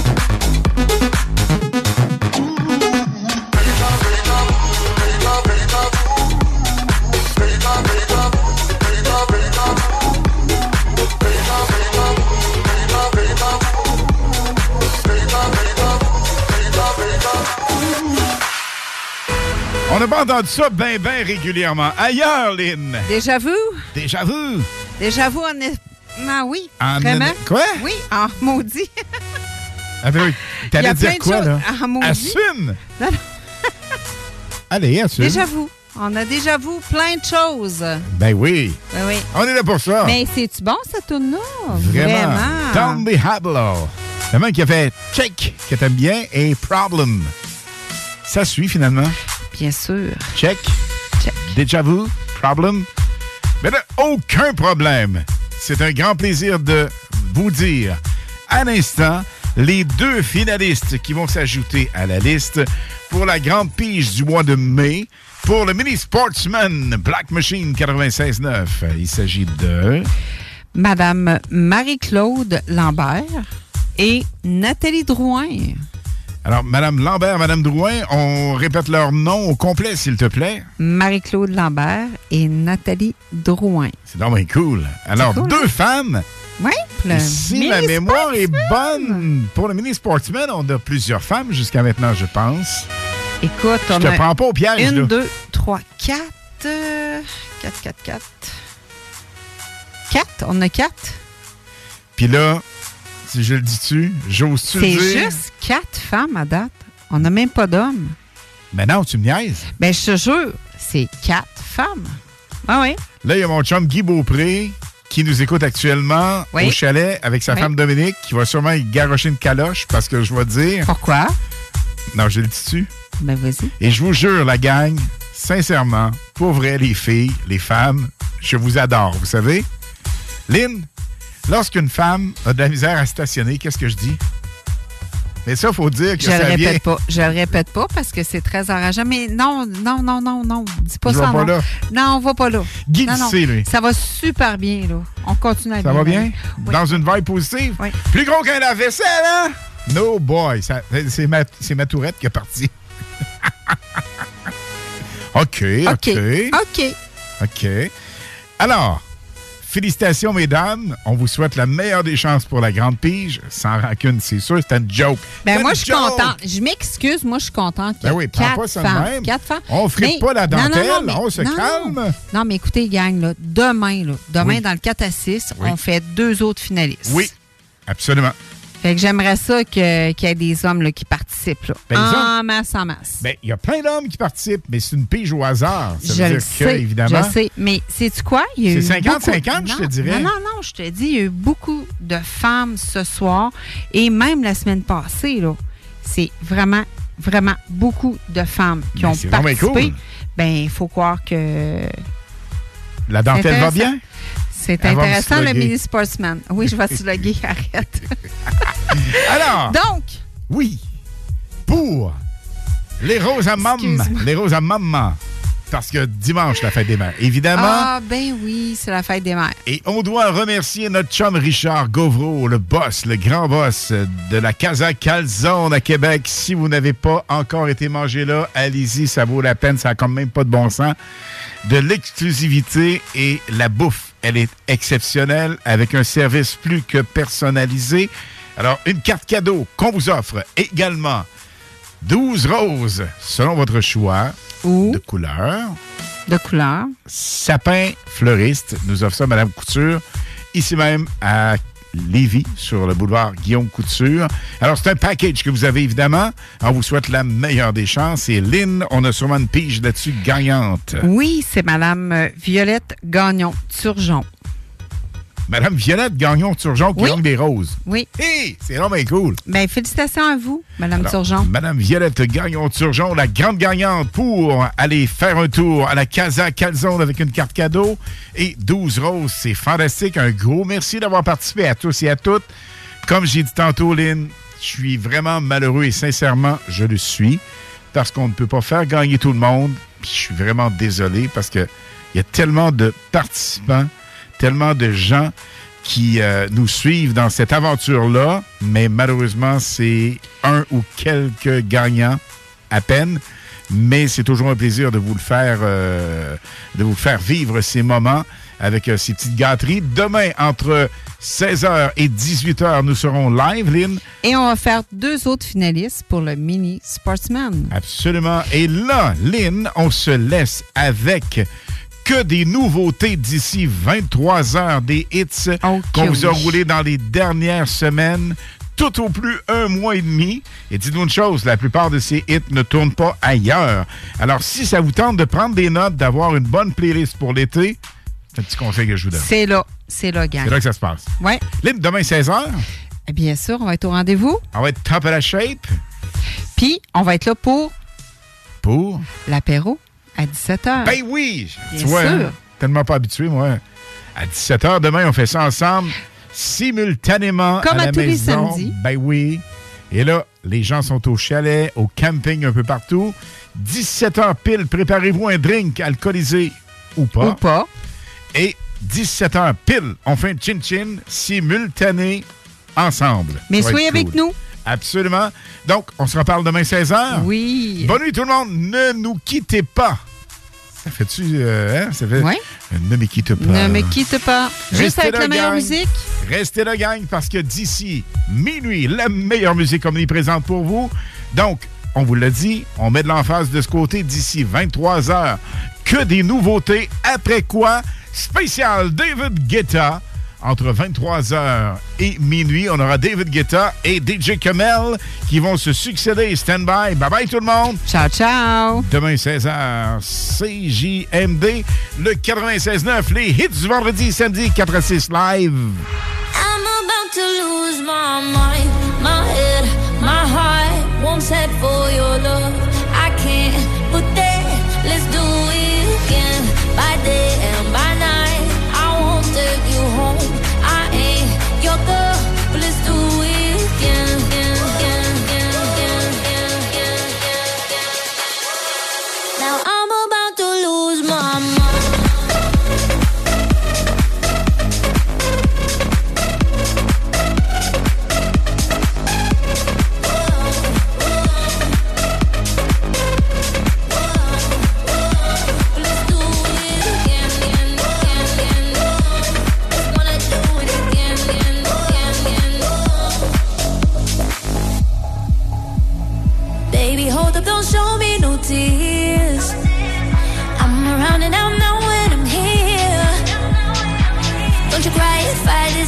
On n'a pas entendu ça bien, bien régulièrement. Ailleurs, Lynn. Déjà vu? Déjà vu? Déjà vu, honnêtement, oui. En Vraiment? en... Quoi? Oui, en maudit. Ah ben oui. T'allais dire quoi, choses. là? En maudit. Assume! Non, non. Allez, assume. Déjà vu. On a déjà vu plein de choses. Ben oui. Ben oui. On est là pour ça. Mais c'est-tu bon, cette tune-là? Vraiment. Vraiment. Tommy Hablo. Le mec qui a fait Check, que t'aimes bien, et Problem. Ça suit, finalement. Bien sûr. Check. Check. Déjà vu? Problem? Mais là, aucun problème. C'est un grand plaisir de vous dire, à l'instant, les deux finalistes qui vont s'ajouter à la liste pour la grande pige du mois de mai pour le Mini Sportsman Black Machine quatre-vingt-seize neuf. Il s'agit de... Madame Marie-Claude Lambert et Nathalie Drouin. Alors, Madame Lambert, Madame Drouin, on répète leur nom au complet, s'il te plaît. Marie-Claude Lambert et Nathalie Drouin. C'est vraiment cool. Alors, cool, deux hein? femmes. Oui, le si ma mémoire est bonne, pour le Mini Sportsman, on a plusieurs femmes jusqu'à maintenant, je pense. Écoute, je on te a prends pas au piège, une, là. deux, trois, quatre. Euh, quatre, quatre, quatre. Quatre? On a quatre? Puis là, si je le dis-tu, j'ose-tu le C'est dire? juste quatre femmes à date. On n'a même pas d'hommes. Mais non, tu me niaises. Ben, je te jure, c'est quatre femmes. Ah oui. Là, il y a mon chum Guy Beaupré qui nous écoute actuellement oui. au chalet avec sa oui. femme Dominique, qui va sûrement y garrocher une caloche parce que je vais te dire... Pourquoi? Non, je le dis-tu? Ben, vas-y. Et je vous jure, la gang, sincèrement, pour vrai, les filles, les femmes, je vous adore, vous savez? Lynn, lorsqu'une femme a de la misère à stationner, qu'est-ce que je dis? Mais ça, il faut dire que Je ça le vient... répète pas. Je le répète pas parce que c'est très enrageant. Mais non, non, non, non, non. Dis pas Je ça. vais pas non. là. Non, on va pas là. Guy non, le non. sait, lui. Ça va super bien, là. On continue à Ça va bien? Oui. Dans une vibe positive? Oui. Plus gros qu'un lave-vaisselle, hein? No boy. Ça- c'est, ma, c'est ma tourette qui est partie. OK, OK. OK. OK. Alors, félicitations, mesdames. On vous souhaite la meilleure des chances pour la grande pige. Sans rancune, c'est sûr. C'était une joke. Ben C'était moi, une je suis joke. contente. Je m'excuse. Moi, je suis contente qu'il y Ben ait oui, prends quatre pas ça de femmes. même. Quatre femmes. On frite Mais- pas la non, non, dentelle. non, mais- On se non, calme. Non. Non, mais écoutez, gang, là, demain, là, demain Oui. dans le quatre à six, Oui. on fait deux autres finalistes. Oui, absolument. Fait que j'aimerais ça que- qu'il y ait des hommes là, qui participent. Là. Ben, les en hommes- masse, en masse. Ben, il y a plein d'hommes qui participent, mais c'est une pige au hasard. Ça je veut le dire sais, que, évidemment, je sais. Mais sais-tu quoi? Il y a C'est eu cinquante beaucoup- cinquante, je te Non, dirais. Non, non, non, je te dis, il y a eu beaucoup de femmes ce soir et même la semaine passée, là, c'est vraiment, vraiment beaucoup de femmes qui Ben, ont c'est vraiment participé. cool. Ben, il faut croire que la dentelle va intéressant. bien. c'est Elle va me intéressant, le sloguer. mini sportsman. Oui, je vais sloguer, arrête. Alors, Donc, oui, pour les roses à maman, Excuse-moi. les roses à maman, parce que dimanche, la fête des mères, évidemment. ah, ben oui, c'est la fête des mères. Et on doit remercier notre chum Richard Gauvreau, le boss, le grand boss de la Casa Calzone à Québec. Si vous n'avez pas encore été mangé là, allez-y, ça vaut la peine, ça n'a quand même pas de bon sens. De l'exclusivité et la bouffe, elle est exceptionnelle avec un service plus que personnalisé. Alors, une carte cadeau qu'on vous offre également. douze roses, selon votre choix Ou de couleur. de couleur. Sapin fleuriste nous offre ça, Mme Couture, ici même à Lévis, sur le boulevard Guillaume Couture. Alors, c'est un package que vous avez, évidemment. On vous souhaite la meilleure des chances. Et Lynn, on a sûrement une pige là-dessus gagnante. Oui, c'est Mme euh, Violette Gagnon-Turgeon. Madame Violette Gagnon-Turgeon qui Oui. gagne des roses. Oui. Hé, c'est vraiment cool. Bien, félicitations à vous, Mme Alors, Turgeon. Madame Violette Gagnon-Turgeon, la grande gagnante pour aller faire un tour à la Casa Calzone avec une carte cadeau et douze roses. C'est fantastique. Un gros merci d'avoir participé à tous et à toutes. Comme j'ai dit tantôt, Lynn, je suis vraiment malheureux et sincèrement, je le suis parce qu'on ne peut pas faire gagner tout le monde. Puis je suis vraiment désolé parce qu'il y a tellement de participants, tellement de gens qui euh, nous suivent dans cette aventure-là, mais malheureusement, c'est un ou quelques gagnants à peine. Mais c'est toujours un plaisir de vous le faire, euh, de vous faire vivre ces moments avec euh, ces petites gâteries. Demain, entre seize heures et dix-huit heures, nous serons live, Lynn. Et on va faire deux autres finalistes pour le Mini Sportsman. Absolument. Et là, Lynn, on se laisse avec que des nouveautés d'ici vingt-trois heures, des hits qu'on vous a oui. roulés dans les dernières semaines, tout au plus un mois et demi. Et dites-nous une chose, la plupart de ces hits ne tournent pas ailleurs. Alors, si ça vous tente de prendre des notes, d'avoir une bonne playlist pour l'été, c'est un petit conseil que je vous donne. C'est là. C'est là, gang. C'est là que ça se passe. Oui. Lynn, demain, seize heures. Bien sûr, on va être au rendez-vous. On va être top à la shape. Puis, on va être là pour Pour? l'apéro à dix-sept heures. Ben oui! Bien Tu vois, sûr. hein? Tellement pas habitué, moi. À dix-sept heures, demain, on fait ça ensemble, simultanément Comme à à la tous les maison. samedis. Ben oui. Et là, les gens sont au chalet, au camping, un peu partout. dix-sept heures pile, préparez-vous un drink alcoolisé ou pas. Ou pas. Et dix-sept heures pile, on fait un chin-chin simultané ensemble. Mais Ça va soyez être avec cool. nous. Absolument. Donc, on se reparle demain seize heures. Oui. Bonne nuit tout le monde. Ne nous quittez pas. Ça fait-tu... Euh, hein? Ça fait... Ouais. Ne me quitte pas. Ne me quitte pas. Juste Restez avec là, la meilleure gang. musique. Restez là, gang, parce que d'ici minuit, la meilleure musique omniprésente pour vous. Donc, on vous l'a dit, on met de l'emphase de ce côté d'ici vingt-trois heures. Que des nouveautés. Après quoi, spécial David Guetta. Entre vingt-trois heures et minuit, on aura David Guetta et D J Kamel qui vont se succéder. Stand by. Bye-bye tout le monde. Ciao, ciao. Demain, seize heures, C J M D, le quatre-vingt-seize neuf, les hits du vendredi, samedi, quatre à six live. I'm about to lose my mind, my head, my heart won't set for your love. I can't put that, let's do it again. By day and by night, I won't take you home. I ain't your girl, but let's do it again, again, again, again.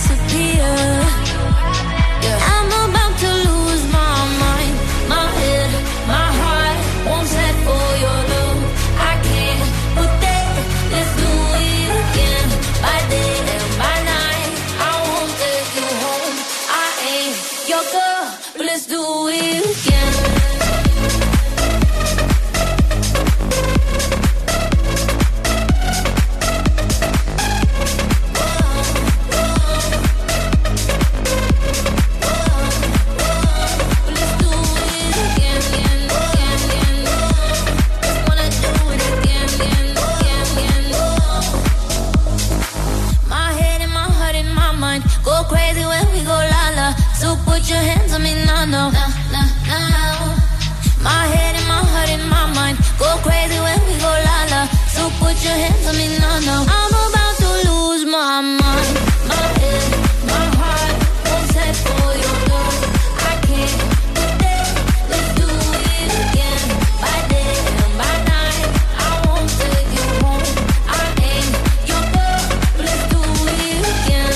disappear. Yeah. I'm about to lose my mind, my head, my heart won't set for your love. I can't put that. Let's do it again. By day and by night, I won't take you home. I ain't your girl, but let's do it again. Go crazy when we go la la. So put your hands on me now, no, no, no, no. My head and my heart and my mind go crazy when we go la la. So put your hands on me now, no. I'm about to lose my mind, my head, my heart won't set for your love. I can't do that. Let's do it again. By day and by night, I won't take you home. I ain't your girl, but let's do it again.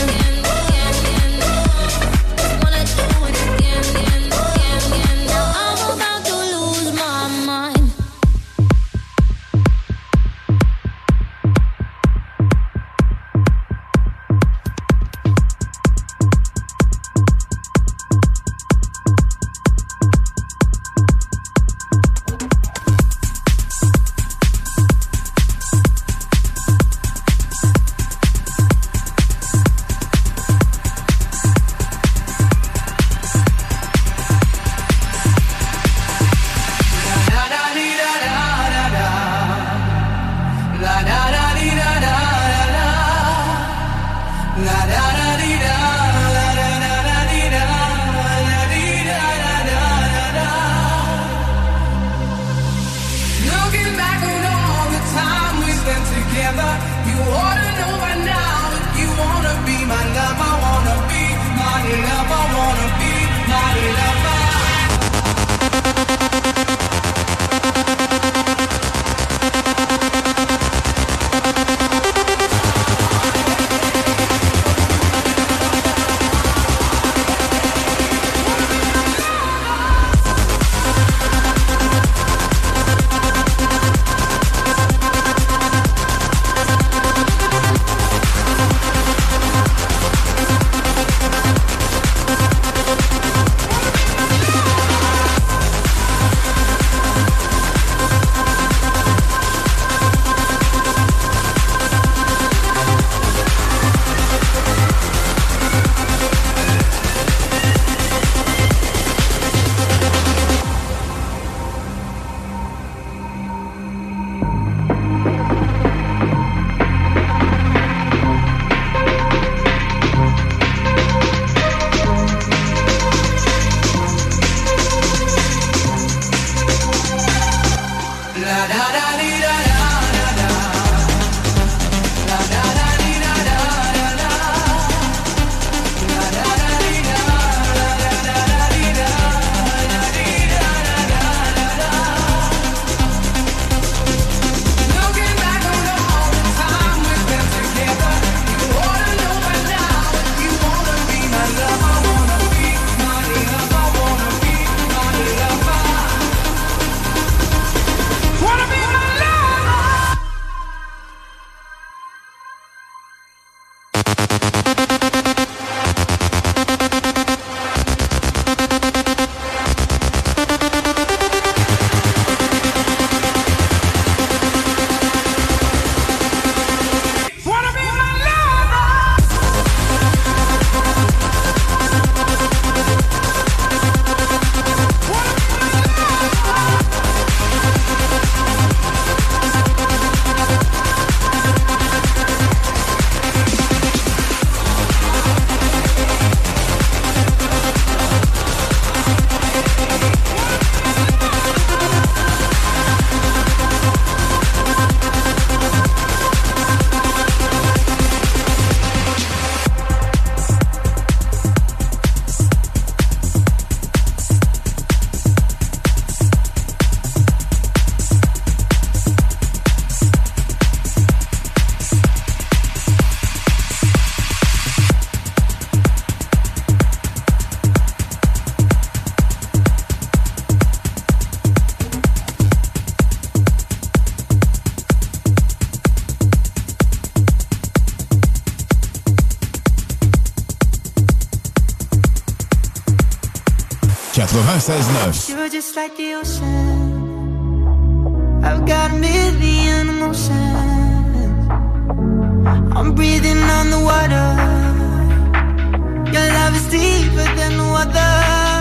quatre-vingt-seize neuf. You're just like the ocean. I've got a million emotions. I'm breathing on the water. Your love is deeper than no other.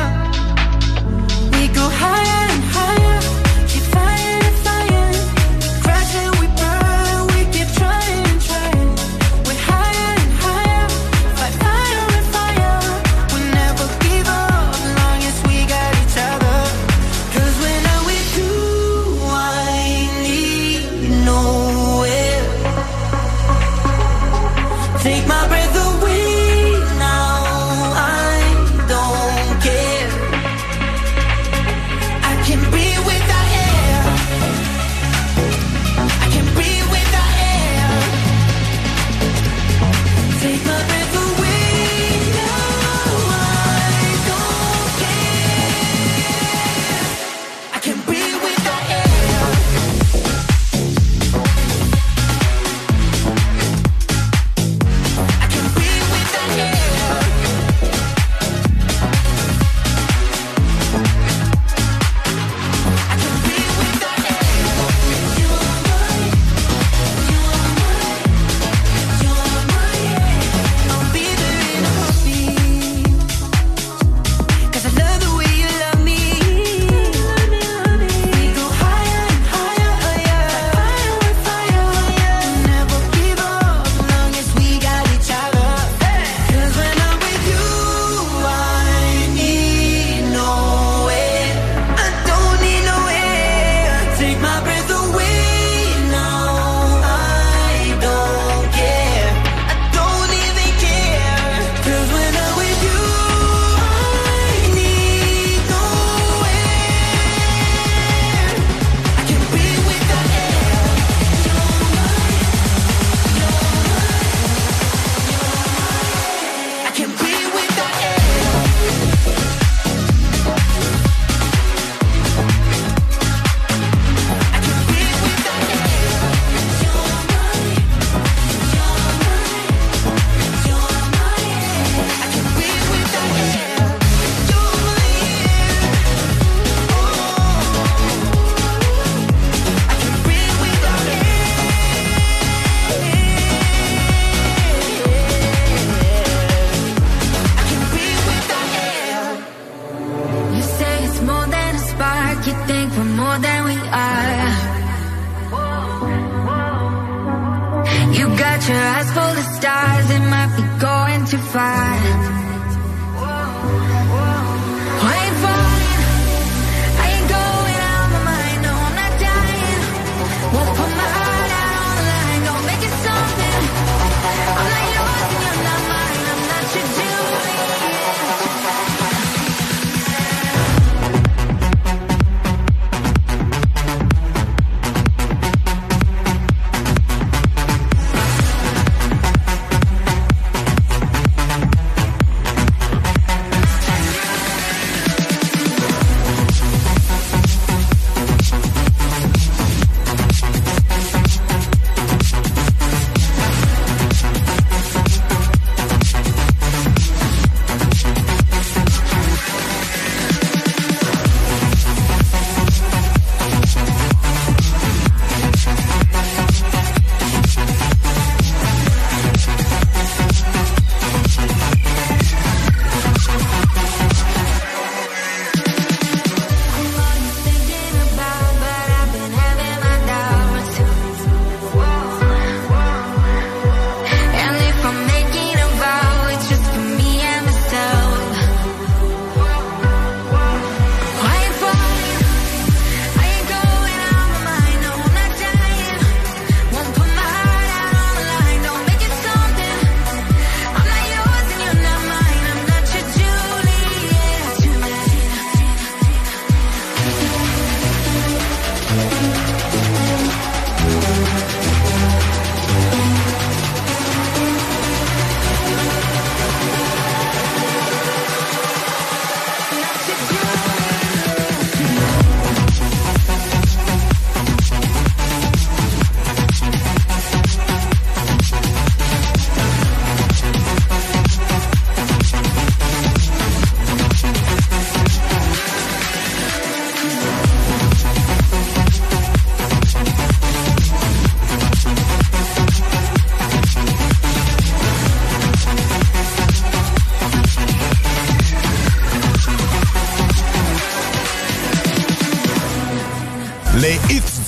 We go higher and higher. Keep flying and flying. Crash and we burn. We keep trying and trying. We're higher and higher. Fight fire and fire. We'll never give up as long as we got each other. Cause when I'm with you, I need nowhere. Take my breath away. I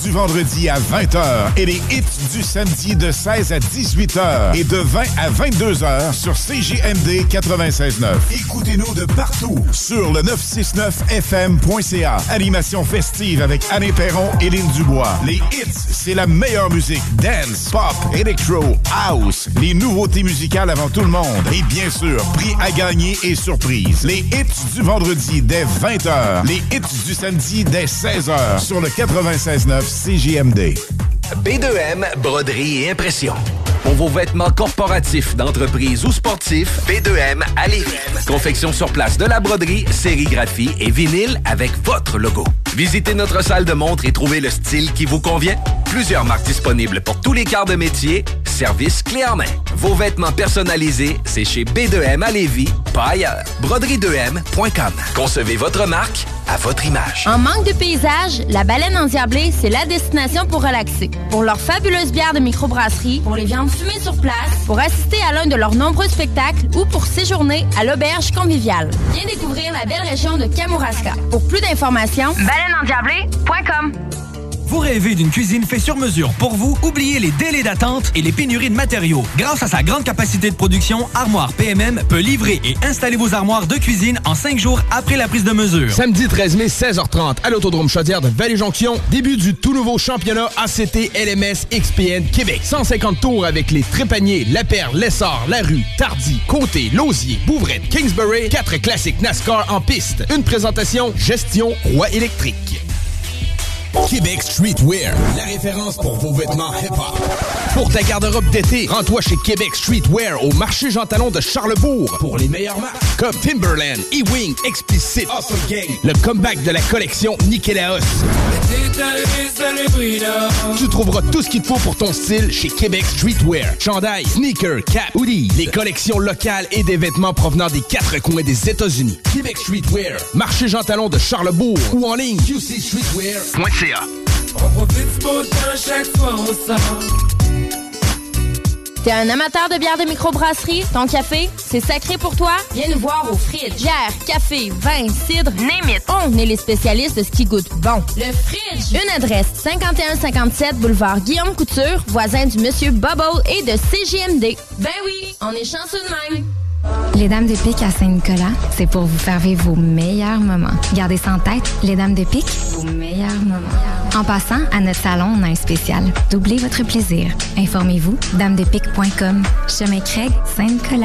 du vendredi à vingt heures et les hits du samedi de seize à dix-huit heures et de vingt à vingt-deux heures sur C J M D quatre-vingt-seize neuf. Écoutez-nous de partout sur le neuf cent soixante-neuf F M point C A. Animation festive avec Anne Perron et Lynn Dubois. Les hits, c'est la meilleure musique. Dance, pop, electro, house. Les nouveautés musicales avant tout le monde. Et bien sûr, prix à gagner et surprise. Les hits du vendredi dès vingt heures. Les hits du samedi dès seize heures sur le quatre-vingt-seize neuf C J M D. B deux M, broderie et impression. Pour vos vêtements corporatifs, d'entreprise ou sportifs, B deux M à Lévis. Confection sur place de la broderie, sérigraphie et vinyle avec votre logo. Visitez notre salle de montre et trouvez le style qui vous convient. Plusieurs marques disponibles pour tous les quarts de métier. Service clé en main. Vos vêtements personnalisés, c'est chez B deux M à Lévis, pas ailleurs. broderie deux M point com. Concevez votre marque à votre image. En manque de paysage, la Baleine Endiablée, c'est la destination pour relaxer. Pour leurs fabuleuses bières de microbrasserie, pour les viandes fumées sur place, pour assister à l'un de leurs nombreux spectacles ou pour séjourner à l'auberge conviviale. Viens découvrir la belle région de Kamouraska. Pour plus d'informations, baleine endiablée point com. Vous rêvez d'une cuisine faite sur mesure pour vous? Oubliez les délais d'attente et les pénuries de matériaux. Grâce à sa grande capacité de production, Armoire P M M peut livrer et installer vos armoires de cuisine en cinq jours après la prise de mesure. Samedi treize mai, seize heures trente, à l'Autodrome Chaudière de Vallée-Jonction, début du tout nouveau championnat A C T L M S X P N Québec. cent cinquante tours avec les Trépaniers, La Perle, Lessard, La Rue, Tardy, Côté, Lausier, Bouvrette, Kingsbury, quatre classiques NASCAR en piste. Une présentation Gestion Roi électrique. Québec Streetwear, la référence pour vos vêtements hip-hop. Pour ta garde-robe d'été, rends-toi chez Québec Streetwear au marché Jean Talon de Charlebourg pour les meilleures marques comme Timberland, E-Wing, Explicit, Awesome Gang, le comeback de la collection Nikélaos. Tu trouveras tout ce qu'il te faut pour ton style chez Québec Streetwear. Chandail, sneakers, cap, hoodies, les collections locales et des vêtements provenant des quatre coins des États-Unis. Québec Streetwear, marché Jean Talon de Charlebourg ou en ligne q c streetwear point c a. On profite du beau temps chaque fois au sort. T'es un amateur de bière de microbrasserie? Ton café, c'est sacré pour toi? Viens nous voir au Fridge. Bière, café, vin, cidre, name it. On est les spécialistes de ce qui goûte bon. Le Fridge! Une adresse, cinquante et un cinquante-sept boulevard Guillaume Couture, voisin du Monsieur Bubble et de C J M D. Ben oui, on est chanceux de même. Les Dames de Pique à Saint-Nicolas, c'est pour vous faire vivre vos meilleurs moments. Gardez ça en tête, les Dames de Pique, vos meilleurs moments. En passant, à notre salon, on a un spécial. Doublez votre plaisir. Informez-vous, dames de pique point com. Chemin Craig, Saint-Nicolas.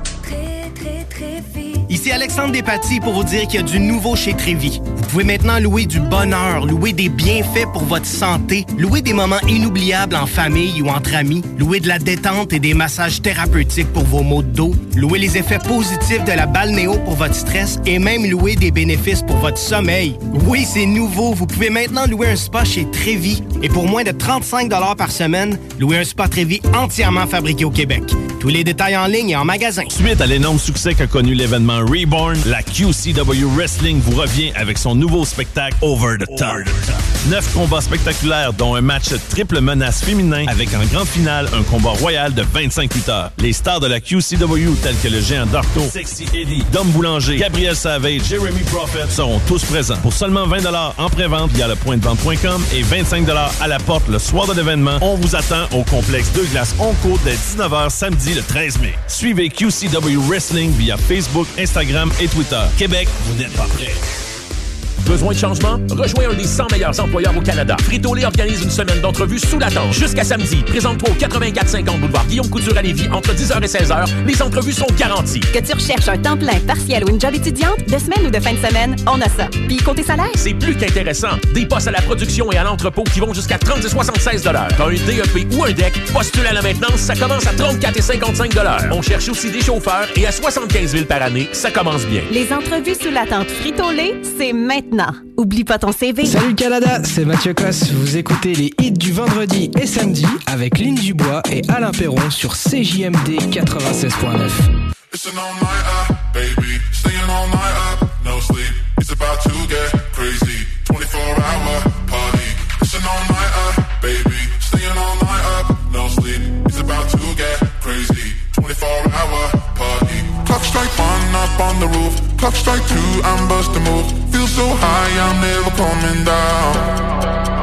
Ici Alexandre Despatie pour vous dire qu'il y a du nouveau chez Trévi. Vous pouvez maintenant louer du bonheur, louer des bienfaits pour votre santé, louer des moments inoubliables en famille ou entre amis, louer de la détente et des massages thérapeutiques pour vos maux de dos, louer les effets positifs de la balnéo pour votre stress et même louer des bénéfices pour votre sommeil. Oui, c'est nouveau. Vous pouvez maintenant louer un spa chez Trévi. Et pour moins de trente-cinq dollars par semaine, louer un spa Trévi entièrement fabriqué au Québec. Tous les détails en ligne et en magasin. Suite à l'énorme succès qu'a connu l'événement Reborn, la Q C W Wrestling vous revient avec son nouveau spectacle Over the Top. Neuf combats spectaculaires, dont un match triple menace féminin avec en grande finale un combat royal de vingt-cinq lutteurs. Les stars de la Q C W tels que le géant Darko, Sexy Eddie, Dom Boulanger, Gabriel Savage, Jeremy Prophet seront tous présents. Pour seulement vingt dollars en pré-vente via le point de vente point com et vingt-cinq dollars à la porte le soir de l'événement, on vous attend au complexe Deux Glaces Onco dès dix-neuf heures samedi le treize mai. Suivez Q C W Wrestling via Facebook, Instagram et Twitter. Québec, vous n'êtes pas prêts. Besoin de changement? Rejoins un des cent meilleurs employeurs au Canada. Frito-Lay organise une semaine d'entrevues sous la tente. Jusqu'à samedi, présente-toi au quatre-vingt-quatre cinquante boulevard Guillaume Couture à Lévis entre dix heures et seize heures. Les entrevues sont garanties. Que tu recherches un temps plein, partiel ou une job étudiante, de semaine ou de fin de semaine, on a ça. Puis côté salaire? C'est plus qu'intéressant. Des postes à la production et à l'entrepôt qui vont jusqu'à trente et soixante-seize dollars. T'as un D E P ou un D E C, postule à la maintenance, ça commence à trente-quatre et cinquante-cinq dollars. On cherche aussi des chauffeurs et à soixante-quinze mille par année, ça commence bien. Les entrevues sous la tente Frito-Lay, c'est maintenant. Oublie pas ton C V. Salut le Canada, c'est Mathieu Cosse. Vous écoutez les hits du vendredi et samedi avec Lynn Dubois et Alain Perron sur C J M D quatre-vingt-seize neuf. It's an all night up, baby. Staying all night up, no sleep. It's about to get crazy. twenty-four hour party. It's an all night up, baby. Staying all night up, no sleep. It's about to get crazy. twenty-four hour party. Clock strike one up on the roof. Clock strike two, I'm bust a move. Feel so high, I'm never coming down.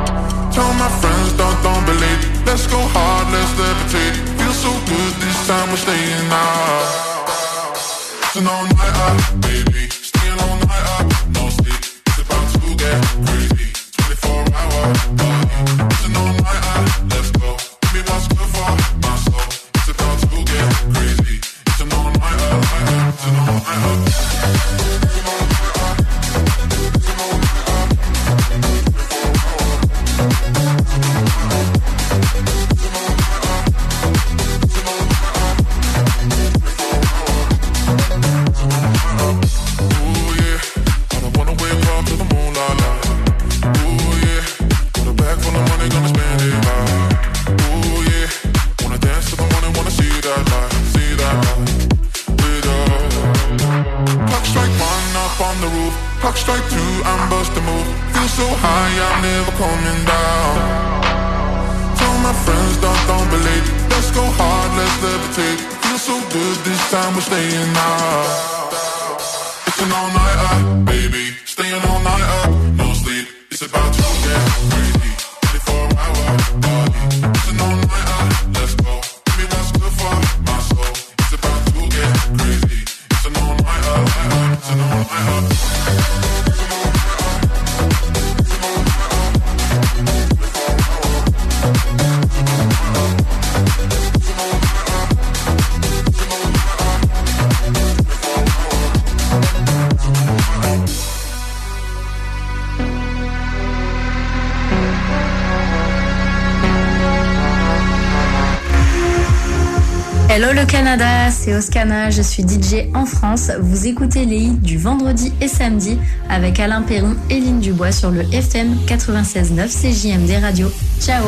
Tell my friends, don't, don't believe. Let's go hard, let's levitate. Feel so good this time, we're staying out. It's an all night up, baby. Staying all night up, no sleep. It's about to get crazy. twenty-four hour party. It's an all night up, let's go. Give me what's good for my soul. It's about to get crazy. It's an all night up, it's an all night up. Clock strike two, I'm busting move. Feel so high, I'm never coming down. Tell my friends, don't, don't believe. Let's go hard, let's levitate. Feel so good this time, we're staying out. It's an all night up, baby. Staying all night up, no sleep. It's about to get crazy. twenty-four hour party. It's an all night up, let's go. Give me what's good for my soul. It's about to get crazy. It's an all night up, it's an all night up. Hello le Canada, c'est Oscana, je suis D J en France. Vous écoutez les hits du vendredi et samedi avec Alain Perron et Lynn Dubois sur le F M quatre-vingt-seize neuf C J M D Radio. Ciao.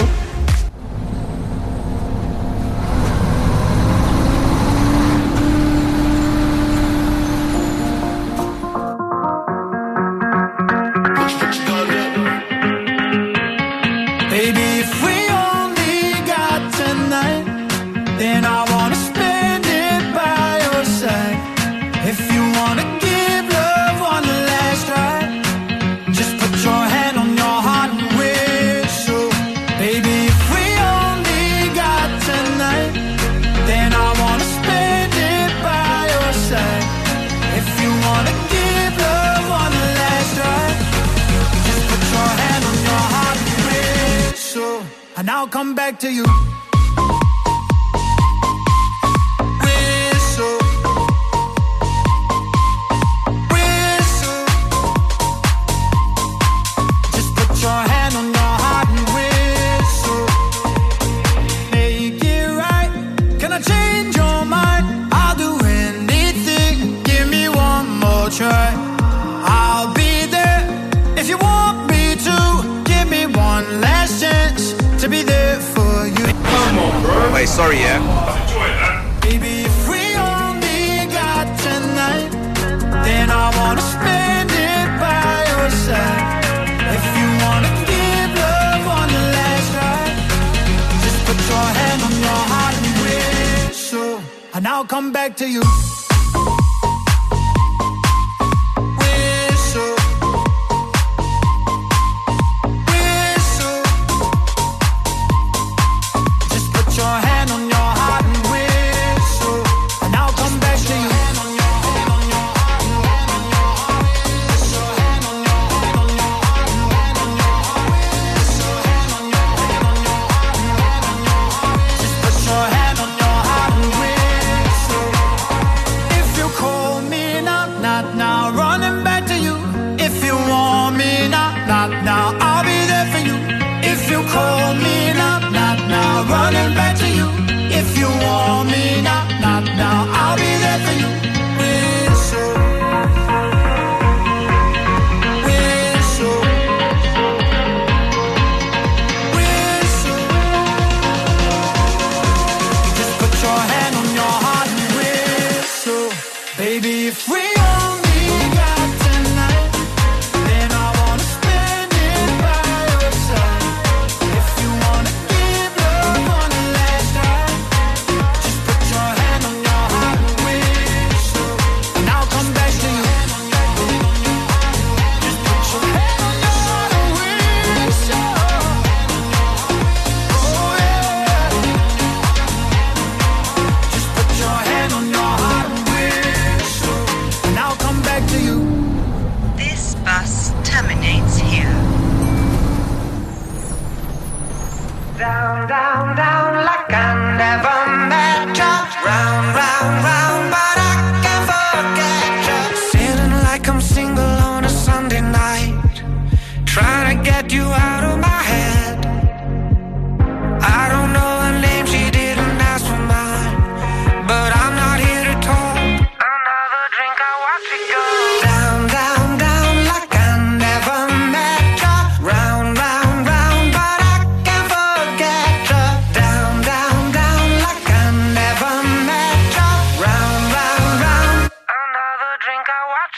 Come back to you. Whistle, whistle. Just put your hand on your heart and whistle. Make it right. Can I change your mind? I'll do anything. Give me one more try. I'll be there if you want me to. Give me one last chance to be there for you. Come on, bro. Hey, sorry, yeah. Enjoy that. Baby, if we only got tonight, then I wanna spend it by your side. If you wanna give love on the last ride, just put your hand on your heart and whistle, and I'll come back to you.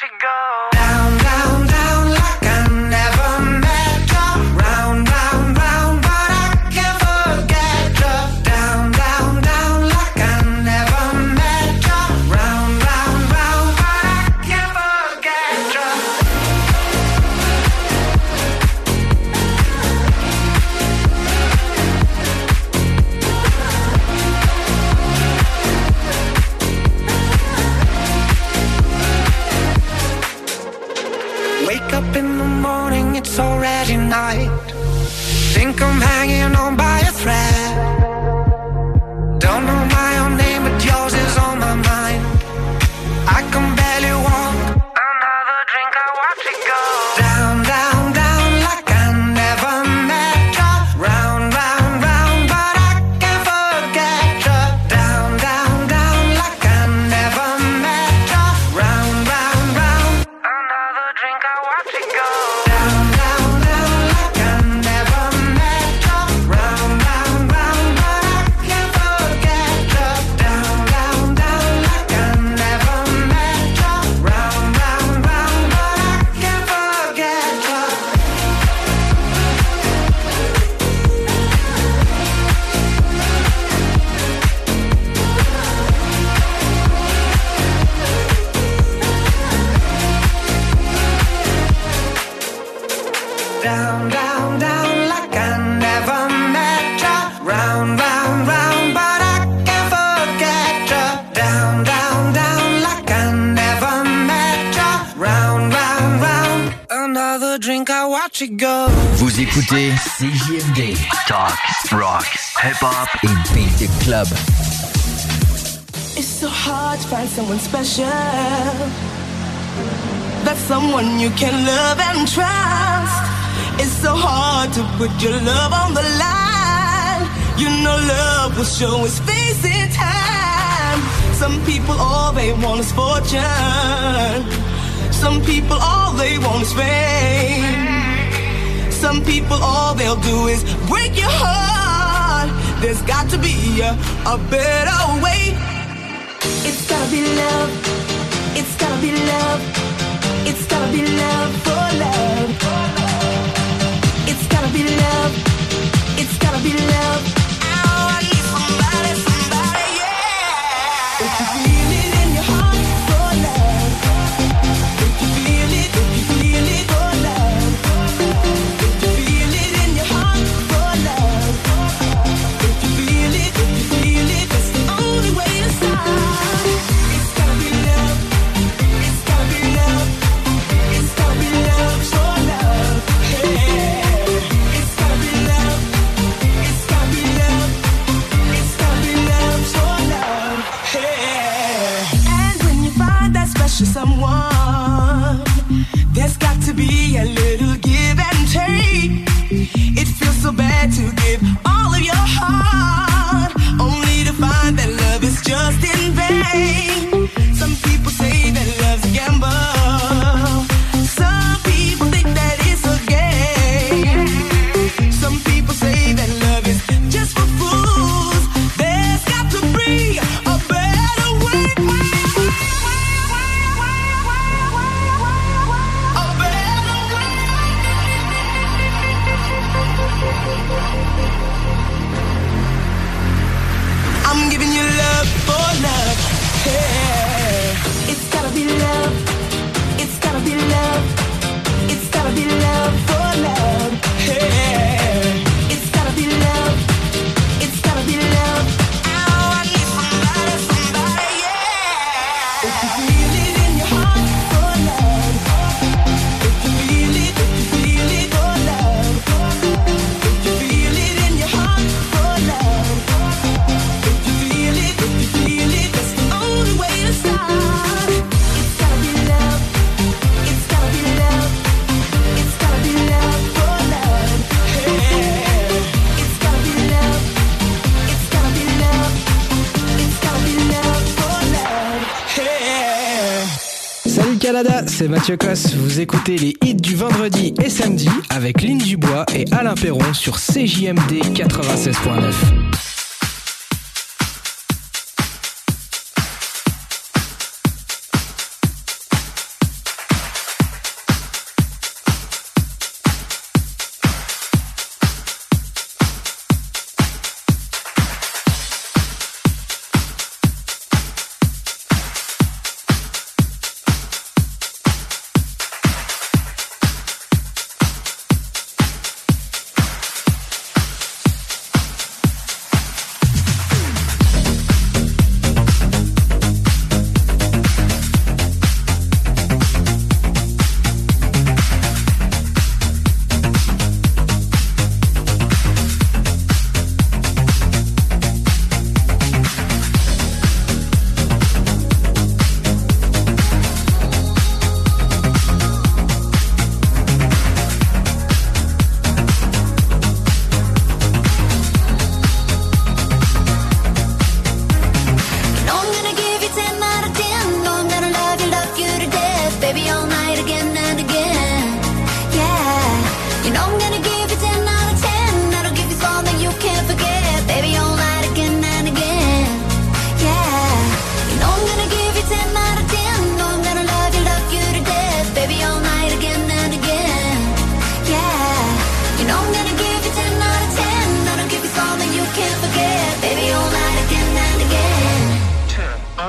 you go. Down, down, down like I never met you. Round, round, round, but I can't forget you. Down, down, down like I never met you. Round, round, round, but I can't forget you. Wake up in the morning, it's already night. Think I'm hanging on by a thread. Don't know my own name, but yours is on my mind. I can barely walk. Another drink, I watch it go. Down, down, down, like I never met you. Round, round, round, but I can't forget you. Down, down, down, like I never met you. Round, round, round. Another drink, I watch it go. Down, down, down, like I never met you. Round, round, round, but I can't forget you. Down, down, down, like I never met you. Round, round, round, but I can't forget you. Down, down, down, like I never met you. Round, round, round, but I can't forget you. Down, down, down, like I never met you. Round, round, round. Another drink, I watch it go. Vous écoutez C J M D. Talk, rock, hip-hop et beat the club. It's so hard to find someone special. That's someone you can love and trust. It's so hard to put your love on the line. You know love will show its face in time. Some people, all they want is fortune. Some people, all they want is fame. Some people, all they'll do is break your heart. There's got to be a, a better way. It's gotta be love. It's gotta be love. It's gotta be love for love. It's gotta be love. It's gotta be love. Oh, I need somebody, somebody, yeah. If you feel it in your heart for love. If you feel it, if you feel it for love. If you feel it in your heart for love. If you feel it, if you feel it, that's the only way to start. It's gotta be love. It's gotta be love. It's gotta be love for love. Hey. Someone, there's got to be a little give and take. It feels so bad to give all of your heart, only to find that love is just in vain. Some people say that love's a gamble. Some people think that it's a game. Some people say that love is just for fools. There's got to be a better way. I'm giving you love for love. Hey. It's gotta be love. It's gotta be love. It's gotta be love for love. Hey. It's gotta be love. It's gotta be love. Oh, I need somebody, somebody, yeah. If you feel it in your heart for love. If you feel it, if you feel it for love. If you feel it in your heart for love. If you feel it, if you feel it, that's the only way to start. It's gotta be love. It's gotta be love. It's gotta be love for love. Hey. It's gotta be love. It's gotta be love. It's gotta be love for love. Hey. Salut Canada, c'est Mathieu Cosse. Vous écoutez les hits du vendredi et samedi avec Lynn Dubois et Alain Perron sur C J M D quatre-vingt-seize point neuf.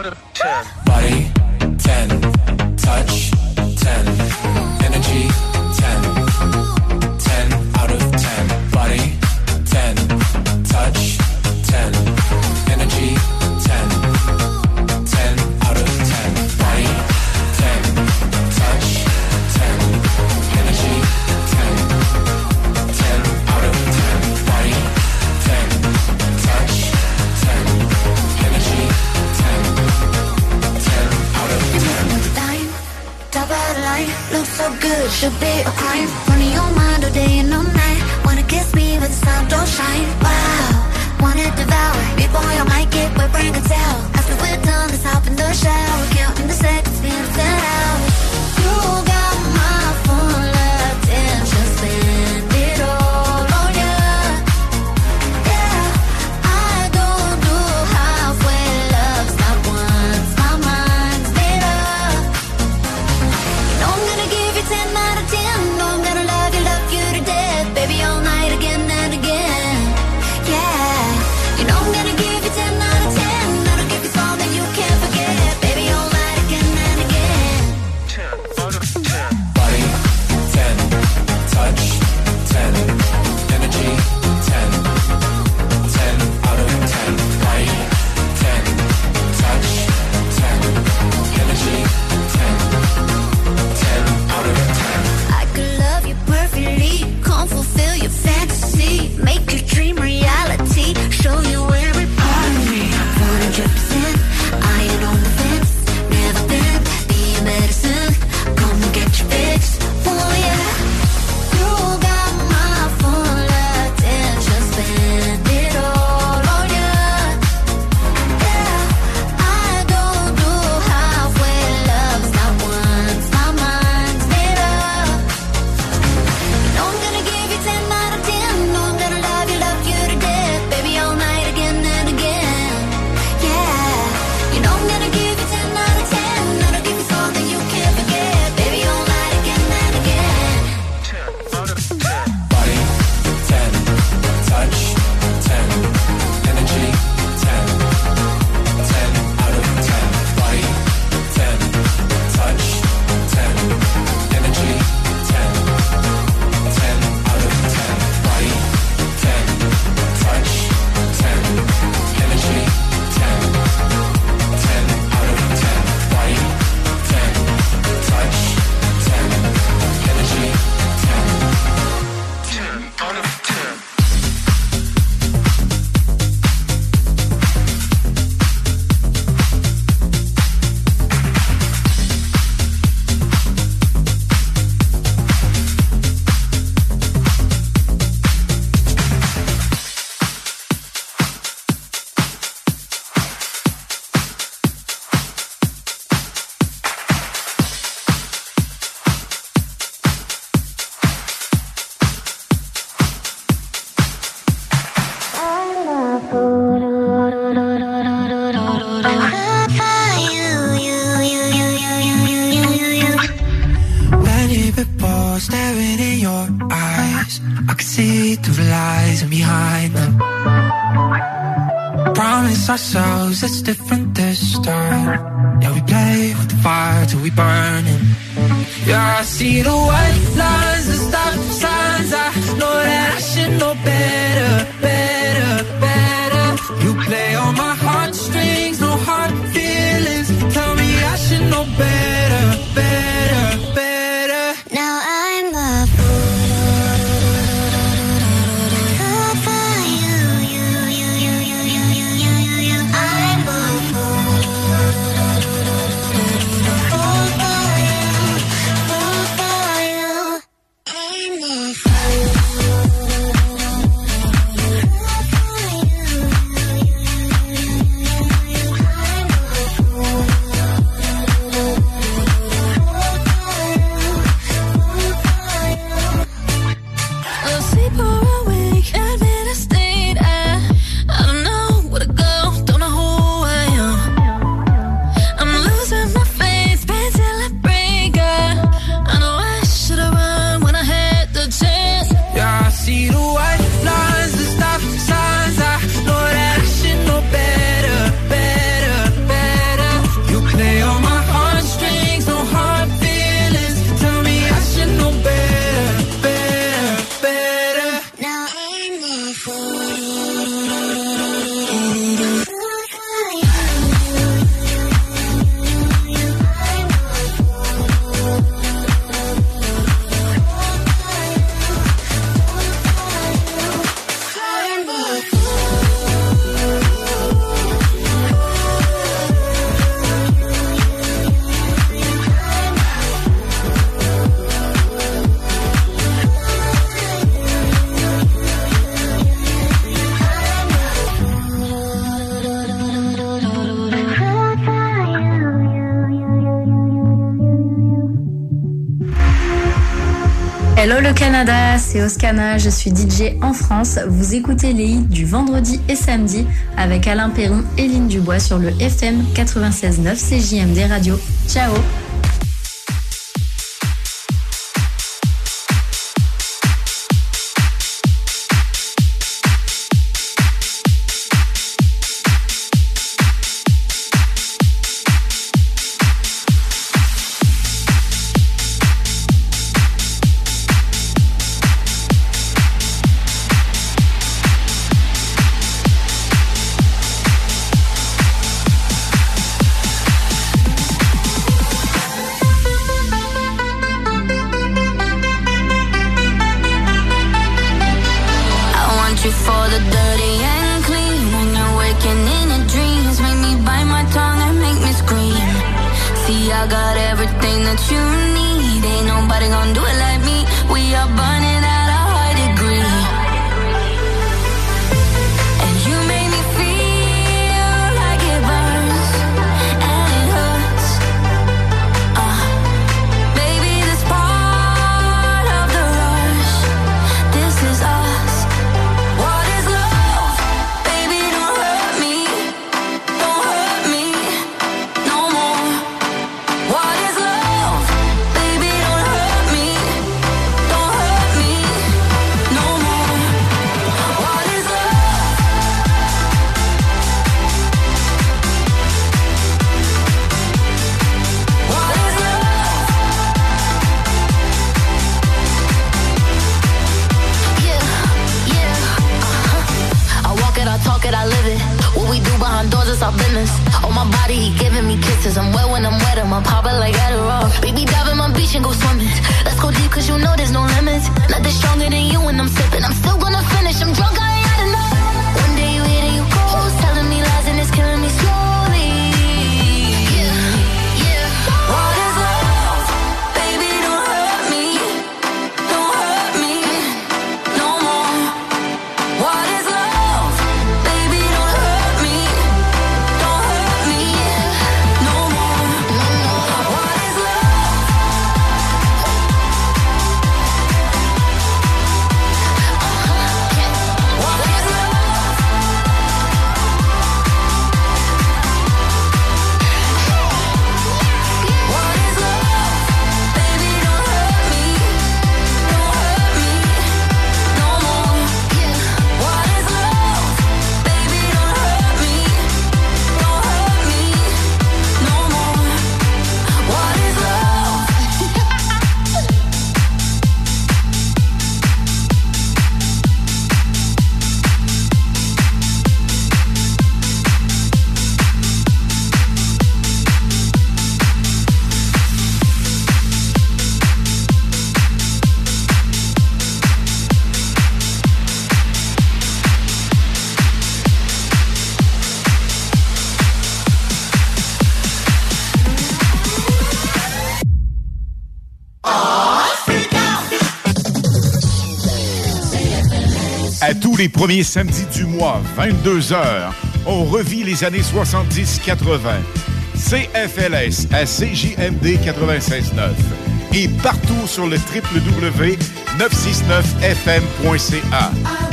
out of ten. Body, ten. Touch, ten. Energy, ten. ten out of ten. Body, ten. Touch, ten. Energy, ten. ten out of ten. Body, ten. Touch, ten. Energy, ten. ten out of ten. Body, ten. Touch, ten. Energy, ten. ten out of ten. Top of the line, looks so good, should be a crime. Running your mind all day and all night. Wanna kiss me but the sun don't shine. Wow, wanna devour me, boy, I might get wet, bring a towel. After we're done, let's hop in the shower. Counting the seconds, feeling ten hours. You got my full attention, spend it all on ya. Yeah, I don't do halfway loves, not once, my mind's made up. You know I'm gonna give you ten out of ten. Know I'm gonna love you, love you to death, baby, all night again and again. Yeah, you know I'm gonna give you ten out of ten. That'll give you something you can't forget, baby, all night again and again. ten out of ten. Body, ten. Touch, ten. Energy, ten. ten out of ten. Body, ten. Touch, ten. Energy, ten. ten out of ten. I could love you perfectly, can't fulfill your fantasy, make your dream reality, show you every part of me. one hundred percent, I ain't on the fence, never been, be a medicine, come and get your fix. Oh yeah, you got my full attention, spend it all on ya. Yeah, I don't do halfway loves, not once, my mind's made up. You know I'm gonna give you ten out of ten. Know I'm gonna love you, love you to death, baby, all night again and again. Yeah, you know I'm gonna give you ten out of ten. That'll give you something you can't forget, baby, all night again and again. ten out of ten. Body, ten. Touch, ten. Energy, ten. ten out of ten. Body, ten. Touch, ten. Energy, ten. ten out of ten. Body, ten. Touch, ten. Energy, ten. ten out of ten. Body, ten. Touch, ten. Energy, ten. ten out of ten. Many people staring in your eyes. I can see through the lies and behind them. Promise ourselves it's different this time. Yeah, we play with the fire till we burn it. Yeah, I see the white lines, the stop signs. I know that I should know better, better, better. You play on my heartstrings, no hard feelings. Tell me I should know better, better, better. Now I'm a fool for you, you, you, you, you, you, you, you, you, you. I'm a fool, fool for you, fool for you. I'm a fool. Hello le Canada, c'est Oscana, je suis D J en France. Vous écoutez les hits du vendredi et samedi avec Alain Perron et Lynn Dubois sur le F M quatre-vingt-seize neuf C J M D Radio. Ciao. À tous les premiers samedis du mois, vingt-deux heures, on revit les années soixante-dix quatre-vingt. C F L S à C J M D quatre-vingt-seize neuf et partout sur le w w w point neuf cent soixante-neuf F M point C A.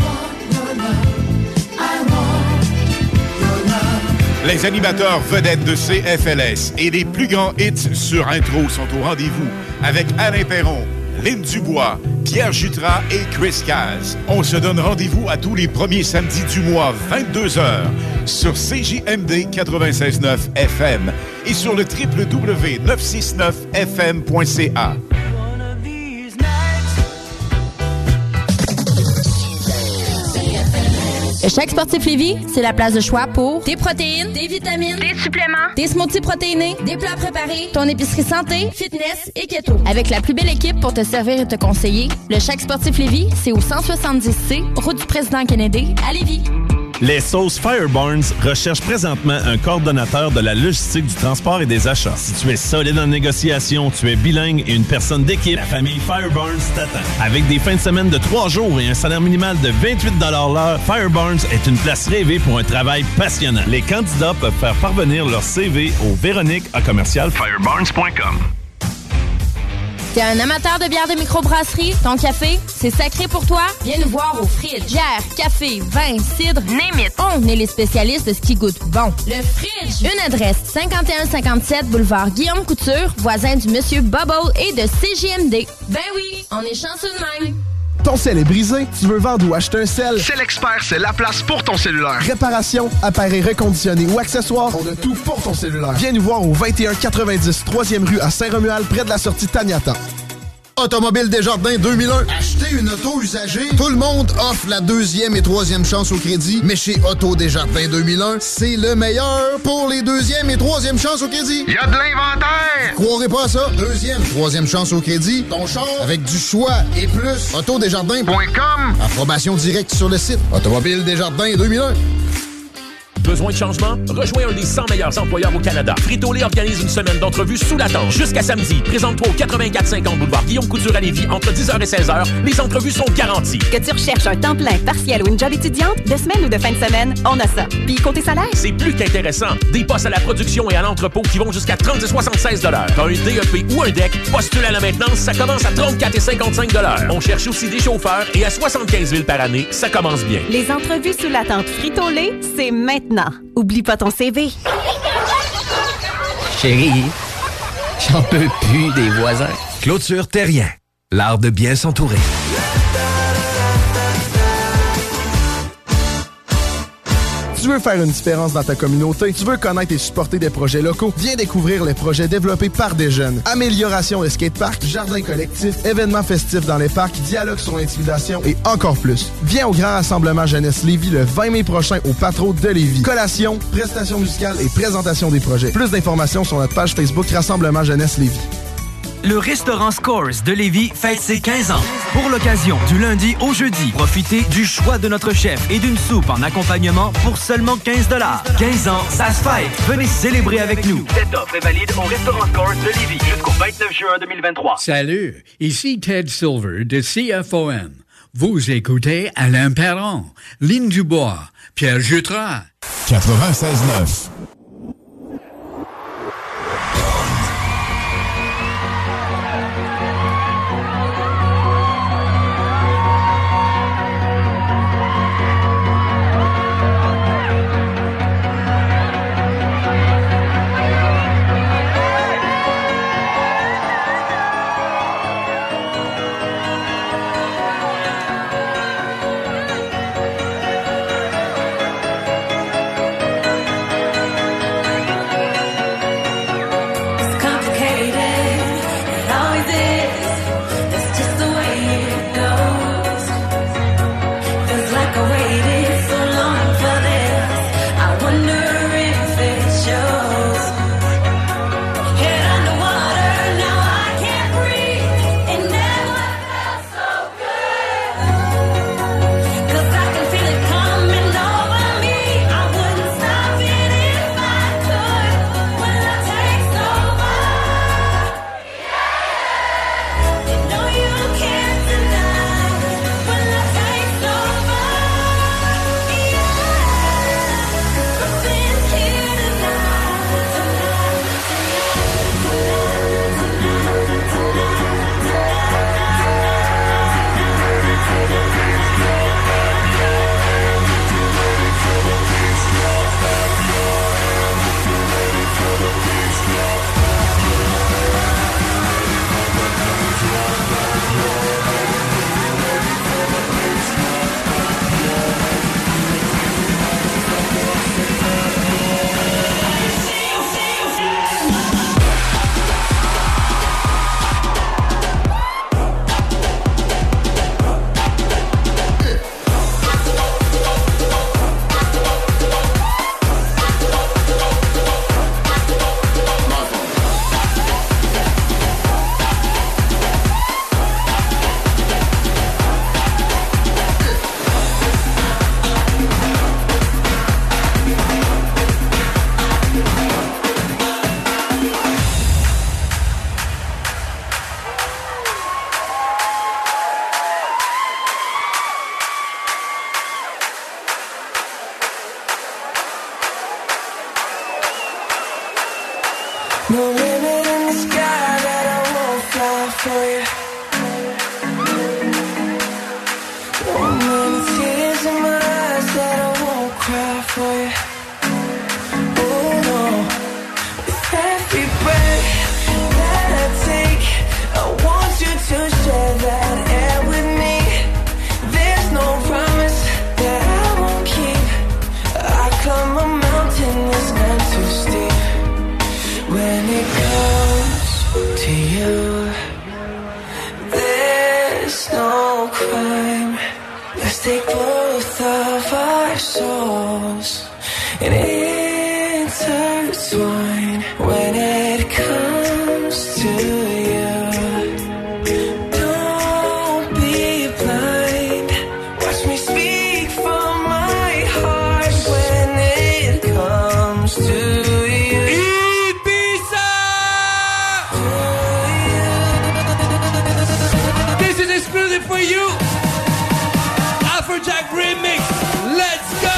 Les animateurs vedettes de C F L S et les plus grands hits sur intro sont au rendez-vous avec Alain Perron, Lynn Dubois, Pierre Jutras et Chris Caz. On se donne rendez-vous à tous les premiers samedis du mois, vingt-deux heures, sur C J M D quatre-vingt-seize neuf F M et sur le w w w point neuf cent soixante-neuf F M point C A. Le Chèque Sportif Lévis, c'est la place de choix pour des protéines, des vitamines, des suppléments, des smoothies protéinés, des plats préparés, ton épicerie santé, fitness et keto. Avec la plus belle équipe pour te servir et te conseiller, le Chèque Sportif Lévis, c'est au cent soixante-dix C, route du président Kennedy, à Lévis. Les sauces Firebarns recherchent présentement un coordonnateur de la logistique du transport et des achats. Si tu es solide en négociation, tu es bilingue et une personne d'équipe, la famille Firebarns t'attend. Avec des fins de semaine de trois jours et un salaire minimal de vingt-huit dollars l'heure, Firebarns est une place rêvée pour un travail passionnant. Les candidats peuvent faire parvenir leur C V au Véronique à commercial firebarns point com. T'es un amateur de bière de microbrasserie? Ton café, c'est sacré pour toi? Viens nous voir au Fridge. Bière, café, vin, cidre, name it. On est les spécialistes de ce qui goûte bon. Le Fridge. Une adresse, cinquante et un cinquante-sept boulevard Guillaume Couture, voisin du Monsieur Bubble et de C J M D. Ben oui, on est chanceux de même. Ton sel est brisé? Tu veux vendre ou acheter un sel? C'est l'expert, c'est la place pour ton cellulaire. Réparation, appareils reconditionnés ou accessoires, on a tout pour ton cellulaire. Viens nous voir au vingt et un quatre-vingt-dix troisième rue à Saint-Romuald, près de la sortie Taniata. Automobile Desjardins deux mille un. Acheter une auto usagée? Tout le monde offre la deuxième et troisième chance au crédit, mais chez Auto Desjardins deux mille un, c'est le meilleur pour les deuxième et troisième chances au crédit. Il y a de l'inventaire! Croirez pas à ça? Deuxième, troisième chance au crédit, ton char avec du choix et plus. Autodesjardins point com. Approbation directe sur le site. Automobile Desjardins deux mille un. Besoin de changement? Rejoins un des cent meilleurs employeurs au Canada. Frito-Lay organise une semaine d'entrevues sous la tente. Jusqu'à samedi, présente-toi au quatre-vingt-quatre cinquante boulevard Guillaume Couture à Lévis entre dix heures et seize heures. Les entrevues sont garanties. Que tu recherches un temps plein, partiel ou une job étudiante, de semaine ou de fin de semaine, on a ça. Puis côté salaire? C'est plus qu'intéressant. Des postes à la production et à l'entrepôt qui vont jusqu'à trente et soixante-seize dollars. T'as un D E P ou un D E C, postule à la maintenance, ça commence à trente-quatre et cinquante-cinq dollars. On cherche aussi des chauffeurs et à soixante-quinze mille par année, ça commence bien. Les entrevues sous la tente Frito-Lay, c'est maintenant. Oublie pas ton C V. Chérie, j'en peux plus des voisins. Clôture Terrien, l'art de bien s'entourer. Tu veux faire une différence dans ta communauté? Tu veux connaître et supporter des projets locaux? Viens découvrir les projets développés par des jeunes. Amélioration de skateparks, jardins collectifs, événements festifs dans les parcs, dialogue sur l'intimidation et encore plus. Viens au Grand Rassemblement Jeunesse Lévis le vingt mai prochain au Patro de Lévis. Collation, prestations musicales et présentation des projets. Plus d'informations sur notre page Facebook Rassemblement Jeunesse Lévis. Le restaurant Scores de Lévis fête ses quinze ans. Pour l'occasion, du lundi au jeudi, profitez du choix de notre chef et d'une soupe en accompagnement pour seulement quinze dollars. quinze ans, ça se fête. Venez célébrer avec nous. Cette offre est valide au restaurant Scores de Lévis jusqu'au vingt-neuf juin deux mille vingt-trois. Salut, ici Ted Silver de C F O M. Vous écoutez Alain Perron, Lynn Dubois, Pierre Jutras. quatre-vingt-seize neuf. for you. So many tears in my eyes that I won't cry for you. Oh no, with every breath that I take, I want you to share that air with me. There's no promise that I won't keep. I climb a mountain that's not too steep. When it comes to you, there's no crime. Let's take both of our souls and intertwine. When it comes to you, don't be blind. Watch me speak from my heart. When it comes to you, Ibiza! This is exclusive for you. Afrojack remix. Let's go!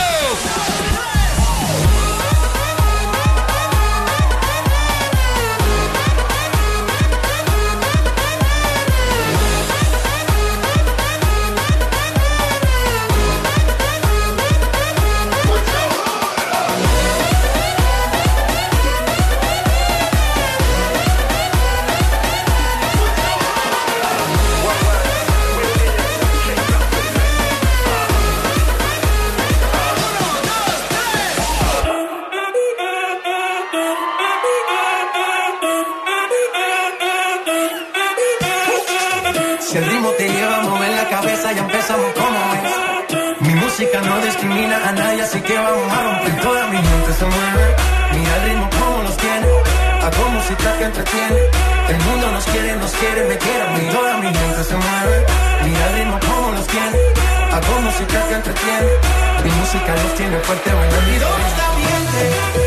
Si el ritmo te lleva a mover la cabeza, ya empezamos como es. Mi música no discrimina a nadie, así que vamos a romper. Toda mi gente se mueve. Mira el ritmo como los tiene. Hago música que entretiene. El mundo nos quiere, nos quiere, me quiere a mí. Toda mi gente se mueve. Mira el ritmo como los tiene. Hago música que entretiene. Mi música los tiene fuerte bailando. ¿Y dónde está mi gente?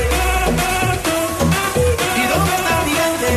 ¿Y dónde está mi gente?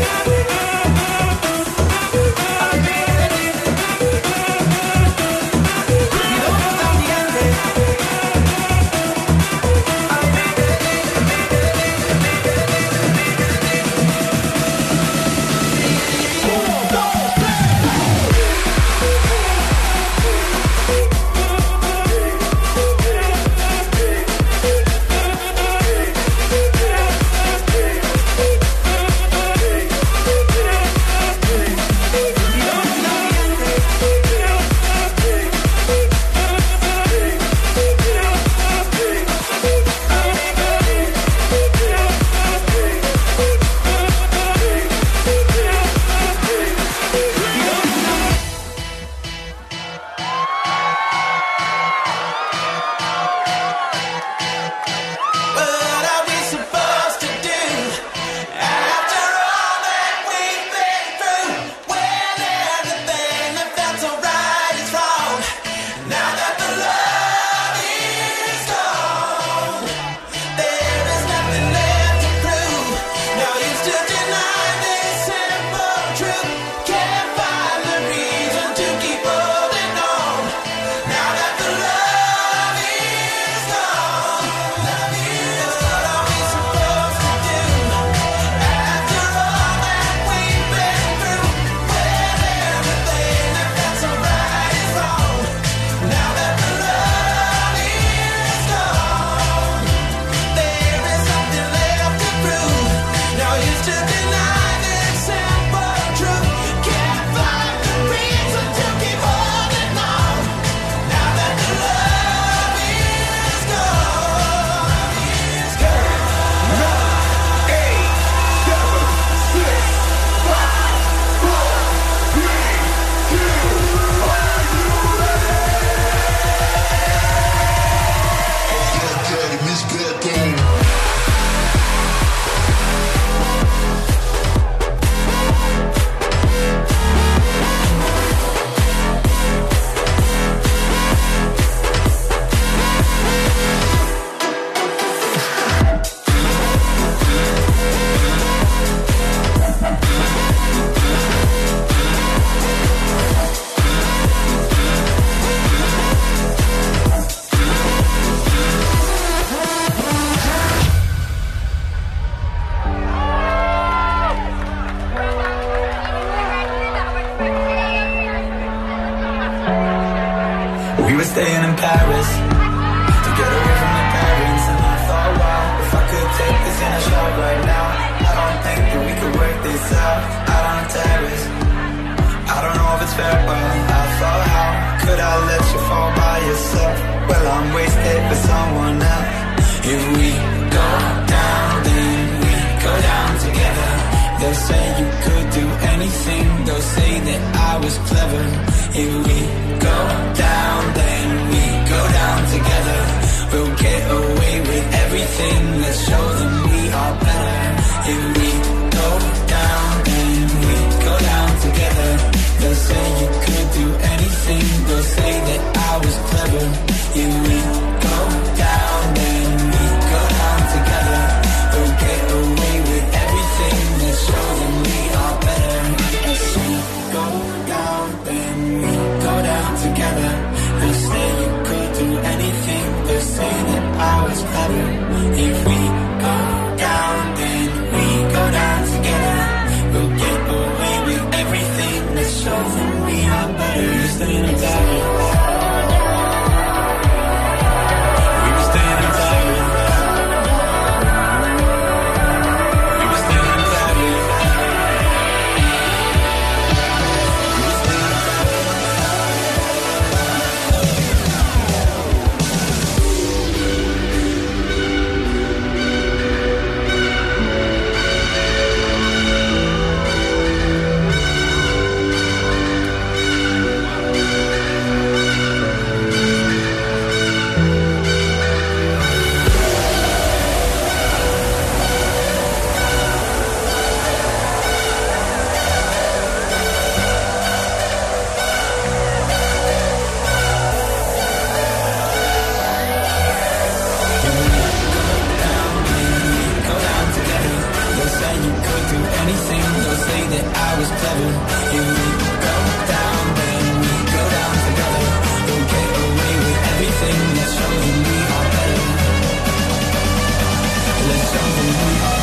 yourself out on a terrace. I don't know if it's fair, but I thought, how could I let you fall by yourself? Well, I'm wasted for someone else. If we go down, then we go down together. They'll say you could do anything. They'll say that I was clever. If we go down, then we go down together. We'll get away with everything. Let's show them we are better. If we go down, then we go down together. They'll say you could do anything. They'll say that I was clever. If we go down, then we go down together. We'll get away with everything. Let's show them we are better. If we go down, then we go down together. They'll say you could do anything. They'll say that I was clever. If we go down, then we go down together. We'll get away with everything. Let's show them we are better. We were staying on top. We were staying on top. We were staying on top. Anything, they'll say that I was clever. If we go down, then we go down together. We'll get away with everything. Let's show them we are better. Let's show them we are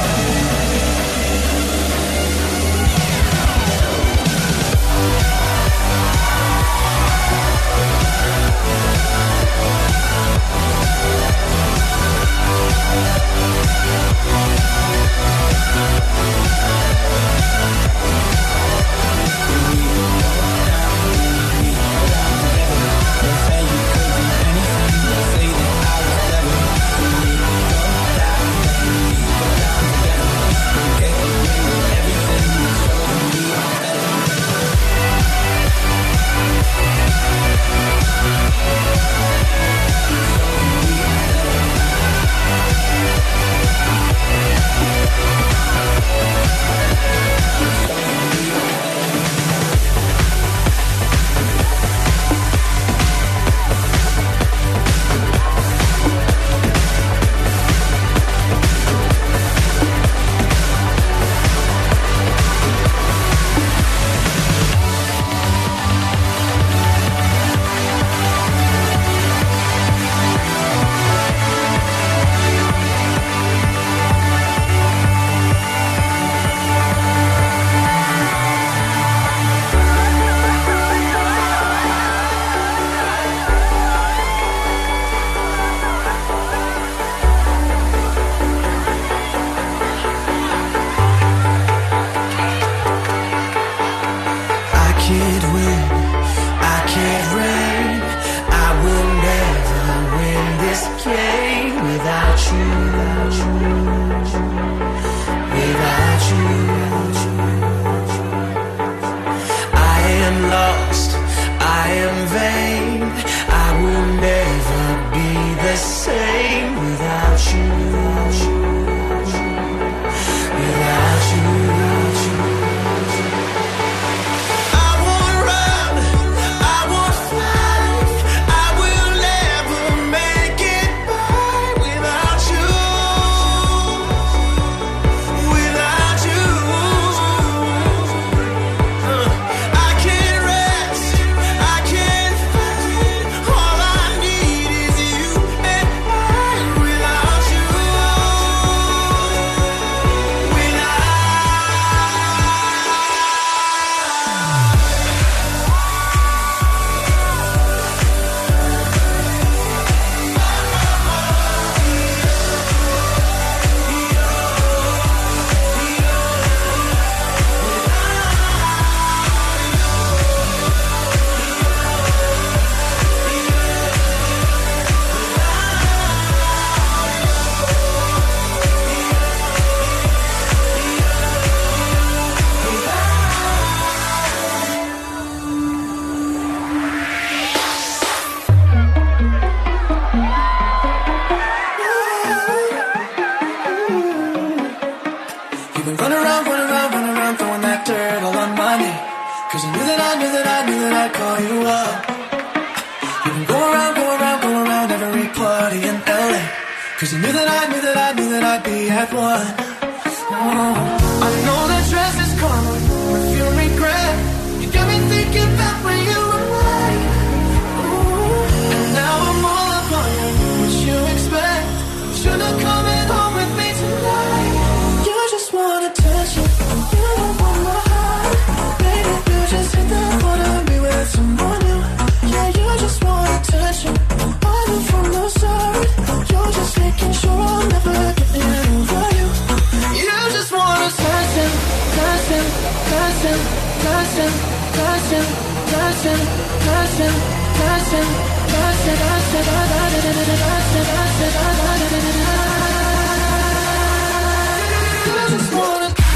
They'll say you could do anything. They'll say that might be at one. Oh, I know that dress is common, perfume regret. You got me thinking back when you were mine. Ooh, and now I'm all up on you. What you expect? Should've come in home with me tonight. You just want attention, you don't want my heart. Baby, you just hit the corner, be with someone new. Yeah, you just want attention. I knew from the start. You're just making sure I'll never get over you. You just want attention, attention, attention, attention, attention, attention, attention, attention, attention, attention. You just want to.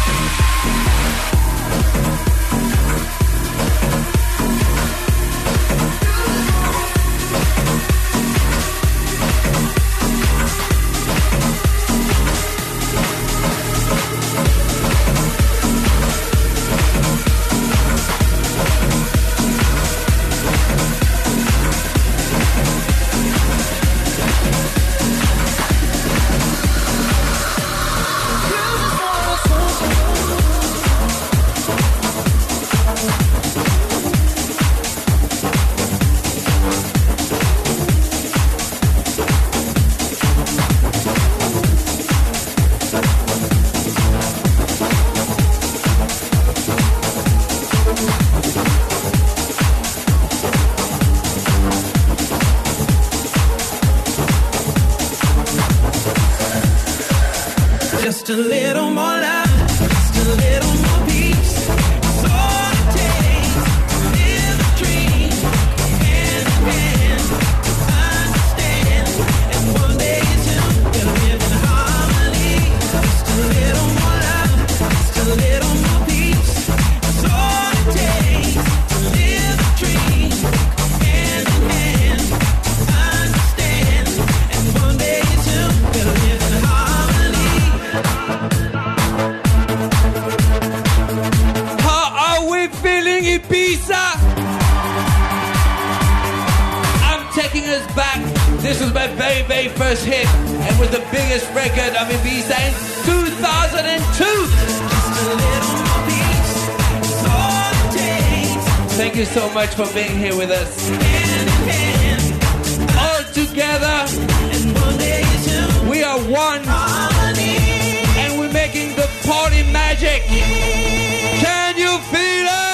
Just a little more love, just a little more peace. That's all it takes to live a dream. Hand in hand, understand. And one day you two will live in harmony. Just a little more love, just a little more peace. That's all it takes to live a dream. Hand in hand, understand. And one day you two will live in harmony. How are we feeling, Ibiza? I'm taking us back. This was my very, very first hit, and was the biggest record of Ibiza in two thousand two. Thank you so much for being here with us. All together, we are one, and we're making the party magic. Can you feel it?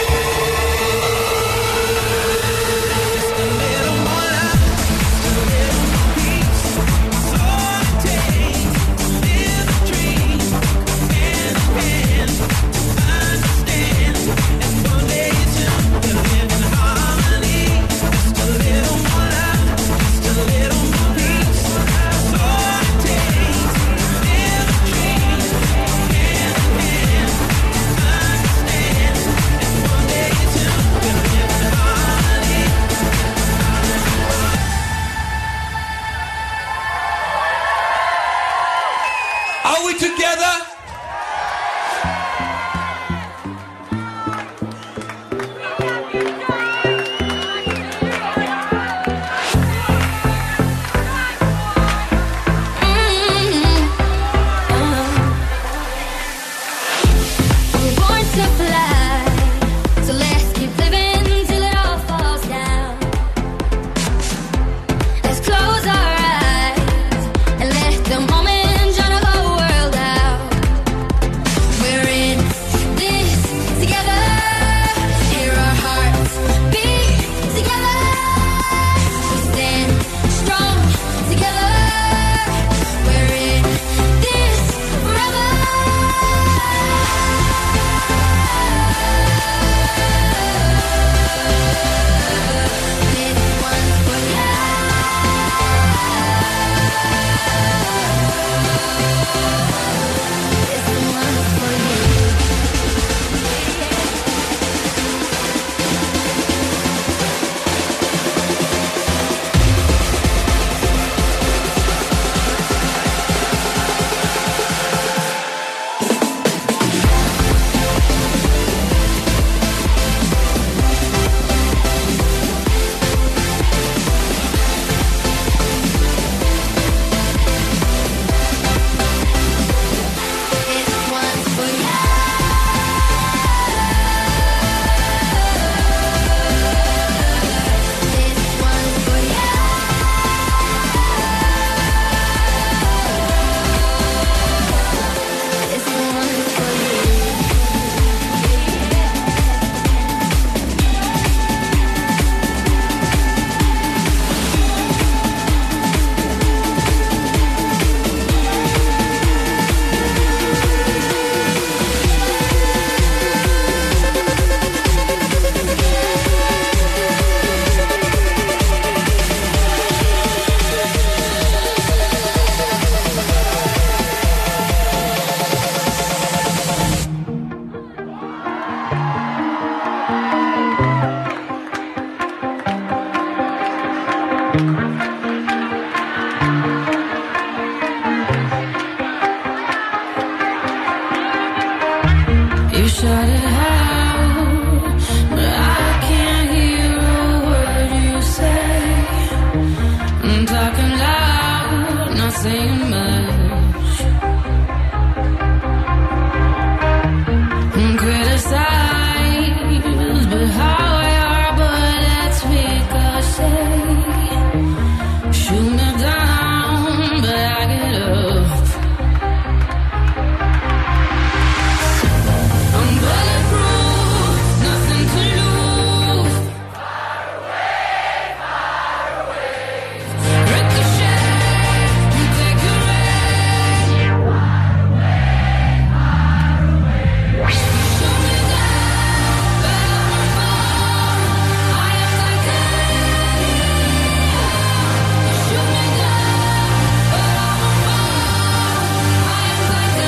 Just a little more love, just a little I'm talking loud, not saying much. Criticize, but how your bullets ricochet. Shoot me down, but I get up. I'm bulletproof, nothing to lose. Far away, far away. Ricochet, you take your aim. Far away, far away. Shoot me down, but I won't fall. I am titanium. Shoot me down, but I won't fall. I am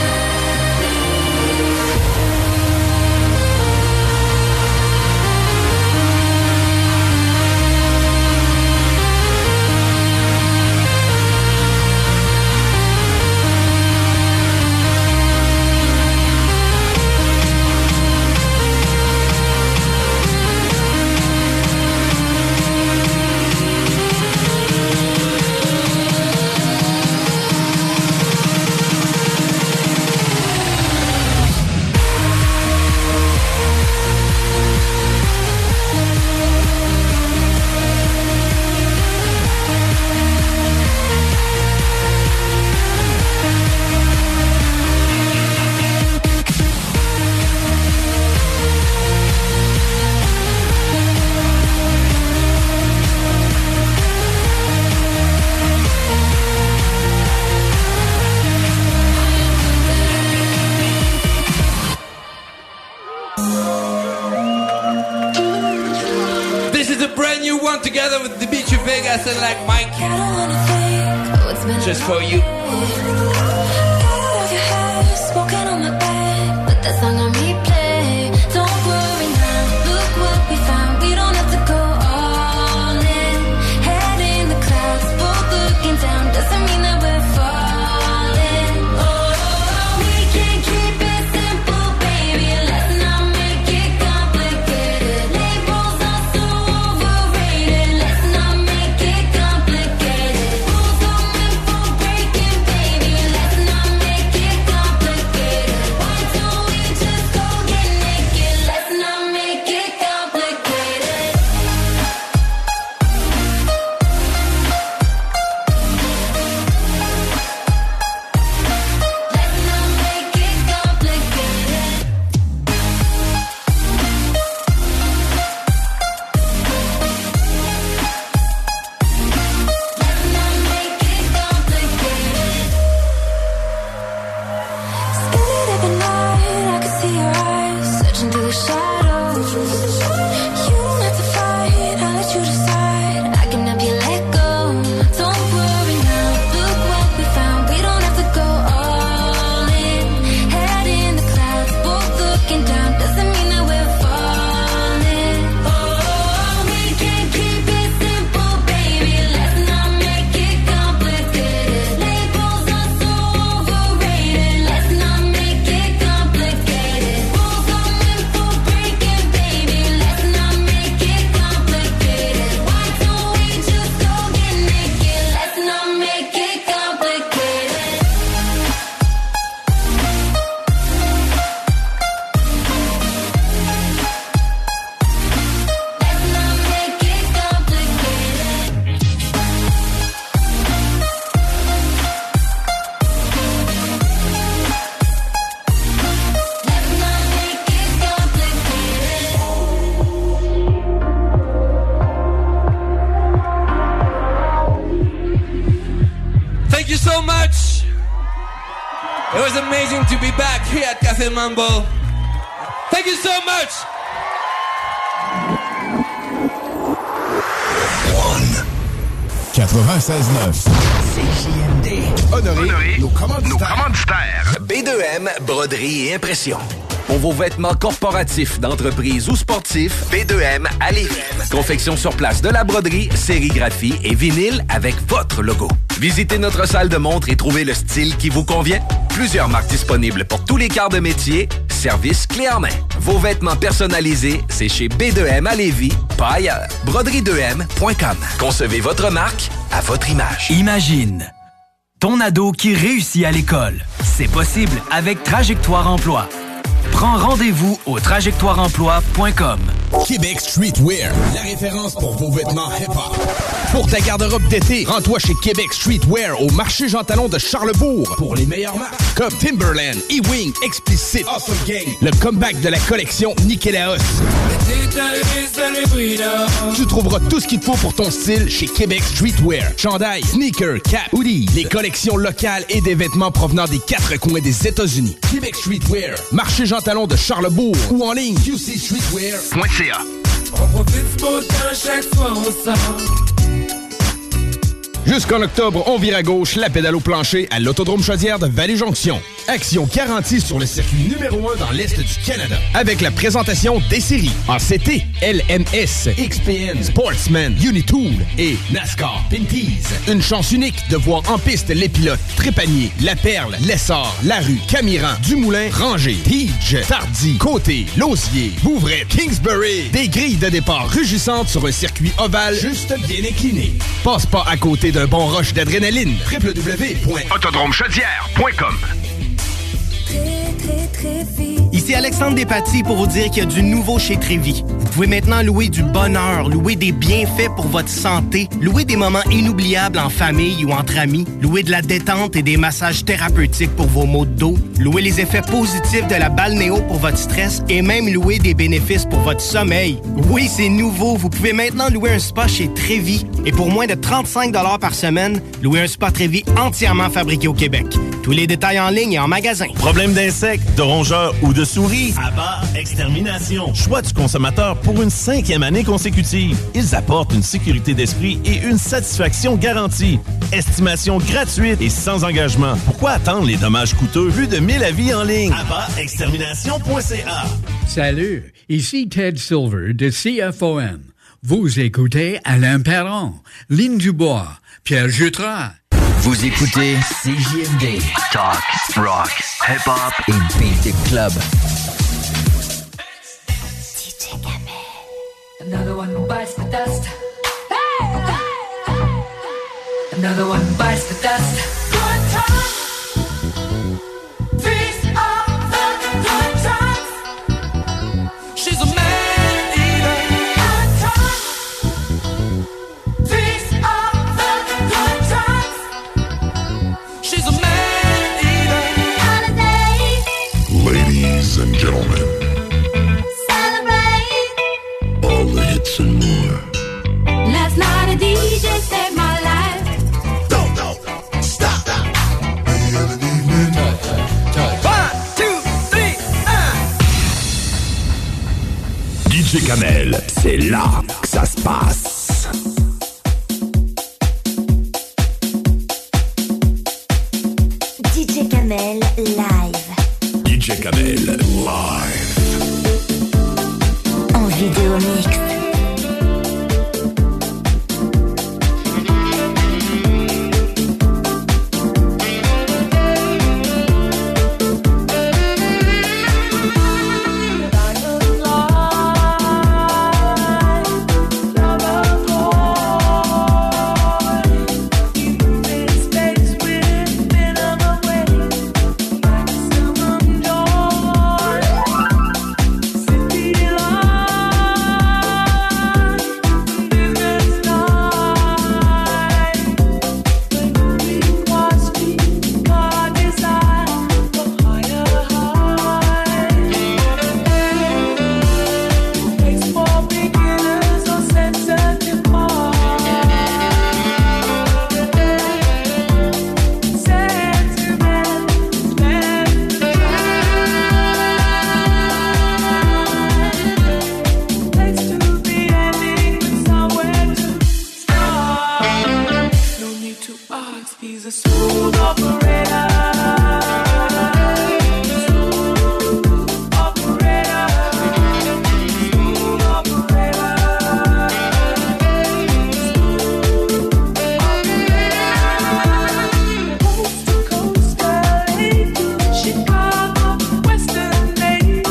This is a brand new one together with the Beach of Vegas and like Mike. Just for you. Smoking on my bed, put that song on replay. Don't worry now, look what we found. We don't have to go all in. Head in the clouds, both looking down. Doesn't mean that we're falling. Oh, we can keep it simple, baby. Let's not make it complicated. Labels are so overrated. Let's not make it complicated. Rules are meant for breaking, baby. Let's not make it complicated. Why don't we just go get naked? Let's not make it complicated. Let's not make it complicated. Let's not make it complicated. Scared every night, I can see your eyes searching through the shadows. You don't have to fight, I'll let you decide. I can help you let go. Don't worry now, look what we found. We don't have to go all in. Head in the clouds, both looking down. Doesn't mean that we're falling. Oh, we can keep it simple, baby. Let's not make it complicated. Labels are so overrated. Let's not make it complicated. Rules are meant for breaking, baby. Let's not make it complicated. Why don't we just go get naked? Let's not make it complicated. Let's not make it complicated. Let's not make it complicated. Thank you so much. It was amazing to be back here at Café Mambo. Thank you so much. quatre-vingt-seize neuf. C J M D. Honoré, nos commanditaires. B deux M, broderie et impression. Pour vos vêtements corporatifs, d'entreprise ou sportifs, B deux M à Lévis. Confection sur place de la broderie, sérigraphie et vinyle avec votre logo. Visitez notre salle de montre et trouvez le style qui vous convient. Plusieurs marques disponibles pour tous les quarts de métier. service clé en main. Vos vêtements personnalisés, c'est chez B deux M à Lévis, pas ailleurs. broderie deux M point com. Concevez votre marque à votre image. Imagine ton ado qui réussit à l'école. C'est possible avec Trajectoire Emploi. Prends rendez-vous au trajectoire emploi point com. Québec Streetwear, la référence pour vos vêtements hip-hop. Pour ta garde-robe d'été, rends-toi chez Québec Streetwear au marché Jean Talon de Charlebourg pour les meilleures marques comme Timberland, E-Wing, Explicit, Awesome Gang, le comeback de la collection Nikélaos. Tu trouveras tout ce qu'il te faut pour ton style chez Québec Streetwear. Chandail, sneakers, cap, hoodies, les collections locales et des vêtements provenant des quatre coins des États-Unis. Québec Streetwear, marché Jean Talon de Charlebourg ou en ligne q c streetwear point c a. On profite du beau temps, chaque soir on sort. Jusqu'en octobre, on vire à gauche la pédale au plancher à l'Autodrome Chaudière de Vallée-Jonction. Action garantie sur le circuit numéro un dans l'Est du Canada. Avec la présentation des séries en C T, L M S, X P N, Sportsman, Unitool et NASCAR Pinties. Une chance unique de voir en piste les pilotes Trépanier, La Perle, Lessard, Larue, Camiran, Dumoulin, Ranger, Tige, Tardy, Côté, Lausier, Bouvray, Kingsbury. Des grilles de départ rugissantes sur un circuit ovale juste bien incliné. Passe pas à côté d'un bon rush d'adrénaline. w w w point autodrome chaudière point com. Ici Alexandre Despatie pour vous dire qu'il y a du nouveau chez Trévis. Vous pouvez maintenant louer du bonheur, louer des bienfaits pour votre santé, louer des moments inoubliables en famille ou entre amis, louer de la détente et des massages thérapeutiques pour vos maux de dos, louer les effets positifs de la balnéo pour votre stress et même louer des bénéfices pour votre sommeil. Oui, c'est nouveau. Vous pouvez maintenant louer un spa chez Trévis et pour moins de trente-cinq dollars par semaine, louer un spa Trévis entièrement fabriqué au Québec. Tous les détails en ligne et en magasin. Problème d'insectes, de rongeurs ou de souris? Abba Extermination. Choix du consommateur pour une cinquième année consécutive. Ils apportent une sécurité d'esprit et une satisfaction garantie. Estimation gratuite et sans engagement. Pourquoi attendre les dommages coûteux? Plus de mille avis en ligne. abba extermination point c a. Salut, ici Ted Silver de C F O N. Vous écoutez Alain Perron, Lynn Dubois, Pierre Jutras. Vous écoutez C J M D, Talk, Rock, Hip Hop et Beat the Club. D J Kamel. Another one bites the dust. Another one bites the dust. Good times. These are the good times. She's a man eater. Good times. These are the good times. She's a man eater. Holiday. Ladies and gentlemen, Celebrate. all the hits and more. Last night a D J saved my life. Don't know. Stop. Any other evening. One, two, three, un. D J Kamel, c'est là que ça se passe. D J Kamel live. D J Kamel, live. En vidéo mix. Chicago, Western Lady.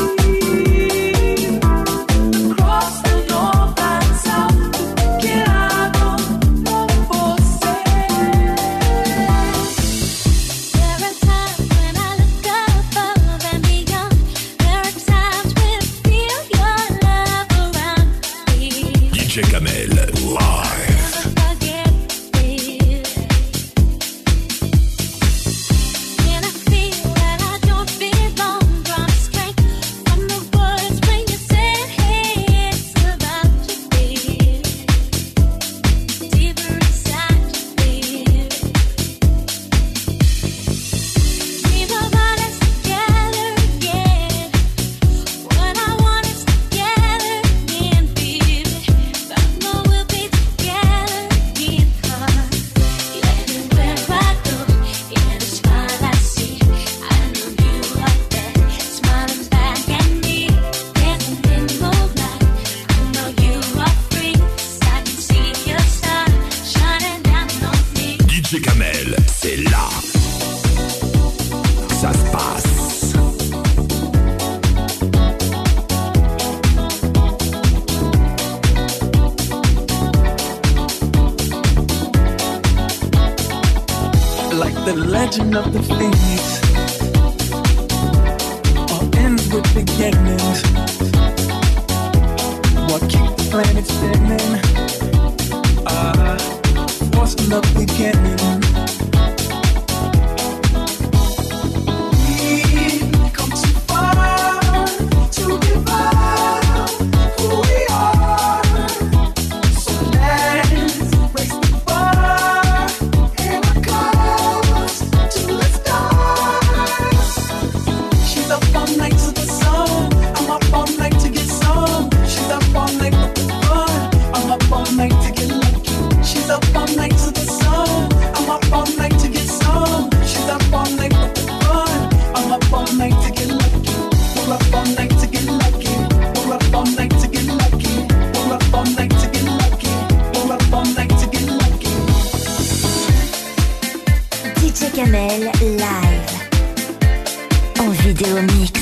D J Kamel, c'est là que ça se passe. Like the legend of the phoenix, all ends with beginnings. What keeps the planet spinning? Ah, uh, force from the beginning. We've come too far to give up who we are. So let's raise the bar and our cause to the stars. She's up all night to the sun. I'm up all night to get some. She's up all night for the fun. I'm up all night to get lucky. She's up all night to the sun. I'm up all night to get some. She's up all night for the fun. I'm up all night to get lucky. We're up all night to get lucky. We're up all night to get lucky. We're up all night to get lucky. We're up all night to get lucky. D J Kamel live en vidéo mix.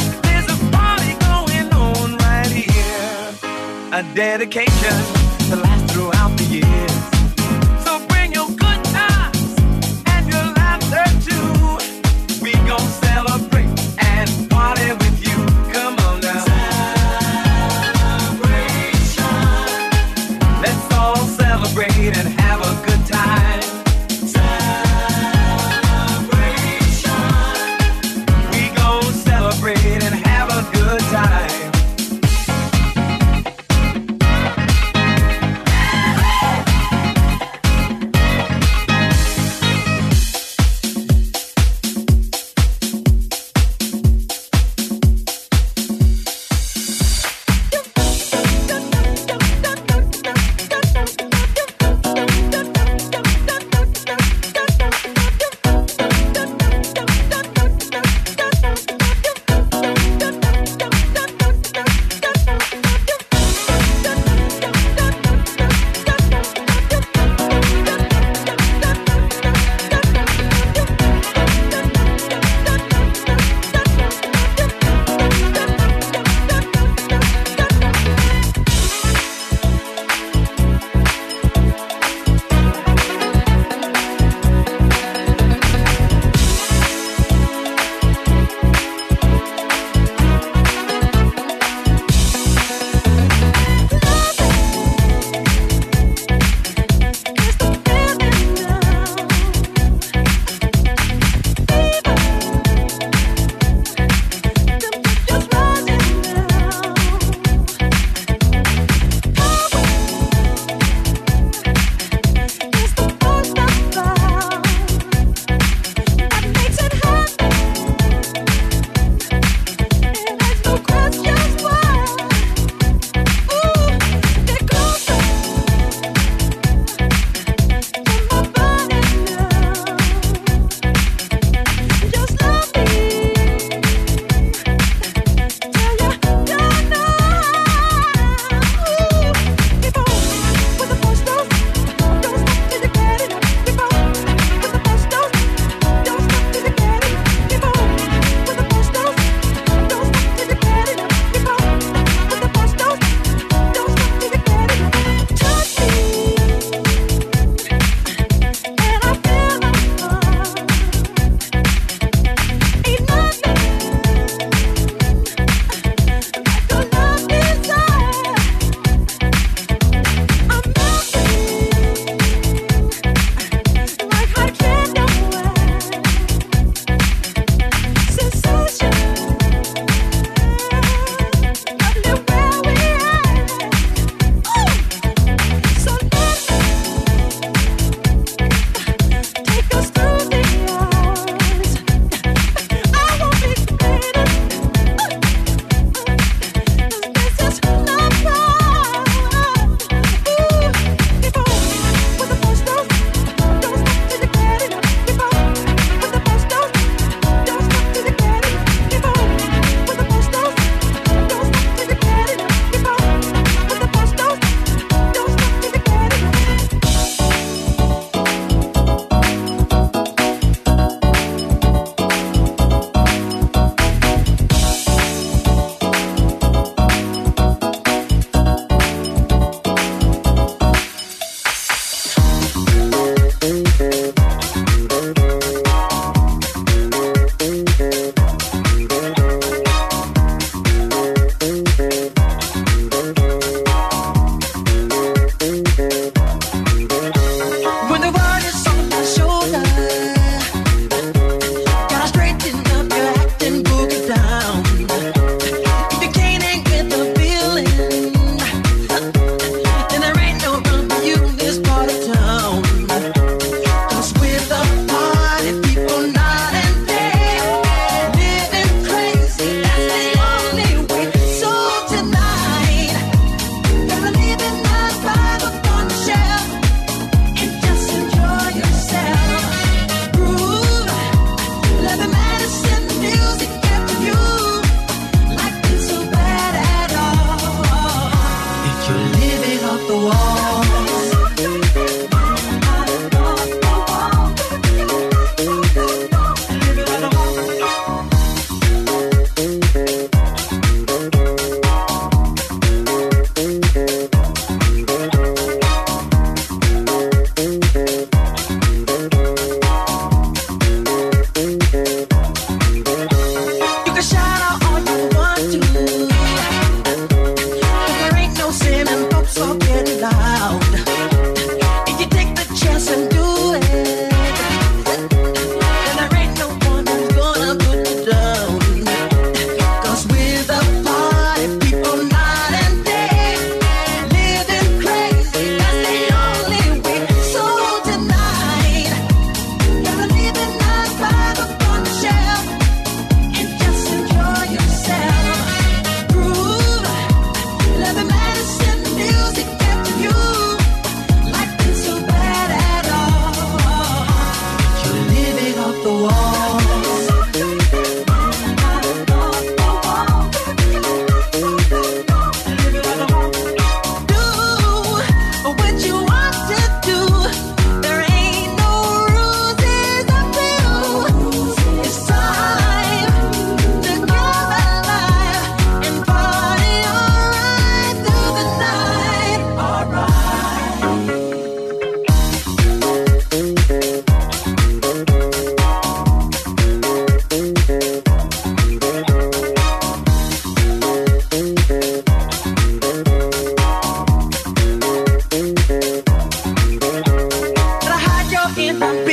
dedication to life. celebrate and have a good time. Celebration. We gon' celebrate and have a good time. Thank you.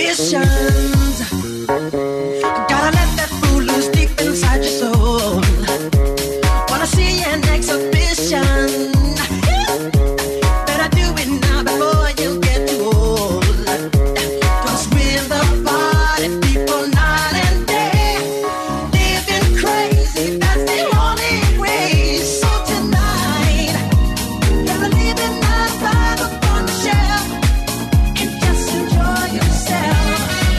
ambitions. Gotta let that fool loose deep inside your soul. Wanna see an exhibition. Better do it now before you get too old. 'Cause we're the party people night and day. Living crazy, that's the only way. So tonight, gotta leave it outside upon the shelf and just enjoy yourself.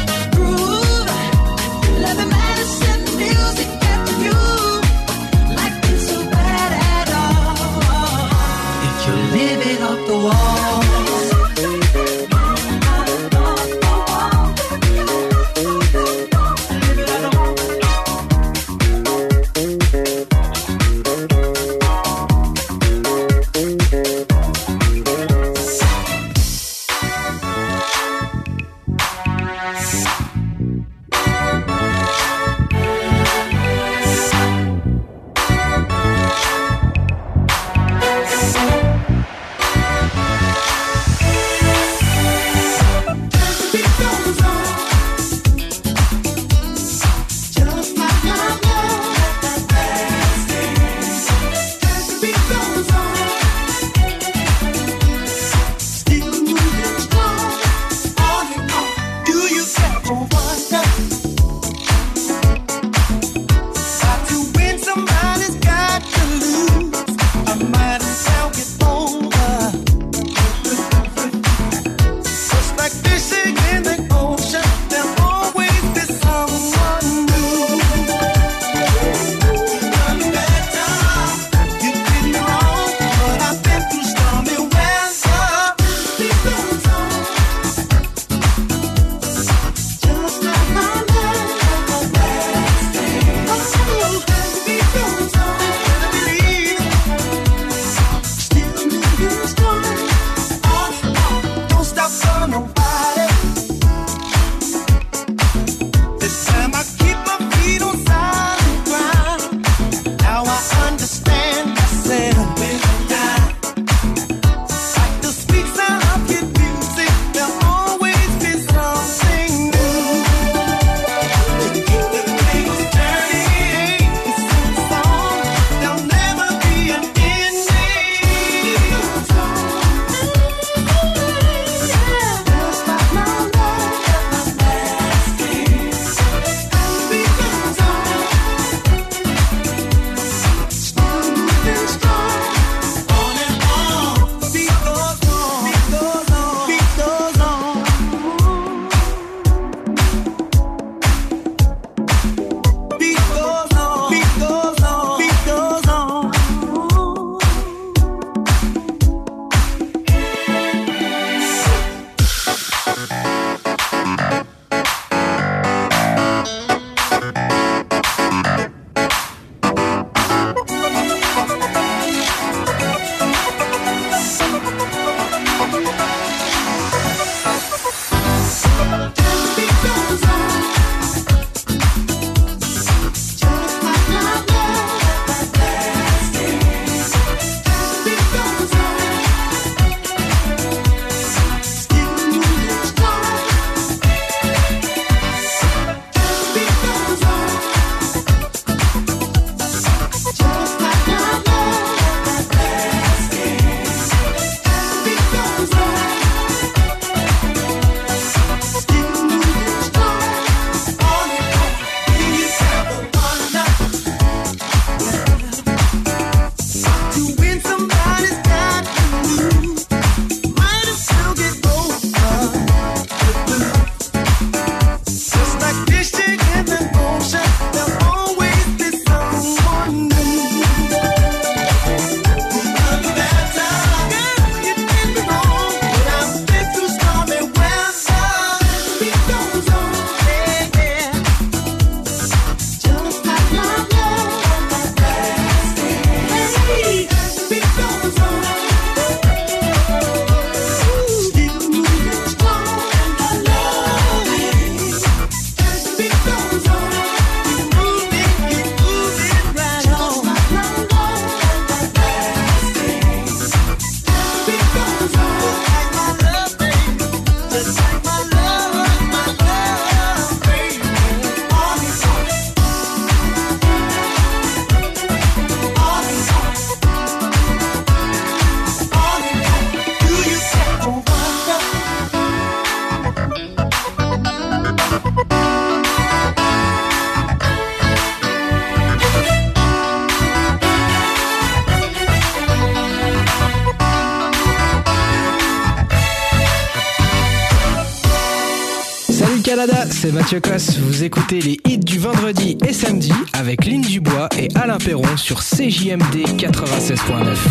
Balada, c'est Mathieu Cosse. Vous écoutez les hits du vendredi et samedi avec Lynn Dubois et Alain Perron sur C J M D quatre-vingt-seize point neuf.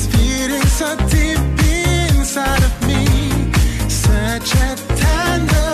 So deep inside of me, such a tender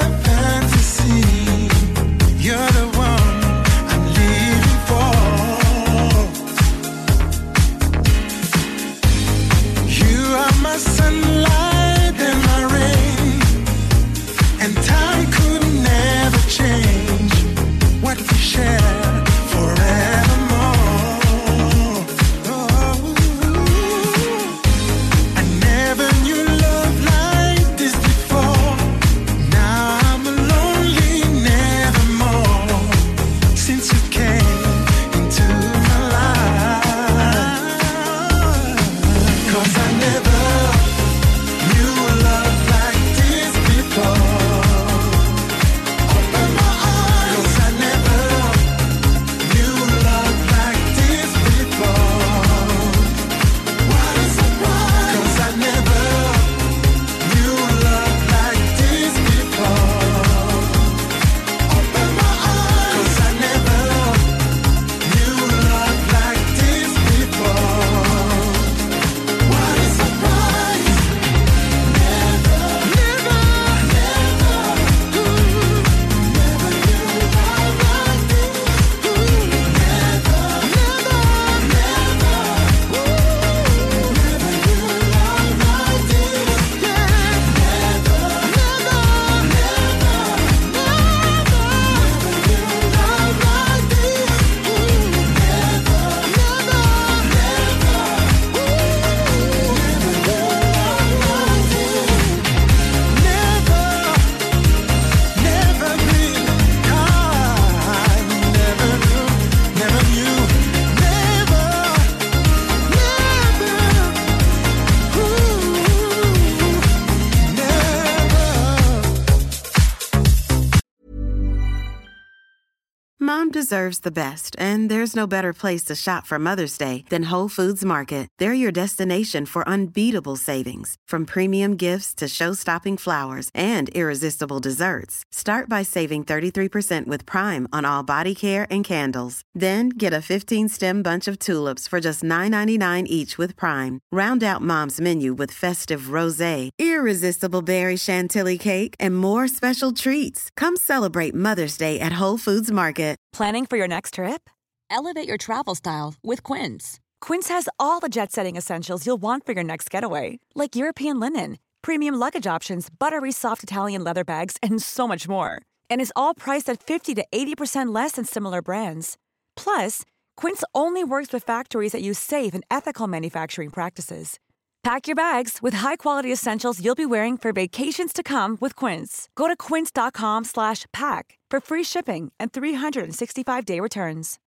Mom deserves the best, and there's no better place to shop for Mother's Day than Whole Foods Market. They're your destination for unbeatable savings, from premium gifts to show-stopping flowers and irresistible desserts. Start by saving thirty-three percent with Prime on all body care and candles. Then get a fifteen-stem bunch of tulips for just nine ninety-nine each with Prime. Round out Mom's menu with festive rosé, irresistible berry chantilly cake, and more special treats. Come celebrate Mother's Day at Whole Foods Market. Planning for your next trip? Elevate your travel style with Quince. Quince has all the jet-setting essentials you'll want for your next getaway, like European linen, premium luggage options, buttery soft Italian leather bags, and so much more. And is all priced at fifty to eighty percent less than similar brands. Plus, Quince only works with factories that use safe and ethical manufacturing practices. Pack your bags with high-quality essentials you'll be wearing for vacations to come with Quince. Go to quince.com slash pack for free shipping and three sixty-five day returns.